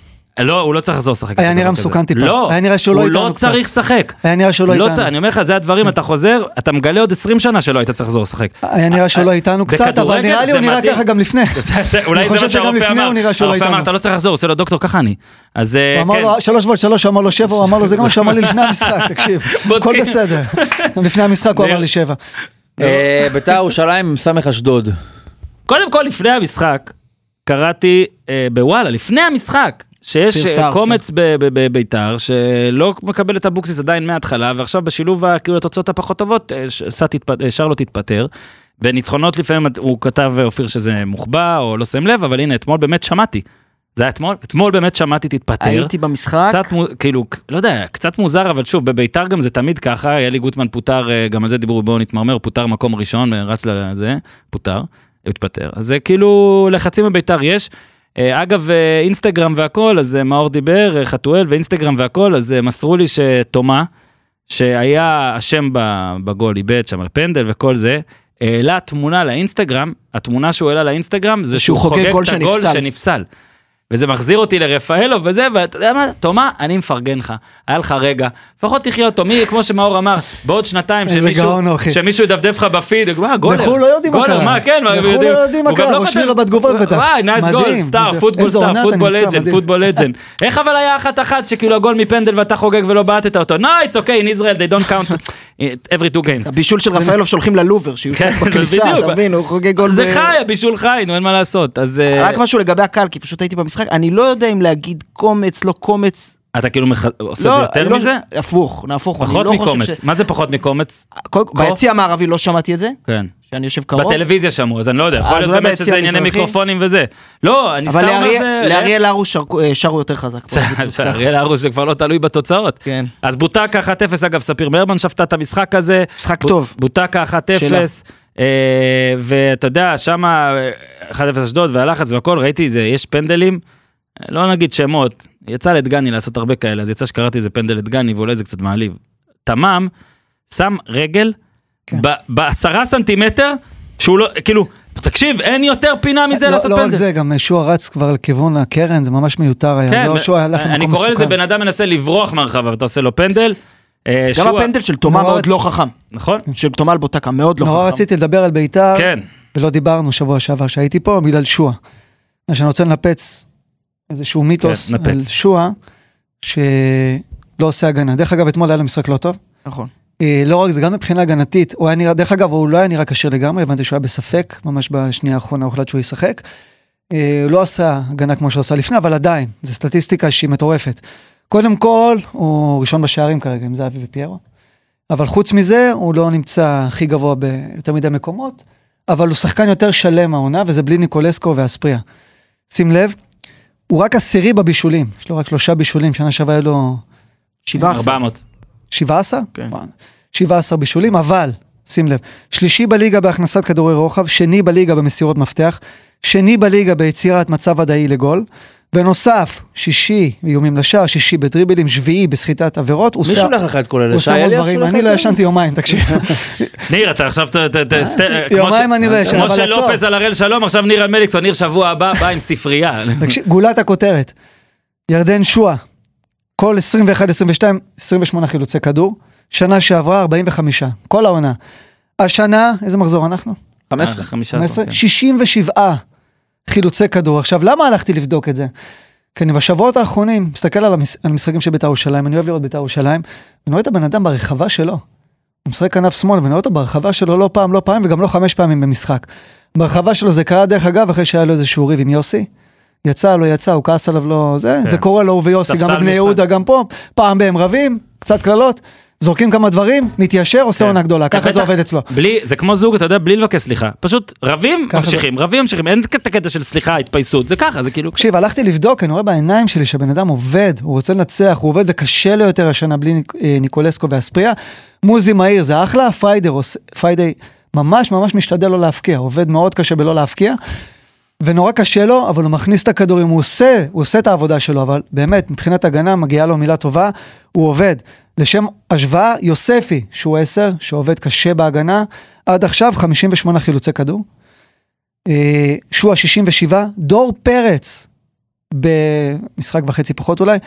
לא, הוא לא צריך לחזור לשחק. היה נראה מסוכן טיפה. לא, היה נראה שהוא לא איתנו הוא לא צריך לשחק. היה נראה שהוא לא איתנו. אני אומר לך, זה הדברים, אתה חוזר, אתה מגלה עוד עשרים שנה שלא היית צריך לחזור לשחק. היה נראה שהוא לא איתנו קצת, אבל נראה לי הוא נראה ככה גם לפני. אולי זה מה שהרופא אמר. הרופא אמר, אתה לא צריך לחזור, עושה לו דוקטור, ככה אני. אז הוא אמר לו, שלוש ועוד שלוש, הוא אמר לו שבע, הוא אמר לו, זה גם מה שהוא אמר לי לפני המשחק, תקשיב. הכל בסדר. גם לפני המשחק הוא אמר לי שבע. בית"ר ירושלים סמך אשדוד. קודם כל, לפני המשחק, קראתי בוואלה, לפני המשחק, שיש קומץ בביתר, שלא מקבל את הבוקסיס עדיין מההתחלה, ועכשיו בשילוב כאילו התוצאות הפחות טובות, שרלוט התפטר, בניצחונות לפעמים הוא כתב אופיר שזה מוחבא, או לא שם לב, אבל הנה, אתמול באמת שמעתי. זה היה אתמול, אתמול באמת שמעתי תתפטר. הייתי במשחק. קצת, כאילו, לא יודע, קצת מוזר, אבל שוב, בביתר גם זה תמיד ככה, אלי גוטמן פוטר, גם על זה דיברו בואו נתמרמר, פוטר מקום ראשון, רץ לזה, פוטר, התפטר. אז זה כאילו, לחצים בביתר יש. אגב, אינסטגרם והכל, אז מאור דיבר, חתואל ואינסטגרם והכל, אז מסרו לי שתומה, שהיה השם בגול, איבד שם על פנדל וכל זה, העלה תמונה לאינסטגרם, התמונה שהוא העלה לאינסטגרם, זה שהוא חוגג את הגול שנפסל. וזה מחזיר אותי לרפאלו וזה, ואתה יודע מה, תומה, אני מפרגן לך, היה לך רגע, לפחות תחיה אותו, מי, כמו שמאור אמר, בעוד שנתיים, שמישהו ידפדף לך בפיד, מה, גולר, בחור לא יודעים מה קרה, מה, כן, בחור לא יודעים מה קרה, רושמים לו בתגובות בטח, וואי, נייס גול, סטאר, פוטבול סטאר, פוטבול לג'נד, פוטבול לג'נד, איך אבל היה אחת אחת, שכאילו הגול מפנדל ואתה חוגג ולא בעטת אותו, no, it's okay, in Israel, they don't count every two games. הבישול של רפאלוב שולחים ללובר, שיוצא בכניסה, תבין, הוא חוגג גול. זה חי, הבישול חי, אין מה לעשות. רק משהו לגבי הקהל, כי פשוט הייתי במשחק, אני לא יודע אם להגיד קומץ, לא קומץ. אתה כאילו עושה את זה יותר מזה? הפוך, נהפוך. פחות מקומץ. מה זה פחות מקומץ? ביציע המערבי לא שמעתי את זה. כן. שאני יושב קרוב. בטלוויזיה שמעו, אז אני לא יודע. יכול להיות באמת שזה ענייני מיקרופונים וזה. לא, אני סתם אומר זה... אבל לאריאל הרוש שרו יותר חזק. אריאל הרוש זה כבר לא תלוי בתוצאות. כן. אז בוטקה אחת אפס, אגב, ספיר מרמן שפטה את המשחק הזה. משחק טוב. בוטקה אחת אפס. ואתה יודע, שם אחד אפס אשדוד והלחץ והכל, ראיתי איזה, יש פנדלים, לא נגיד שמות, יצא לדגני לעשות הרבה כאלה, אז יצא שקראתי איזה פנדל לדגני, ואולי זה קצת מעליב. תמם, שם רגל, בעשרה סנטימטר, שהוא לא, כאילו, תקשיב, אין יותר פינה מזה לעשות פנדל. לא רק זה, גם שועה רץ כבר לכיוון הקרן, זה ממש מיותר היה. כן, אני קורא לזה, בן אדם מנסה לברוח מהרחבה, ואתה עושה לו פנדל. גם הפנדל של תומה מאוד לא חכם. נכון. של תומה על בוטקה מאוד לא חכם. נורא רציתי לדבר על ביתר, כן. ולא דיברנו שבוע שעבר שהייתי פה, בגלל שועה. שאני רוצה לנפץ איזשהו מיתוס על שועה, שלא עושה הגנה. דרך אגב, אתמול היה לו משחק לא טוב. נכון. לא רק זה, גם מבחינה הגנתית, הוא היה נראה, דרך אגב, הוא לא היה נראה קשר לגמרי, הבנתי שהוא היה בספק, ממש בשנייה האחרונה הוחלט שהוא ישחק. הוא לא עשה הגנה כמו שהוא עשה לפני, אבל עדיין, זו סטטיסטיקה שהיא מטורפת. קודם כל, הוא ראשון בשערים כרגע, עם זהבי ופיירו, אבל חוץ מזה, הוא לא נמצא הכי גבוה ביותר מדי מקומות, אבל הוא שחקן יותר שלם העונה, וזה בלי ניקולסקו ואספריה. שים לב, הוא רק עשירי בבישולים, יש לו רק שלושה בישולים, שנה שווה היה לו שבעה עשר. ארבע מאות. שבעה עשר? כן. שבעה עשר בישולים, אבל, שים לב, שלישי בליגה בהכנסת כדורי רוחב, שני בליגה במסירות מפתח, שני בליגה ביצירת מצב ודאי לגול, בנוסף, שישי איומים לשער, שישי בדריבלים, שביעי בסחיטת עבירות. מי שולח לך את כל אלה? הוא עושה המון דברים, אני לא ישנתי יומיים, תקשיב. ניר, אתה עכשיו, יומיים אני לא ישן, אבל כמו עצור. שלופז על הראל שלום, עכשיו ניר מליקסון, ניר שבוע הבא, בא עם ספרייה. תקשיב, גולת הכותרת, ירדן שועה, כל עשרים ואחת, עשרים ושתיים, עשרים ושמונה חילוצי כדור, שנה שעברה ארבעים וחמש, כל העונה. השנה, איזה מחזור אנחנו? חמש עשרה. חמש עשרה, כן. שישים ושבע חילוצי כדור. עכשיו, למה הלכתי לבדוק את זה? כי אני בשבועות האחרונים, מסתכל על המשחקים של בית"ר ירושלים, אני אוהב לראות בית"ר ירושלים, ואני רואה את הבן אדם ברחבה שלו. הוא משחק כנף שמאל, ואני רואה אותו ברחבה שלו לא פעם, לא פעם, וגם לא חמש פעמים במשחק. ברחבה שלו זה קרה דרך אגב, אחרי שהיה לו איזה שיעוריב עם יוסי, יצא, לא יצא, הוא כעס עליו, לא, זה, זה קורה לו ויוסי, גם בבני יהודה, גם פה, פעם בהם רבים, קצת כללות, זורקים כמה דברים, מתיישר, עושה עונה גדולה, ככה זה עובד אצלו. בלי, זה כמו זוג, אתה יודע, בלי לבקש סליחה. פשוט רבים, ממשיכים, רבים, ממשיכים, אין את הקטע של סליחה, התפייסות, זה ככה, זה כאילו... תקשיב, הלכתי לבדוק, אני רואה בעיניים שלי שבן אדם עובד, הוא רוצה לנצח, הוא עובד וקשה לו יותר השנה בלי ניקולסקו ואספריה. מוזי מהיר, זה אחלה, פיידר, פיידר ממש ממש משתדל לא להפקיע, עובד מאוד קשה בלא להפקיע, ונורא קשה לו, אבל הוא מכניס את הכדורים, הוא עושה, הוא עושה את העבודה שלו, אבל באמת, מבחינת הגנה, מגיעה לו מילה טובה, הוא עובד. לשם השוואה, יוספי, שהוא עשר, שעובד קשה בהגנה, עד עכשיו חמישים ושמונה חילוצי כדור, שועה שישים ושבע, דור פרץ, במשחק וחצי פחות אולי,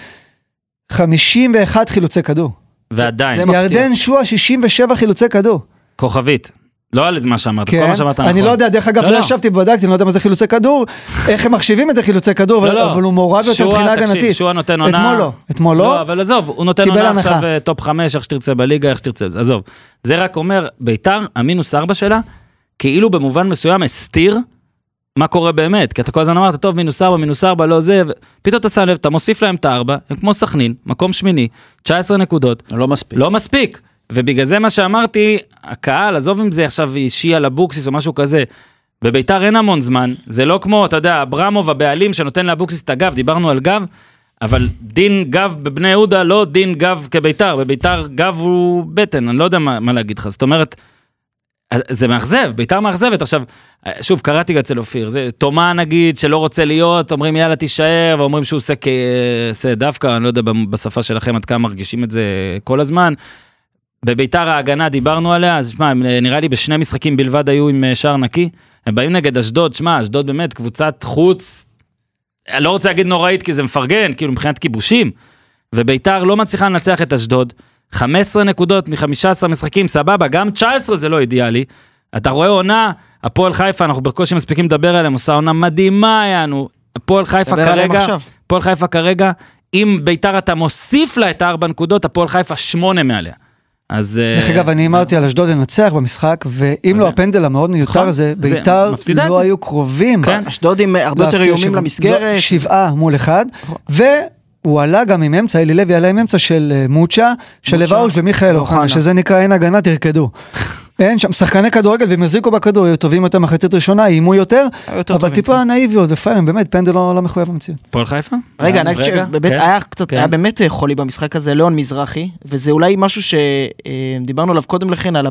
חמישים ואחד חילוצי כדור. ועדיין. ירדן שועה שישים ושבע חילוצי כדור. כוכבית. לא על מה שאמרת, כל מה שאמרת נכון. אני לא יודע, דרך אגב, לא ישבתי ובדקתי, אני לא יודע מה זה חילוצי כדור, איך הם מחשיבים את זה חילוצי כדור, אבל הוא מעורב יותר מבחינה הגנתית. שועה נותן עונה. אתמול לא, אתמול לא. לא, אבל עזוב, הוא נותן עונה עכשיו טופ חמש, איך שתרצה בליגה, איך שתרצה, עזוב. זה רק אומר, ביתר, המינוס ארבע שלה, כאילו במובן מסוים הסתיר מה קורה באמת, כי אתה כל הזמן אמרת, טוב, מינוס ארבע, מינוס ארבע, לא זה, פתאום אתה שם לב, אתה מוסיף להם את הארבע, הם כמו סכנין, מקום שמיני, תשע עשרה נקודות. לא מספיק. לא מספיק. ובגלל זה מה שאמרתי, הקהל, עזוב אם זה עכשיו אישי על הבוקסיס או משהו כזה, בביתר אין המון זמן, זה לא כמו, אתה יודע, אברמוב הבעלים שנותן לאבוקסיס את הגב, דיברנו על גב, אבל דין גב בבני יהודה, לא דין גב כביתר, בביתר גב הוא בטן, אני לא יודע מה, מה להגיד לך, זאת אומרת, זה מאכזב, ביתר מאכזבת, עכשיו, שוב, קראתי אצל אופיר, זה תומה נגיד, שלא רוצה להיות, אומרים יאללה תישאר, ואומרים שהוא עושה, עושה דווקא, אני לא יודע בשפה שלכם עד כמה מרגישים את זה כל הזמן, בביתר ההגנה דיברנו עליה, אז שמה, נראה לי בשני משחקים בלבד היו עם שער נקי, הם באים נגד אשדוד, שמה, אשדוד באמת קבוצת חוץ, אני לא רוצה להגיד נוראית כי זה מפרגן, כאילו מבחינת כיבושים, וביתר לא מצליחה לנצח את אשדוד, חמש עשרה נקודות מ-חמישה עשר משחקים, סבבה, גם תשע עשרה זה לא אידיאלי, אתה רואה עונה, הפועל חיפה, אנחנו בקושי מספיקים לדבר עליהם, עושה עונה מדהימה היינו, הפועל חיפה כרגע, הפועל חיפה כרגע, אם ביתר אתה מוסיף לה את הארבע נקודות, הפועל חיפה שמונה מעליה. אז... דרך אגב, אני אמרתי על אשדוד לנצח במשחק, ואם לא הפנדל המאוד מיותר הזה, ביתר לא היו קרובים. אשדוד עם הרבה יותר איומים למסגרת. שבעה מול אחד, והוא עלה גם עם אמצע, אלי לוי עלה עם אמצע של מוצ'ה, של לבאוש ומיכאל אוחנה, שזה נקרא אין הגנה, תרקדו. אין שם שחקני כדורגל, והם יזריקו בכדור, היו טובים יותר מחצית ראשונה, אימו יותר, אבל טיפה נאיביות ופיירים, באמת, פנדל לא מחויב המציאות. פועל חיפה? רגע, היה קצת, היה באמת חולי במשחק הזה, ליאון מזרחי, וזה אולי משהו שדיברנו עליו קודם לכן, על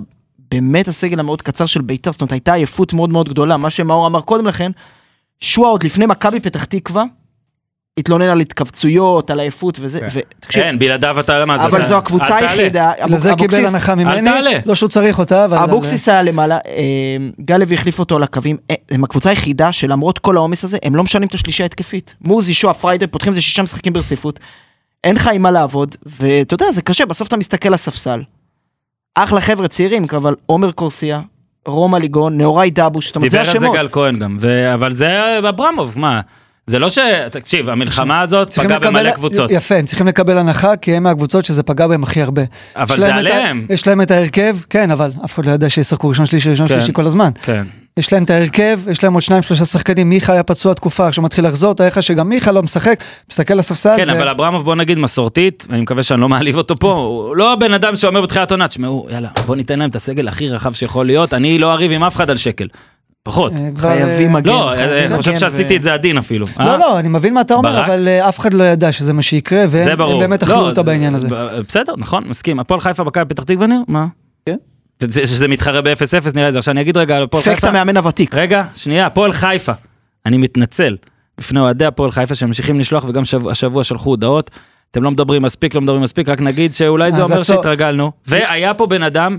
באמת הסגל המאוד קצר של ביתר, זאת אומרת, הייתה עייפות מאוד מאוד גדולה, מה שמאור אמר קודם לכן, שואה עוד לפני מכבי פתח תקווה, התלונן על התכווצויות, על העייפות וזה, ותקשיב, כן, בלעדיו אתה למה זה. אבל זו הקבוצה היחידה, לזה קיבל הנחה ממני, לא שהוא צריך אותה, אבל... אבוקסיס היה למעלה, גל לוי החליף אותו על הקווים, הם הקבוצה היחידה שלמרות כל העומס הזה, הם לא משנים את השלישה התקפית. מוזי, שואה, פריידר, פותחים זה שישה משחקים ברציפות, אין לך עם מה לעבוד, ואתה יודע, זה קשה, בסוף אתה מסתכל לספסל. אחלה חבר'ה צעירים, אבל עומר קורסיה, רומא ליגון, נאורי דאבוש, זאת אומרת, זה השמות. דיבר על זה גל כהן גם, אבל זה אברמוב, מה? זה לא ש... תקשיב, המלחמה הזאת פגעה במלא קבוצות. יפה, הם צריכים לקבל הנחה, כי הם מהקבוצות שזה פגע בהם הכי הרבה. אבל זה עליהם. יש להם את ההרכב, כן, אבל אף אחד לא ידע שישחקו ראשון שלישי, ראשון שלישי כל הזמן. כן. יש להם את ההרכב, יש להם עוד שניים, שלושה שחקנים, מיכה היה פצוע תקופה, עכשיו מתחיל לחזור, אתה איך שגם מיכה לא משחק, מסתכל לספסל. כן, אבל אברמוב בוא נגיד מסורתית, ואני מקווה שאני לא מעליב אותו פה, הוא לא הבן אדם שאומר בתחילת עונה, תשמעו, יאללה, בוא ניתן להם את הסגל הכי רחב שיכול להיות, אני לא אריב עם אף אחד על שקל. פחות. חייבים מגן. לא, אני חושב שעשיתי את זה עדין אפילו. לא, לא, אני מבין מה אתה אומר, אבל אף אחד לא ידע שזה מה שיקרה, והם באמת אכלו אותו בעניין הזה. בסדר, נכון, מסכים. הפועל חיפה מכבי פתח תקווה ניר, מה? כן. שזה מתחרה ב-אפס אפס נראה את זה. עכשיו אני אגיד רגע על הפועל חיפה. פקט המאמן הוותיק. רגע, שנייה, הפועל חיפה. אני מתנצל בפני אוהדי הפועל חיפה שממשיכים לשלוח, וגם השבוע שלחו הודעות. אתם לא מדברים מספיק, לא מדברים מספיק, רק נגיד שאולי זה אומר שהתרגלנו. והיה פה בן אדם,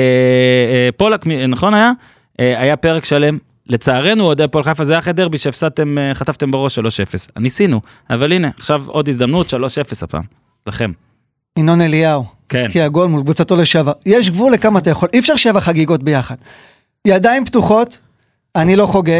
פולק, נכון היה? היה פרק שלם. לצערנו, אוהדי הפועל חיפה, זה היה אחרי דרבי שהפסדתם, חטפתם בראש שלוש אפס. ניסינו, אבל הנה, עכשיו עוד הזדמנות, שלוש אפס הפעם. לכם. ינון אליהו. כן. הפקיע גול מול קבוצתו לשבע. יש גבול לכמה אתה יכול. אי אפשר שבע חגיגות ביחד. ידיים פתוחות, אני לא חוגג,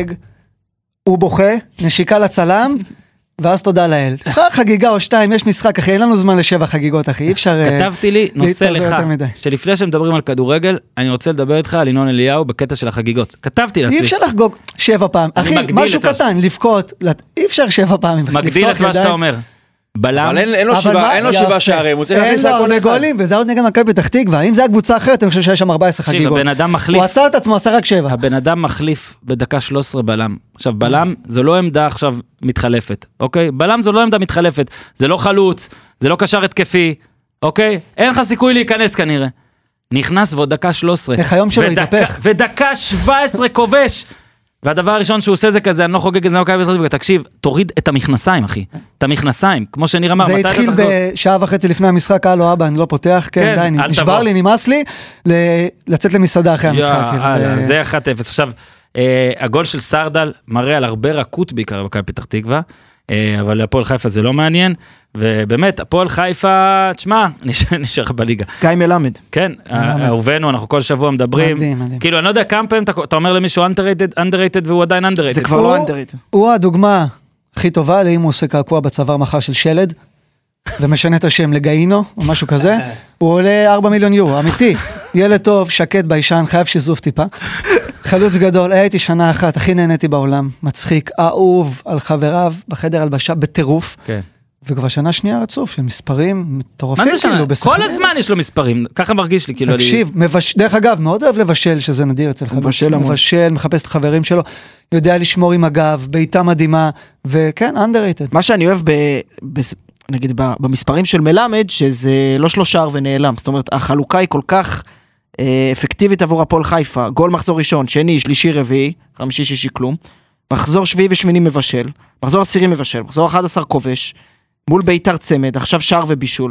הוא בוכה, נשיקה לצלם, ואז תודה לאל. חגיגה או שתיים, יש משחק, אחי, אין לנו זמן לשבע חגיגות, אחי, אי אפשר... כתבתי לי נושא לך, שלפני שמדברים על כדורגל, אני רוצה לדבר איתך על ינון אליהו בקטע של החגיגות. כתבתי לעצמי. אי אפשר לחגוג שבע פעם. אחי, משהו קטן, לבכות, אי אפשר שבע פעמים. מגדיל את מה שאתה אומר. בלם. אבל אין לו שבעה, אין לו שבעה שערים, הוא צריך להכניס הכל אחד. אין לו גולים, וזה עוד נגד מכבי פתח תקווה. אם זה הקבוצה אחרת, אני חושב שיש שם ארבע עשרה חגיגות. הבן אדם מחליף. הוא עצר את עצמו, עשה רק שבע. הבן אדם מחליף בדקה שלוש עשרה בלם. עכשיו, בלם זו לא עמדה עכשיו מתחלפת, אוקיי? בלם זו לא עמדה מתחלפת. זה לא חלוץ, זה לא קשר התקפי, אוקיי? אין לך סיכוי להיכנס כנראה. נכנס ועוד דקה שלוש עשרה. איך היום שלו יתהפך. ודקה שבע עשרה כובש. והדבר הראשון שהוא עושה זה כזה, אני לא חוגג את זה, תקשיב, תוריד את המכנסיים, אחי. את המכנסיים, כמו שניר אמר. זה התחיל בשעה וחצי לפני המשחק, הלו אבא, אני לא פותח, כן, די, נשבר לי, נמאס לי, לצאת למסעדה אחרי המשחק. זה אחת אפס. עכשיו, הגול של סרדל מראה על הרבה רכות בעיקר במכבי פתח תקווה, אבל הפועל חיפה זה לא מעניין, ובאמת, הפועל חיפה, תשמע, נשאר בליגה. גיא מלמד. כן, אהובנו, אנחנו כל שבוע מדברים, כאילו, אני לא יודע כמה פעמים אתה אומר למישהו underrated והוא עדיין underrated. זה כבר לא underrated. הוא הדוגמה הכי טובה, לאם הוא עושה קעקוע בצוואר מחר של שלד, ומשנה את השם לגאינו, או משהו כזה, הוא עולה ארבעה מיליון יורו, אמיתי. ילד טוב, שקט בישן, חייב שיזוף טיפה. חלוץ גדול, הייתי שנה אחת, הכי נהניתי בעולם, מצחיק, אהוב על חבריו, בחדר הלבשה, בטירוף. כן. וכבר שנה שנייה רצוף, של מספרים מטורפים. מה זה שנה? כל הזמן יש לו מספרים, ככה מרגיש לי. תקשיב, דרך אגב, מאוד אוהב לבשל, שזה נדיר אצל חלוץ. מבשל, מחפש את החברים שלו, יודע לשמור עם הגב, בעיטה מדהימה, וכן, underrated. מה שאני אוהב נגיד במספרים של מלמד, שזה לא שלושה ונעלם, זאת אומרת, החלוקה היא כל כך אפקטיבית עבור הפועל חיפה, גול מחזור ראשון, שני, שלישי, רביעי, חמישי, שישי, כלום, מחזור שביעי ושמיני מבשל, מחזור עשירי מבשל, מחזור אחד עשר כובש, מול ביתר צמד, עכשיו שער ובישול.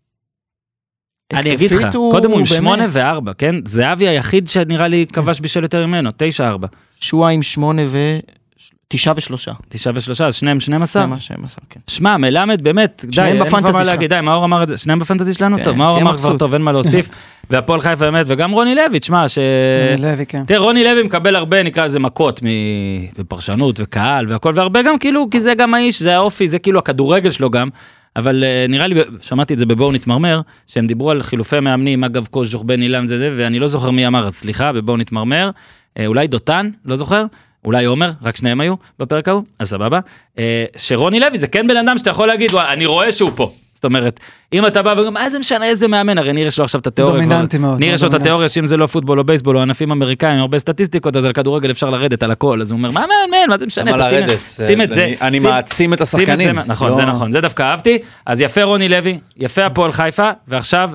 אני אגיד לך, קודם הוא עם שמונה וארבע, כן? זהבי היחיד שנראה לי כבש בישל יותר ממנו, תשע ארבע. שואה עם שמונה ו... תשעה ושלושה. תשעה ושלושה, אז שניהם שניהם עשר? שניהם עשר, כן. שמע, מלמד באמת, די, אין כבר מה להגיד, די, מאור אמר את זה, שניהם בפנטזי שלנו? טוב, מאור אמר כבר טוב, אין מה להוסיף, והפועל חיפה באמת, וגם רוני לוי, תשמע, ש... רוני לוי, כן. תראה, רוני לוי מקבל הרבה, נקרא לזה מכות, בפרשנות וקהל והכל, והרבה גם כאילו, כי זה גם האיש, זה האופי, זה כאילו הכדורגל שלו גם, אבל נראה לי, שמעתי את זה בבואו נתמרמר, שהם דיברו על חילופי מאמנים, אגב קוז'וך בן אילם זה זה, ואני לא זוכר מי אמר, סליחה, בבואו נתמרמר, אולי דותן, לא זוכר, אולי עומר, רק שניהם היו בפרק ההוא, אז סבבה, שרוני לוי זה כן בן אדם שאתה יכול להגיד, אני רואה שהוא פה, זאת אומרת, אם אתה בא וגם, מה זה משנה איזה מאמן, הרי נראה שלו עכשיו את התיאוריה, דומיננטי מאוד, נראה שלו את התיאוריה, שאם זה לא פוטבול או בייסבול או ענפים אמריקאים, הרבה סטטיסטיקות, אז על כדורגל אפשר לרדת על הכל, אז הוא אומר, מה מאמן, מה זה משנה, שים את זה, אני מעצים את השחקנים, נכון, זה נכון, זה דווקא אהבתי, אז יפה רוני לוי, יפה הפועל חיפה, ועכשיו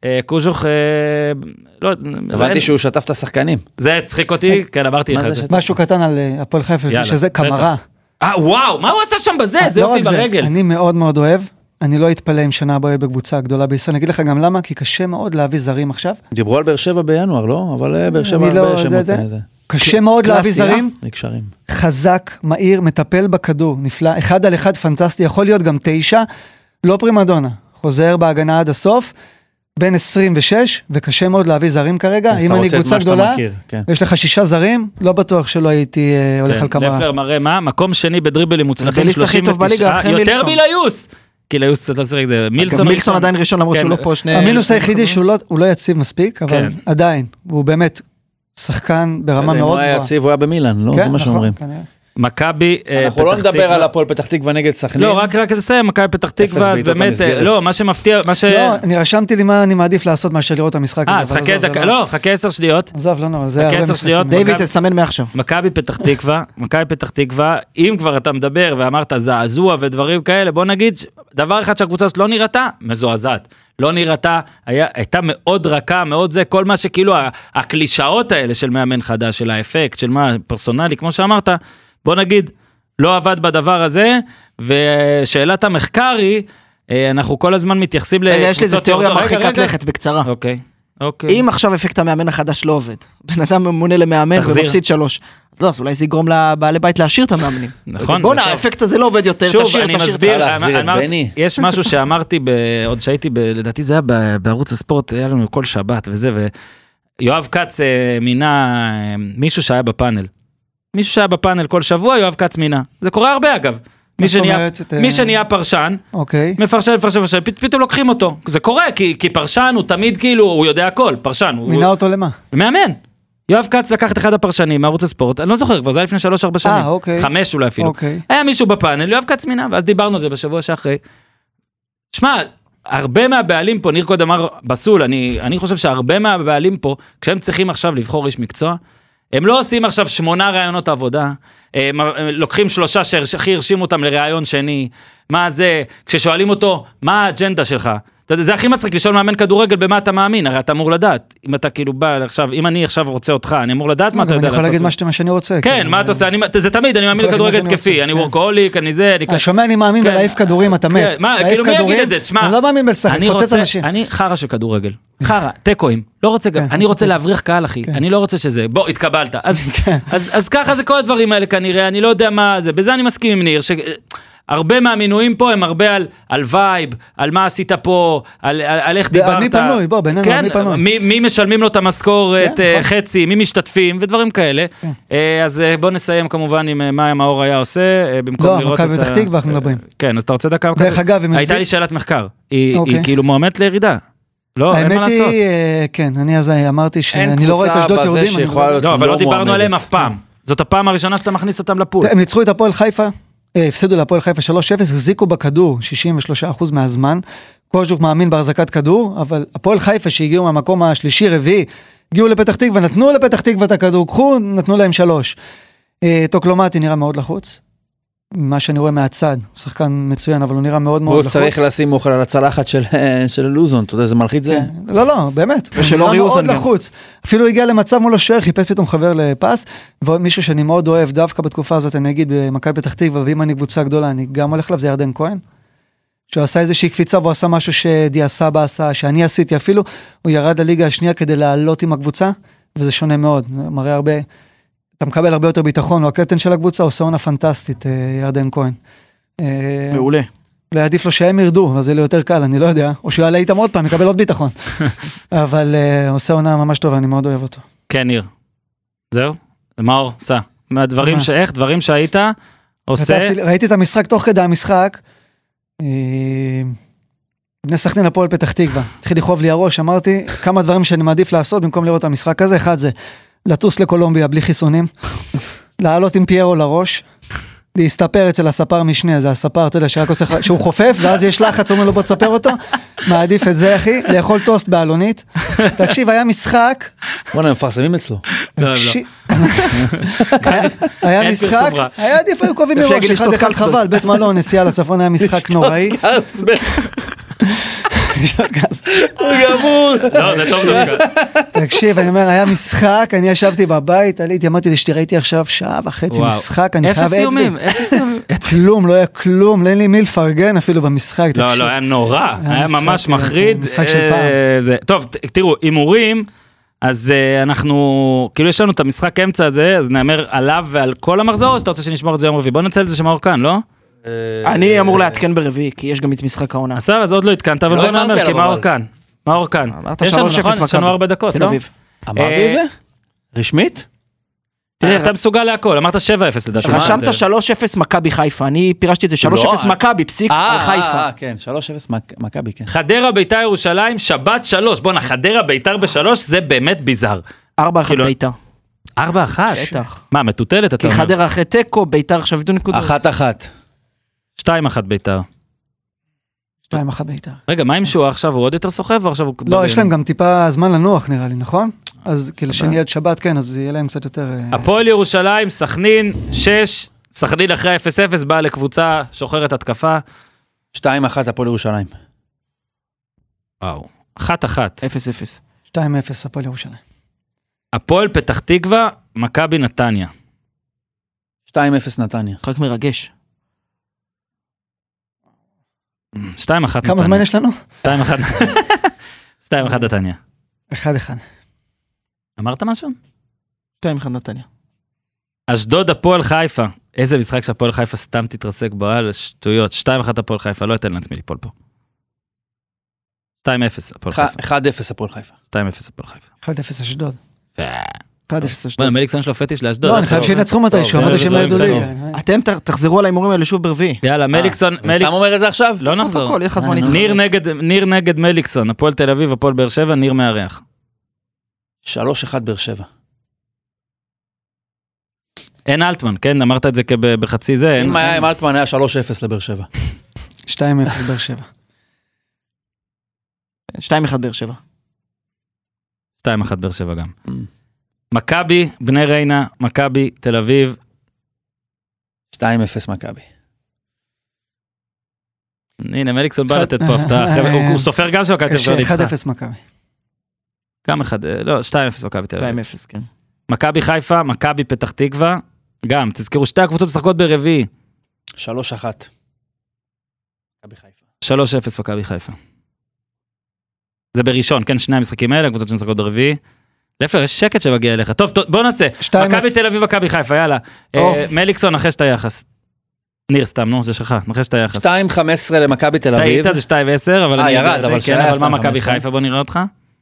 קוז'וך, לא... הבנתי שהוא שטף את השחקנים. זה צחיק אותי, כן, עברתי לך את זה. משהו קטן על הפועל חיפה, שזה קמרה. אה, וואו, מה הוא עשה שם בזה? זה יופי ברגל. אני מאוד מאוד אוהב, אני לא אתפלא עם שנה הבאה בקבוצה הגדולה בישראל, אני אגיד לך גם למה, כי קשה מאוד להביא זרים עכשיו. דיברו על באר שבע בינואר, לא? אבל באר שבע הרבה שמות. קשה מאוד להביא זרים, נקשרים. חזק, מהיר, מטפל בכדור, נפלא, אחד על אחד פנטסטי, יכול להיות גם תשע, לא פרימדונה, חוזר בהגנה עד הסוף, בין עשרים ושש, וקשה מאוד להביא זרים כרגע, אם אני קבוצה גדולה, יש לך שישה זרים, לא בטוח שלא הייתי הולך על כמה. לפלר מראה מה? מקום שני בדריבלים מוצלחים, שלושים ותשע, יותר מליוס! כי ליוס קצת לא שריק, זה מילסון. מילסון עדיין ראשון, למרות שהוא לא פה שני... המינוס היחידי שהוא לא יציב מספיק, אבל עדיין, הוא באמת שחקן ברמה מאוד גבוהה. הוא היה יציב, הוא היה במילאן, לא? זה מה שאומרים. מכבי פתח תקווה. אנחנו לא נדבר על הפועל פתח תקווה נגד סכנין. לא, רק רק לסיים, מכבי פתח תקווה, אז באמת, לא, מה שמפתיע, מה ש... לא, אני רשמתי לי מה אני מעדיף לעשות מאשר לראות את המשחק. אה, אז חכה דקה, לא, חכה עשר שניות. עזוב, לא נורא, זה הרבה משחקים. דיוויד, תסמן מעכשיו. מכבי פתח תקווה, מכבי פתח תקווה, אם כבר אתה מדבר ואמרת זעזוע ודברים כאלה, בוא נגיד, דבר אחד שהקבוצה הזאת לא נראתה, מזועזעת. לא נראתה, הייתה מאוד רכה, מאוד זה, כל מה שכאילו, הקלישאות האלה של מאמן חדש, של האפקט, של מה פרסונלי, כמו שאמרת, בוא נגיד, לא עבד בדבר הזה, ושאלת המחקר היא, אנחנו כל הזמן מתייחסים לקבוצות... רגע, יש לי איזה תיאוריה מרחיקת לכת בקצרה. אוקיי, אוקיי. אם עכשיו אפקט המאמן החדש לא עובד, בן אדם ממונה למאמן ומפסיד שלוש, אז לא, אז אולי זה יגרום לבעלי בית להשאיר את המאמנים. נכון. בוא נה, האפקט הזה לא עובד יותר, תשאיר, אני מסביר, יש משהו שאמרתי, עוד שהייתי, לדעתי זה היה בערוץ הספורט, היה לנו כל שבת וזה, ויואב קץ מינה מישהו שהיה בפאנל. מישהו שהיה בפאנל כל שבוע, יואב קץ מינה. זה קורה הרבה אגב. מי שנהיה פרשן, מפרשן, מפרשן, מפרשן, פתאום לוקחים אותו. זה קורה, כי פרשן הוא תמיד כאילו, הוא יודע הכל, פרשן. מינה אותו למה? מאמן. יואב קץ לקח את אחד הפרשנים מערוץ הספורט, אני לא זוכר, כבר זה היה לפני שלוש ארבע שנים. חמש אולי אפילו. היה מישהו בפאנל, יואב קץ מינה, ואז דיברנו על זה בשבוע שאחרי. שמע, הרבה מהבעלים פה, ניר קוד אמר בסול, אני חושב שהרבה מהבעלים פה, כשהם צריכים עכשיו לבחור איש מקצוע, הם לא עושים עכשיו שמונה רעיונות עבודה, הם לוקחים שלושה שהכי הרשימו אותם לרעיון שני, מה זה, כששואלים אותו, מה האג'נדה שלך? זה הכי מצחיק לשאול מאמן כדורגל במה אתה מאמין, הרי אתה אמור לדעת, אם אתה כאילו בא עכשיו, אם אני עכשיו רוצה אותך, אני אמור לדעת מה אתה יודע לעשות. אני יכול להגיד מה שאני רוצה. כן, מה אתה עושה, זה תמיד, אני מאמין לכדורגל התקפי, אני וורקהוליק, אני זה, אני... שומע, אני מאמין בלהעיף כדורים, אתה מת. כאילו מי יגיד את זה, תשמע, אני לא מאמין בלשחק, פוצץ אנשים. אני חרא של כדורגל, חרא, טקואים, לא רוצה גם, אני רוצה להבריח קהל אחי, אני לא רוצה שזה, בוא, התקבלת, אז ככה זה כל הדברים האלה כנראה, אני לא יודע מה זה, בזה אני מסכים עם ניר, הרבה מהמינויים פה הם הרבה על, על וייב, על מה עשית פה, על, על, על איך דיברת. מי פנוי, בוא, בינינו, כן, מי פנוי. מי, מי משלמים לו את המשכורת, כן, חצי, מי משתתפים ודברים כאלה. כן. אז בוא נסיים כמובן עם מה מאור היה עושה, במקום לא, לראות את ה... לא, מכבי פתח תקווה אנחנו מדברים. כן, אז אתה רוצה דקה? דרך אגב, הייתה לי שאלת מחקר, היא, אוקיי. היא כאילו מועמדת לירידה. לא, אין מה לעשות. האמת היא, כן, אני אז אמרתי שאני לא רואה את אשדוד יורדים. לא, אבל לא דיברנו עליהם אף פעם. זאת הפעם הראשונה שאתה מכניס אותם לפול. הם ניצחו את הפועל חיפה, הפסידו להפועל חיפה שלוש אפס, החזיקו בכדור שישים ושלושה אחוז מהזמן, קוז'וק מאמין בהחזקת כדור, אבל הפועל חיפה שהגיעו מהמקום השלישי רביעי, הגיעו לפתח תקווה, נתנו לפתח תקווה את הכדור, קחו, נתנו להם שלוש. טוקלומטי נראה מאוד לחוץ, מה שאני רואה מהצד, שחקן מצוין, אבל הוא נראה מאוד מאוד לחוץ. הוא צריך לשים אוכל על הצלחת של לוזון, אתה יודע, זה מלחיץ זה? לא, לא, באמת. הוא נראה מאוד לחוץ. אפילו הגיע למצב מול השוער, חיפש פתאום חבר לפס, ומישהו שאני מאוד אוהב, דווקא בתקופה הזאת, אני אגיד, במכבי פתח תקווה, ואם אני קבוצה גדולה, אני גם הולך אליו, זה ירדן כהן, שהוא עשה איזושהי קפיצה, והוא עשה משהו שדיה סבא עשה, שאני עשיתי אפילו, הוא ירד לליגה השנייה כדי לעלות עם הקבוצה, וזה שונה מאוד, מראה הרבה, אתה מקבל הרבה יותר ביטחון, הוא הקפטן של הקבוצה, עושה עונה פנטסטית, ירדן כהן. מעולה. אולי עדיף לו שהם ירדו, אז זה יהיה יותר קל, אני לא יודע, או שהוא יעלה איתם עוד פעם, יקבל עוד ביטחון. אבל עושה עונה ממש טובה, אני מאוד אוהב אותו. כן, ניר. זהו? מאור, סע. מהדברים שאיך, דברים שהיית עושה... ראיתי את המשחק תוך כדי המשחק, בני סכנין הפועל פתח תקווה, התחיל לכאוב לי הראש, אמרתי כמה דברים שאני מעדיף לעשות במקום לראות את המשחק הזה, אחד זה לטוס לקולומביה בלי חיסונים, לעלות עם פיירו לראש, להסתפר אצל הספר משנה, זה הספר, אתה יודע, שרק עושה, שהוא חופף, ואז יש לחץ, אומר לו בוא תספר אותו, מעדיף את זה אחי, לאכול טוסט בעלונית, תקשיב, היה משחק, בוא'נה, מפרסמים אצלו. היה משחק, היה עדיף, היו קובעים מראש, אחד אחד חבל, בית מלון, נסיעה לצפון, היה משחק נוראי, לשתות גז. הוא גמור. לא, זה טוב דווקא. תקשיב, אני אומר, היה משחק, אני ישבתי בבית, עליתי, אמרתי לי שתראיתי עכשיו שעה וחצי וואו. משחק, אני חייב אפס איומים, אפס איומים. כלום, לא היה כלום, לא היה לי מי לפרגן אפילו במשחק. לא, תקשיב. לא, היה נורא, היה משחק, ממש כן, מחריד. משחק של אה, פעם. זה- טוב, ת- תראו, הימורים, אז אה, אנחנו, כאילו יש לנו את המשחק אמצע הזה, אז נאמר עליו ועל כל המחזור, או שאתה רוצה שנשמור את זה יום רביעי? בוא נצא את זה שמאור כאן, לא? אני אמור לעדכן ברביעי, כי יש גם את משחק העונה. אז אז עוד לא התקנת, אבל לא בוא אמרתי נאמר, כי עליו, מאור אבל. כאן. מאור כאן. אמרת יש לנו, שלוש אפס נכון? יש לנו מכבי. ארבע דקות, תל לא? אביב. אמרתי את זה? רשמית? תראה, אתה מסוגל להכל, אמרת שבע אפס לדעתי. רשמת שלוש אפס מכבי חיפה, אני פירשתי את זה שלוש אפס לא, מכבי, פסיק על חיפה. אה, כן, שלוש אפס מכבי, כן. חדרה ביתר ירושלים, שבת שלוש. בואנה, חדרה ביתר בשלוש, זה באמת ביזר. ארבע אחת כאילו- ביתר. ארבע אחת? בטח. מה, מטוטלת אתה כי אומר? חדרה אחרי תיקו, ביתר עכשיו ידעו נקודות. אחת אחת. שתיים אחת ביתר. שתיים אחת ביתר. רגע, מה עם שואה עכשיו? הוא עוד יותר סוחב או עכשיו הוא... לא, יש להם גם טיפה זמן לנוח נראה לי, נכון? אז כאילו שני עד שבת, כן, אז יהיה להם קצת יותר... אה, הפועל ירושלים, סכנין, שש, סכנין אחרי אפס אפס, באה לקבוצה, שוחרת התקפה. שתיים אחת הפועל ירושלים. וואו. אחת אחת. אפס אפס. שתיים אפס הפועל ירושלים. הפועל פתח תקווה, מכבי נתניה. שתיים אפס נתניה. משחק מרגש. שתיים אחת נתניה. כמה זמן יש לנו? שתיים אחת. שתיים אחת נתניה. אחד אחד. אמרת משהו? שתיים אחד נתניה. אשדוד הפועל חיפה. איזה משחק שהפועל חיפה סתם תתרסק בו, על שטויות. שתיים אחת הפועל חיפה, לא אתן לעצמי ליפול פה. שתיים אפס הפועל חיפה. אחד אפס הפועל חיפה. שתיים אפס הפועל חיפה. אחד אפס אשדוד. אחד אפס אשדוד. בוא'נה, מליקסון שלו פטיש לאשדוד. לא, אני חייב שינצחו מתישהו, טוב, אמרתי זה שהם לא ידעו דברים לי. אתם ת- תחזרו על ההימורים האלה שוב ברביעי. יאללה, מליקסון, סתם מליקסון. אומר את זה עכשיו? לא נחזור. פרוטוקול, יהיה לך זמן אה, נו. להתחרט. ניר נגד, ניר נגד מליקסון, הפועל תל אביב, הפועל באר שבע, ניר מארח. שלוש אחת באר שבע. אין אלטמן, כן? אמרת את זה כב- בחצי זה. אין- אם היה עם אלטמן היה שלוש אפס לבאר שבע. שתיים אפס באר שבע. שתיים אחד באר שבע. שתיים אחת באר שבע גם. מכבי, בני ריינה, מכבי, תל אביב. שתיים אפס מכבי. הנה, מליקסון בא אחד- לתת פה הפתעה. חבר'ה, הוא- הוא סופר גם שמכבי תל אביב קשה, אחד ניצחה. אפס מכבי. גם אחד, אה, לא, שתיים אפס מכבי תל שתיים אביב. אפס, כן. מכבי חיפה, מכבי פתח תקווה. גם, תזכרו, שתי הקבוצות משחקות ברביעי. שלוש אחת. מכבי חיפה. שלוש אפס מכבי חיפה. זה בראשון, כן? שני המשחקים האלה, הקבוצות שמשחקות ברביעי. לפר, יש שקט שמגיע אליך. טוב, טוב, בוא נעשה. שתיים מכבי אפס. תל אביב, מכבי חיפה, יאללה. או. אה, מליקסון, נחש את היחס. ניר, סתם, נו, זה שלך, נחש את היחס. שתיים חמש עשרה למכבי תל אביב. טעית, זה שתיים עשר, אבל... אה, אני ירד, יודע, אבל כן, שהיה אבל מה שתיים מכבי חמש עשרה. חיפה, בוא נראה אותך.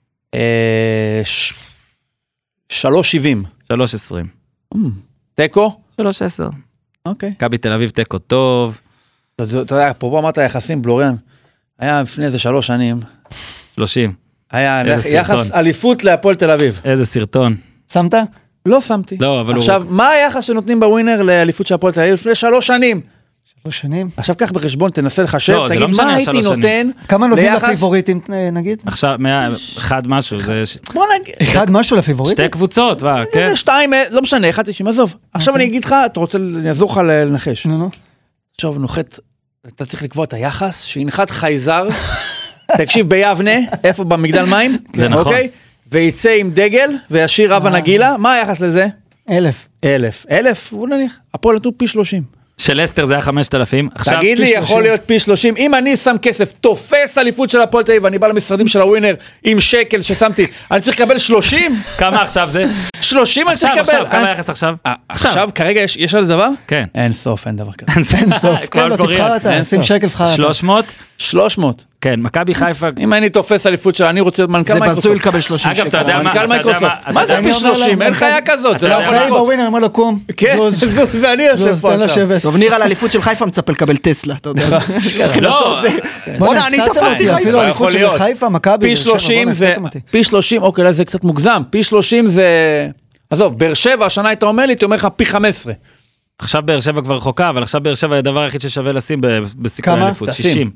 אה, ש- שלוש שבעים. שלוש עשרים. אמ, תיקו? שלוש עשר. אוקיי. מכבי תל אביב, תיקו טוב. אתה אתה יודע, פה אמרת יחסים, בלוריאן. היה לפני איזה שלוש שנים. שלושים. היה איזה יחס סרטון. אליפות להפועל תל אביב. איזה סרטון. שמת? לא שמתי. לא, אבל הוא... עכשיו, מה היחס שנותנים בווינר לאליפות של הפועל תל אביב לפני שלוש שנים? שלוש שנים. עכשיו קח בחשבון, תנסה לחשב, לא, זה תגיד לא משנה, מה הייתי שלוש נותן כמה נותנים ליחס- לפיבוריטים, אה, נגיד? עכשיו, מאה- אחד משהו, זה ש- בוא נגיד, אחד משהו לפיבוריטים? שתי קבוצות, מה, כן? הנה שתיים, אה, לא משנה, אחד תשעים, עזוב. עכשיו אני אגיד לך, אתה רוצה, אני אעזור לך לנחש. נו, נו. עכשיו נוחת, אתה צריך לקבוע את היחס, שינחת חייזר, תקשיב ביבנה, איפה במגדל מים, זה נכון. אוקיי? ויצא עם דגל, וישיר רב הנגילה, מה היחס לזה? אלף. אלף. אלף, בוא נניח, הפועל נתנו פי שלושים. של אסתר זה היה חמשת אלפים. עכשיו, תגיד לי, פי יכול שלושים. להיות פי שלושים, אם אני שם כסף, תופס אליפות של הפועל תל אביב, ואני בא למשרדים של הווינר עם שקל ששמתי, אני צריך לקבל שלושים? כמה עכשיו זה? שלושים אני צריך עכשיו, לקבל. עכשיו, כמה אני- היחס עכשיו? אה, עכשיו, כרגע יש יש על זה דבר? כן. אין סוף, אין דבר כזה. אין סוף. כל כן, לא, פוריה. תבחר אתה, אין שים סוף. שקל בחר אתה. שלוש מאות? שלוש מאות. כן, מכבי חיפה. אם אני תופס אליפות שלה, אני רוצה להיות מנכ"ל זה בזוי מייקרוסופט. לקבל שלושים אגב, אתה יודע מה? מנכ"ל אתה יודע מייקרוסופט. מה- מה אתה זה יודע פי אני אומר שלושים? להם, אין חיה כזאת, זה לא אתה יכול יודע אחרי לקרות. בווינר, אומר לו קום. כן, זוז. ואני יושב זוז, פה תן עכשיו. לשבת. טוב, ניר על האליפות של חיפה מצפה לקבל טסלה, אתה יודע. לא, בוא'נה, אני הפתעת תפסתי אותי, חיפה. אפילו יכול האליפות של להיות. חיפה, מכבי. פי באר שבע, שלושים בוא'נה, זה, הפתעתם אותי. פי שלושים, אוקיי, זה קצת מוגזם. פי שלושים זה, עזוב, באר שבע, השנה היית אומר לי, הייתי אומר לך פי חמש עשרה. עכשיו באר שבע כבר רחוקה, אבל עכשיו באר שבע היא הדבר היחיד ששווה לשים ב- בסיכוי כמה? האליפות. תשים. שישים.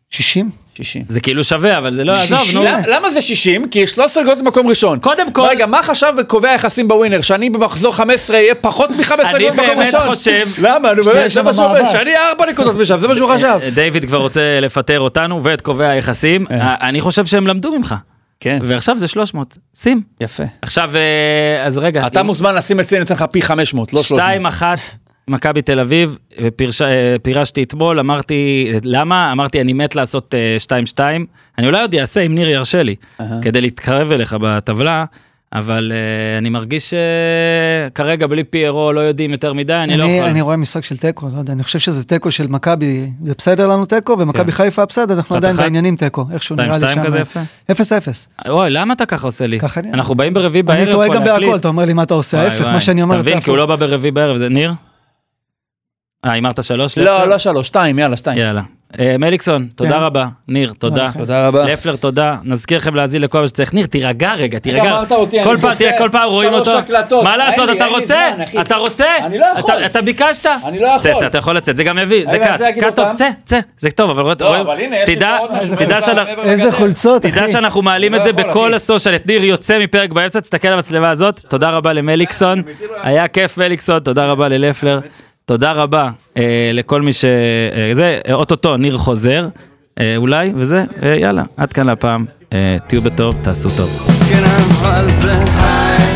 שישים? שישים. זה כאילו שווה, אבל זה לא, עזוב, נו. למה זה שישים? כי שלוש עשרה נקודות במקום ראשון. קודם כל... רגע, מה חשב וקובע יחסים בווינר? שאני במחזור חמש עשרה יהיה פחות מ-חמש עשרה נקודות במקום ראשון? אני באמת חושב... למה? נו באמת, זה מה שהוא אומר, שאני ארבע נקודות משם, זה מה שהוא חשב. דיוויד כבר רוצה לפטר אותנו ואת קובע היחסים. אני חושב שהם למדו ממך. כן. ועכשיו זה שלוש מאות. שים. יפה. עכשיו, אז רגע. אתה מוזמן לשים אצלי, נותן לך פי חמש מאות, לא שלוש מאות. שתיים אחת. מכבי תל אביב, פירשתי אתמול, אמרתי, למה? אמרתי, אני מת לעשות שתיים שתיים, אני אולי עוד אעשה אם ניר ירשה לי, כדי להתקרב אליך בטבלה, אבל אני מרגיש שכרגע בלי פיירו לא יודעים יותר מדי, אני לא יכול. אני רואה משחק של טקו, לא יודע, אני חושב שזה טקו של מכבי, זה בסדר לנו טקו, ומכבי חיפה בסדר, אנחנו עדיין בעניינים טקו, איכשהו נראה לי שם. כזה יפה? אפס אפס. אוי, למה אתה ככה עושה לי? ככה אני. אנחנו באים ברביעי בערב. אני טועה גם בהכל, אתה אומר לי מה אתה עושה, ההפך, מה שאני אומר. אתה מבין, כי הוא לא בא ברביעי בערב, זה ניר? אה, אמרת שלוש? לא, לא שלוש, שתיים, יאללה, שתיים. יאללה. מליקסון, תודה רבה. ניר, תודה. תודה רבה. לפלר, תודה. נזכיר לכם להזין לכל מה שצריך. ניר, תירגע רגע, תירגע. אמרת אותי, כל פעם, תראה, כל פעם רואים אותו. מה לעשות, אתה רוצה? אתה רוצה? אני לא יכול. אתה ביקשת? אני לא יכול. צא, צא, אתה יכול לצאת, זה גם מביא, זה קאט. קאט טוב, צא, צא, זה טוב, אבל רואים, תדע שאנחנו מעלים את זה בכל הסושיאל. את ניר יוצא מפרק באמצע, תסתכל על המצלמה הזאת. תודה רבה למליקסון. היה כיף מליקסון, תודה רבה ללפלר. תודה רבה אה, לכל מי ש... אה, זה, אוטוטו, ניר חוזר, אה, אולי, וזה, אה, יאללה, עד כאן לפעם, אה, תהיו בטוב, תעשו טוב.